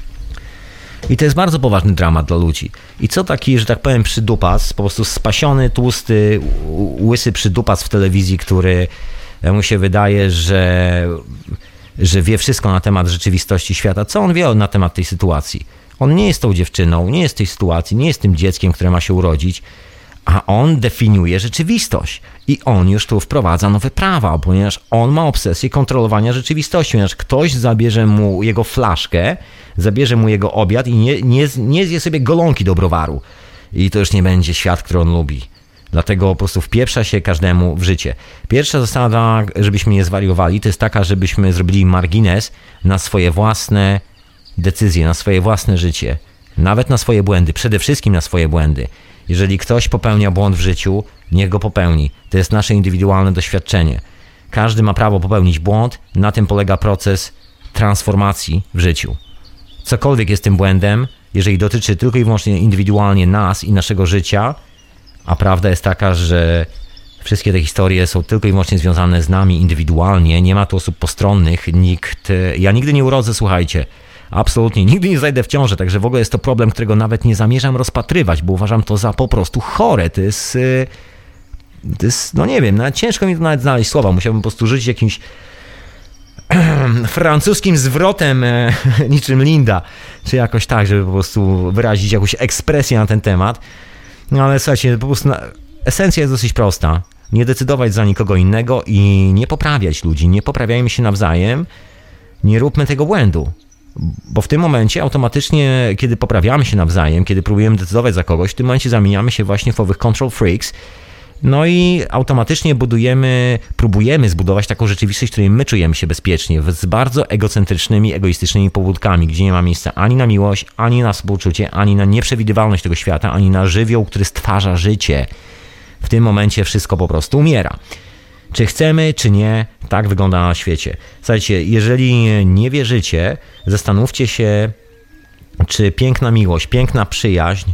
i to jest bardzo poważny dramat dla ludzi. I co taki, że tak powiem, przydupas, po prostu spasiony, tłusty, łysy przydupas w telewizji, który mu się wydaje, że wie wszystko na temat rzeczywistości świata. Co on wie na temat tej sytuacji? On nie jest tą dziewczyną, nie jest w tej sytuacji, nie jest tym dzieckiem, które ma się urodzić, a on definiuje rzeczywistość i on już tu wprowadza nowe prawa, ponieważ on ma obsesję kontrolowania rzeczywistości, ponieważ ktoś zabierze mu jego flaszkę, zabierze mu jego obiad i nie zje sobie golonki do browaru. I to już nie będzie świat, który on lubi. Dlatego po prostu wpieprza się każdemu w życie. Pierwsza zasada, żebyśmy nie zwariowali, to jest taka, żebyśmy zrobili margines na swoje własne decyzje, na swoje własne życie. Nawet na swoje błędy, przede wszystkim na swoje błędy. Jeżeli ktoś popełnia błąd w życiu, niech go popełni. To jest nasze indywidualne doświadczenie. Każdy ma prawo popełnić błąd, na tym polega proces transformacji w życiu. Cokolwiek jest tym błędem, jeżeli dotyczy tylko i wyłącznie indywidualnie nas i naszego życia, a prawda jest taka, że wszystkie te historie są tylko i wyłącznie związane z nami indywidualnie, nie ma tu osób postronnych, ja nigdy nie urodzę, słuchajcie, absolutnie, nigdy nie zajdę w ciążę, także w ogóle jest to problem, którego nawet nie zamierzam rozpatrywać, bo uważam to za po prostu chore. To jest no nie wiem, nawet ciężko mi tu nawet znaleźć słowa, musiałbym po prostu żyć jakimś francuskim zwrotem niczym Linda, czy jakoś tak, żeby po prostu wyrazić jakąś ekspresję na ten temat. No ale słuchajcie, po prostu esencja jest dosyć prosta. Nie decydować za nikogo innego i nie poprawiać ludzi, nie poprawiajmy się nawzajem, nie róbmy tego błędu. Bo w tym momencie automatycznie, kiedy poprawiamy się nawzajem, kiedy próbujemy decydować za kogoś, w tym momencie zamieniamy się właśnie w owych control freaks, no i automatycznie próbujemy zbudować taką rzeczywistość, w której my czujemy się bezpiecznie, z bardzo egocentrycznymi, egoistycznymi pobudkami, gdzie nie ma miejsca ani na miłość, ani na współczucie, ani na nieprzewidywalność tego świata, ani na żywioł, który stwarza życie. W tym momencie wszystko po prostu umiera. Czy chcemy, czy nie, tak wygląda na świecie. Słuchajcie, jeżeli nie wierzycie, zastanówcie się, czy piękna miłość, piękna przyjaźń,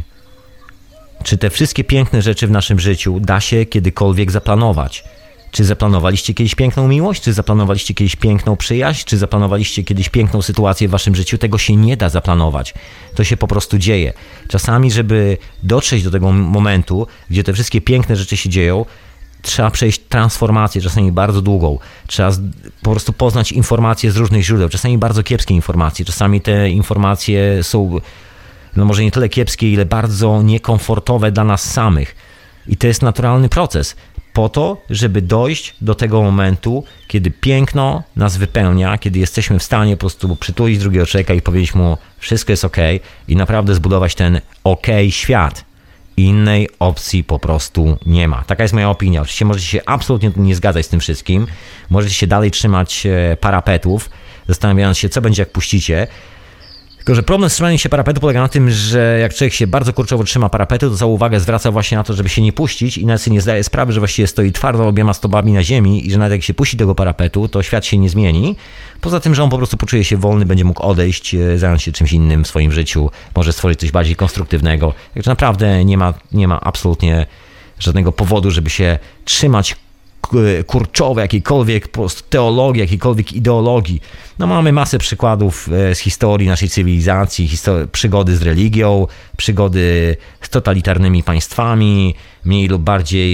czy te wszystkie piękne rzeczy w naszym życiu da się kiedykolwiek zaplanować. Czy zaplanowaliście kiedyś piękną miłość? Czy zaplanowaliście kiedyś piękną przyjaźń? Czy zaplanowaliście kiedyś piękną sytuację w waszym życiu? Tego się nie da zaplanować. To się po prostu dzieje. Czasami, żeby dotrzeć do tego momentu, gdzie te wszystkie piękne rzeczy się dzieją, trzeba przejść transformację, czasami bardzo długą. Trzeba po prostu poznać informacje z różnych źródeł, czasami bardzo kiepskie informacje. Czasami te informacje są, no może nie tyle kiepskie, ile bardzo niekomfortowe dla nas samych. I to jest naturalny proces. Po to, żeby dojść do tego momentu, kiedy piękno nas wypełnia, kiedy jesteśmy w stanie po prostu przytulić drugiego człowieka i powiedzieć mu, wszystko jest okej, i naprawdę zbudować ten okej świat. Innej opcji po prostu nie ma. Taka jest moja opinia. Oczywiście możecie się absolutnie nie zgadzać z tym wszystkim. Możecie się dalej trzymać parapetów, zastanawiając się, co będzie, jak puścicie. Tylko że problem z trzymaniem się parapetu polega na tym, że jak człowiek się bardzo kurczowo trzyma parapetu, to całą uwagę zwraca właśnie na to, żeby się nie puścić i nawet sobie nie zdaje sprawy, że właściwie stoi twardo obiema stopami na ziemi i że nawet jak się puści tego parapetu, to świat się nie zmieni. Poza tym, że on po prostu poczuje się wolny, będzie mógł odejść, zająć się czymś innym w swoim życiu, może stworzyć coś bardziej konstruktywnego. Także naprawdę nie ma absolutnie żadnego powodu, żeby się trzymać kurczowe jakiejkolwiek po prostu teologii, jakiejkolwiek ideologii. No mamy masę przykładów z historii naszej cywilizacji, przygody z religią, przygody z totalitarnymi państwami, mniej lub bardziej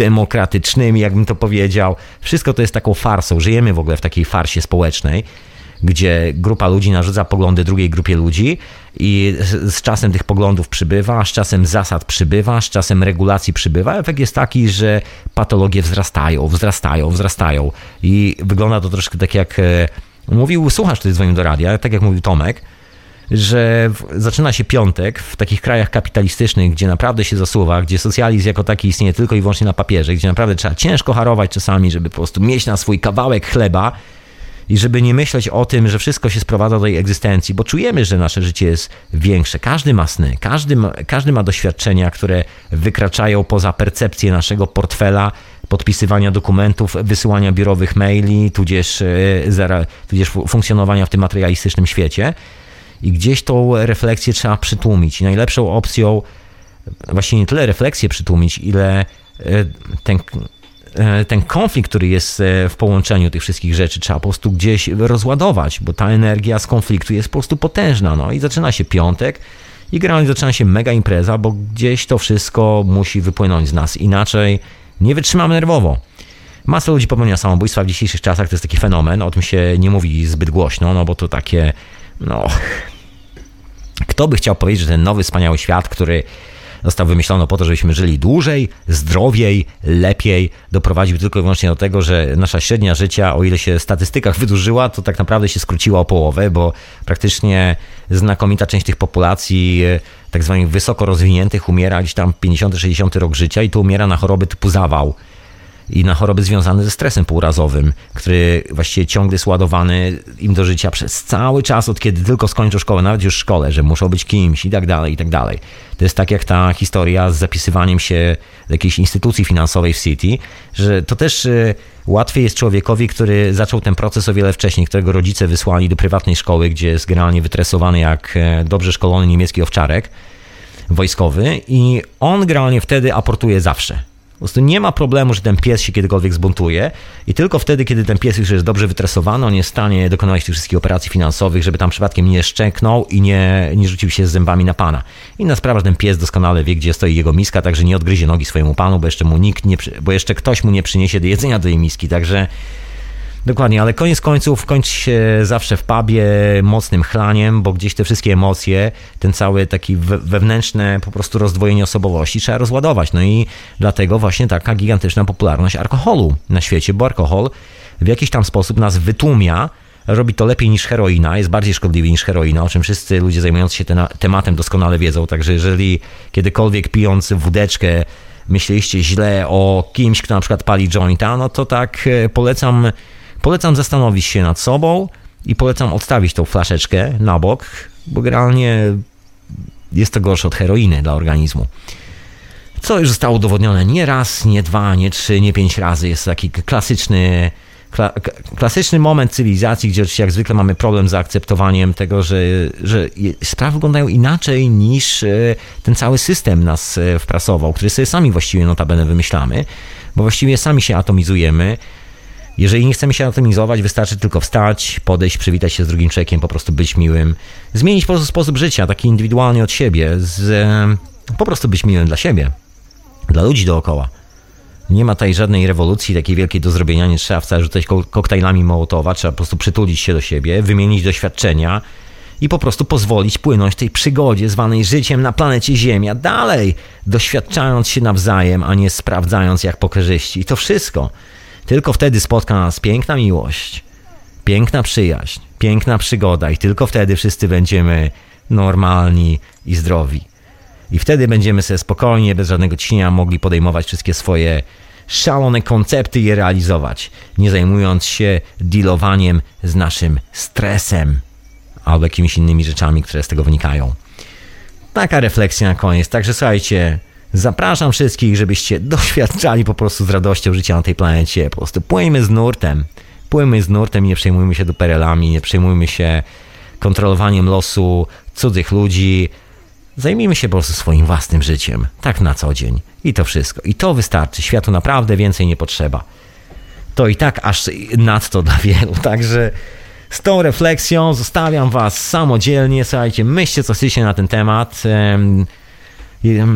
demokratycznymi, jakbym to powiedział. Wszystko to jest taką farsą. Żyjemy w ogóle w takiej farsie społecznej. gdzie grupa ludzi narzuca poglądy drugiej grupie ludzi i z czasem tych poglądów przybywa, z czasem zasad przybywa, z czasem regulacji przybywa. Efekt jest taki, że patologie wzrastają i wygląda to troszkę tak jak mówił słuchacz, który dzwonił do radia, tak jak mówił Tomek, że zaczyna się piątek w takich krajach kapitalistycznych, gdzie naprawdę się zasuwa, gdzie socjalizm jako taki istnieje tylko i wyłącznie na papierze, gdzie naprawdę trzeba ciężko harować czasami, żeby po prostu mieć na swój kawałek chleba i żeby nie myśleć o tym, że wszystko się sprowadza do tej egzystencji, bo czujemy, że nasze życie jest większe. Każdy ma sny, każdy ma doświadczenia, które wykraczają poza percepcję naszego portfela, podpisywania dokumentów, wysyłania biurowych maili, tudzież funkcjonowania w tym materialistycznym świecie. I gdzieś tą refleksję trzeba przytłumić. I najlepszą opcją, właściwie nie tyle refleksję przytłumić, ile ten konflikt, który jest w połączeniu tych wszystkich rzeczy, trzeba po prostu gdzieś rozładować, bo ta energia z konfliktu jest po prostu potężna. No i zaczyna się piątek i generalnie zaczyna się mega impreza, bo gdzieś to wszystko musi wypłynąć z nas. Inaczej nie wytrzymamy nerwowo. Masa ludzi popełnia samobójstwa w dzisiejszych czasach, to jest taki fenomen, o tym się nie mówi zbyt głośno, no bo to takie, kto by chciał powiedzieć, że ten nowy, wspaniały świat, który został wymyślony po to, żebyśmy żyli dłużej, zdrowiej, lepiej, doprowadził tylko i wyłącznie do tego, że nasza średnia życia, o ile się w statystykach wydłużyła, to tak naprawdę się skróciła o połowę, bo praktycznie znakomita część tych populacji tak zwanych wysoko rozwiniętych umiera gdzieś tam 50-60 rok życia i to umiera na choroby typu zawał i na choroby związane ze stresem półrazowym, który właściwie ciągle jest ładowany im do życia przez cały czas, od kiedy tylko skończą szkołę, nawet już w szkole, że muszą być kimś i tak dalej, i tak dalej. To jest tak jak ta historia z zapisywaniem się do jakiejś instytucji finansowej w City, że to też łatwiej jest człowiekowi, który zaczął ten proces o wiele wcześniej, którego rodzice wysłali do prywatnej szkoły, gdzie jest generalnie wytresowany jak dobrze szkolony niemiecki owczarek wojskowy i on generalnie wtedy aportuje zawsze. Po prostu nie ma problemu, że ten pies się kiedykolwiek zbuntuje i tylko wtedy, kiedy ten pies już jest dobrze wytresowany, on jest w stanie dokonać tych wszystkich operacji finansowych, żeby tam przypadkiem nie szczęknął i nie rzucił się z zębami na pana. Inna sprawa, że ten pies doskonale wie, gdzie stoi jego miska, także nie odgryzie nogi swojemu panu, bo jeszcze ktoś mu nie przyniesie do jedzenia do jej miski, także dokładnie, ale koniec końców kończy się zawsze w pubie mocnym chlaniem, bo gdzieś te wszystkie emocje, ten cały taki wewnętrzne po prostu rozdwojenie osobowości trzeba rozładować. No i dlatego właśnie taka gigantyczna popularność alkoholu na świecie, bo alkohol w jakiś tam sposób nas wytłumia, robi to lepiej niż heroina, jest bardziej szkodliwy niż heroina, o czym wszyscy ludzie zajmujący się tematem doskonale wiedzą, także jeżeli kiedykolwiek pijąc wódeczkę myśleliście źle o kimś, kto na przykład pali jointa, no to tak polecam zastanowić się nad sobą i polecam odstawić tą flaszeczkę na bok, bo generalnie jest to gorsze od heroiny dla organizmu. Co już zostało udowodnione nie raz, nie dwa, nie trzy, nie 5 razy. Jest taki klasyczny moment cywilizacji, gdzie oczywiście jak zwykle mamy problem z zaakceptowaniem tego, że sprawy wyglądają inaczej niż ten cały system nas wprasował, który sobie sami właściwie notabene wymyślamy, bo właściwie sami się atomizujemy. Jeżeli nie chcemy się atomizować, wystarczy tylko wstać, podejść, przywitać się z drugim człowiekiem, po prostu być miłym, zmienić po prostu sposób życia, taki indywidualnie od siebie, po prostu być miłym dla siebie, dla ludzi dookoła. Nie ma tutaj żadnej rewolucji takiej wielkiej do zrobienia, nie trzeba wcale rzucać koktajlami Mołotowa, trzeba po prostu przytulić się do siebie, wymienić doświadczenia i po prostu pozwolić płynąć tej przygodzie zwanej życiem na planecie Ziemia dalej, doświadczając się nawzajem, a nie sprawdzając jak pokerzyści. I to wszystko. Tylko wtedy spotka nas piękna miłość, piękna przyjaźń, piękna przygoda i tylko wtedy wszyscy będziemy normalni i zdrowi. I wtedy będziemy sobie spokojnie, bez żadnego ciśnienia mogli podejmować wszystkie swoje szalone koncepty i je realizować, nie zajmując się dealowaniem z naszym stresem albo jakimiś innymi rzeczami, które z tego wynikają. Taka refleksja na koniec. Także słuchajcie, zapraszam wszystkich, żebyście doświadczali po prostu z radością życia na tej planecie. Po prostu płyńmy z nurtem i nie przejmujmy się duperelami, nie przejmujmy się kontrolowaniem losu cudzych ludzi. Zajmijmy się po prostu swoim własnym życiem, tak na co dzień. I to wszystko. I to wystarczy. Światu naprawdę więcej nie potrzeba. To i tak aż nadto dla wielu. Także z tą refleksją zostawiam was samodzielnie. Słuchajcie, myślcie co chcecie na ten temat.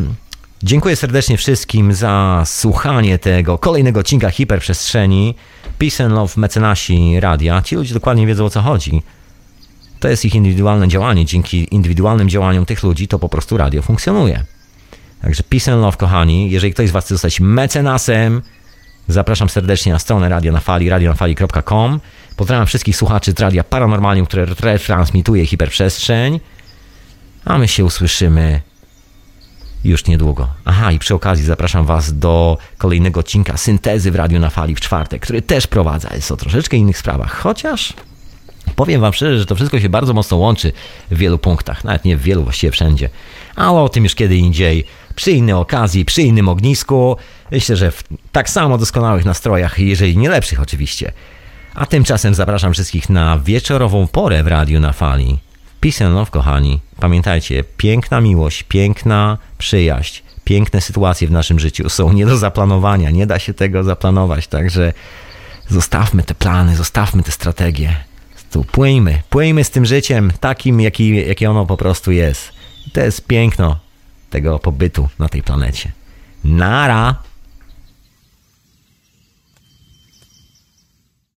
Dziękuję serdecznie wszystkim za słuchanie tego kolejnego odcinka Hiperprzestrzeni. Peace and Love, mecenasi radia, ci ludzie dokładnie wiedzą, o co chodzi. To jest ich indywidualne działanie. Dzięki indywidualnym działaniom tych ludzi to po prostu radio funkcjonuje. Także Peace and Love, kochani. Jeżeli ktoś z was chce zostać mecenasem, zapraszam serdecznie na stronę Radio na Fali, radionafali.com. Pozdrawiam wszystkich słuchaczy z Radia Paranormalium, które retransmituje hiperprzestrzeń. A my się usłyszymy już niedługo. Aha, i przy okazji zapraszam was do kolejnego odcinka Syntezy w Radiu na Fali w czwartek, który też prowadzę. Jest o troszeczkę innych sprawach. Chociaż powiem wam szczerze, że to wszystko się bardzo mocno łączy w wielu punktach. Nawet nie w wielu, właściwie wszędzie. Ale o tym już kiedy indziej. Przy innej okazji, przy innym ognisku. Myślę, że w tak samo doskonałych nastrojach, jeżeli nie lepszych oczywiście. A tymczasem zapraszam wszystkich na wieczorową porę w Radiu na Fali. Peace and Love, kochani. Pamiętajcie, piękna miłość, piękna przyjaźń, piękne sytuacje w naszym życiu są nie do zaplanowania. Nie da się tego zaplanować, także zostawmy te plany, zostawmy te strategie. Płyjmy z tym życiem takim, jakie ono po prostu jest. I to jest piękno tego pobytu na tej planecie. Nara!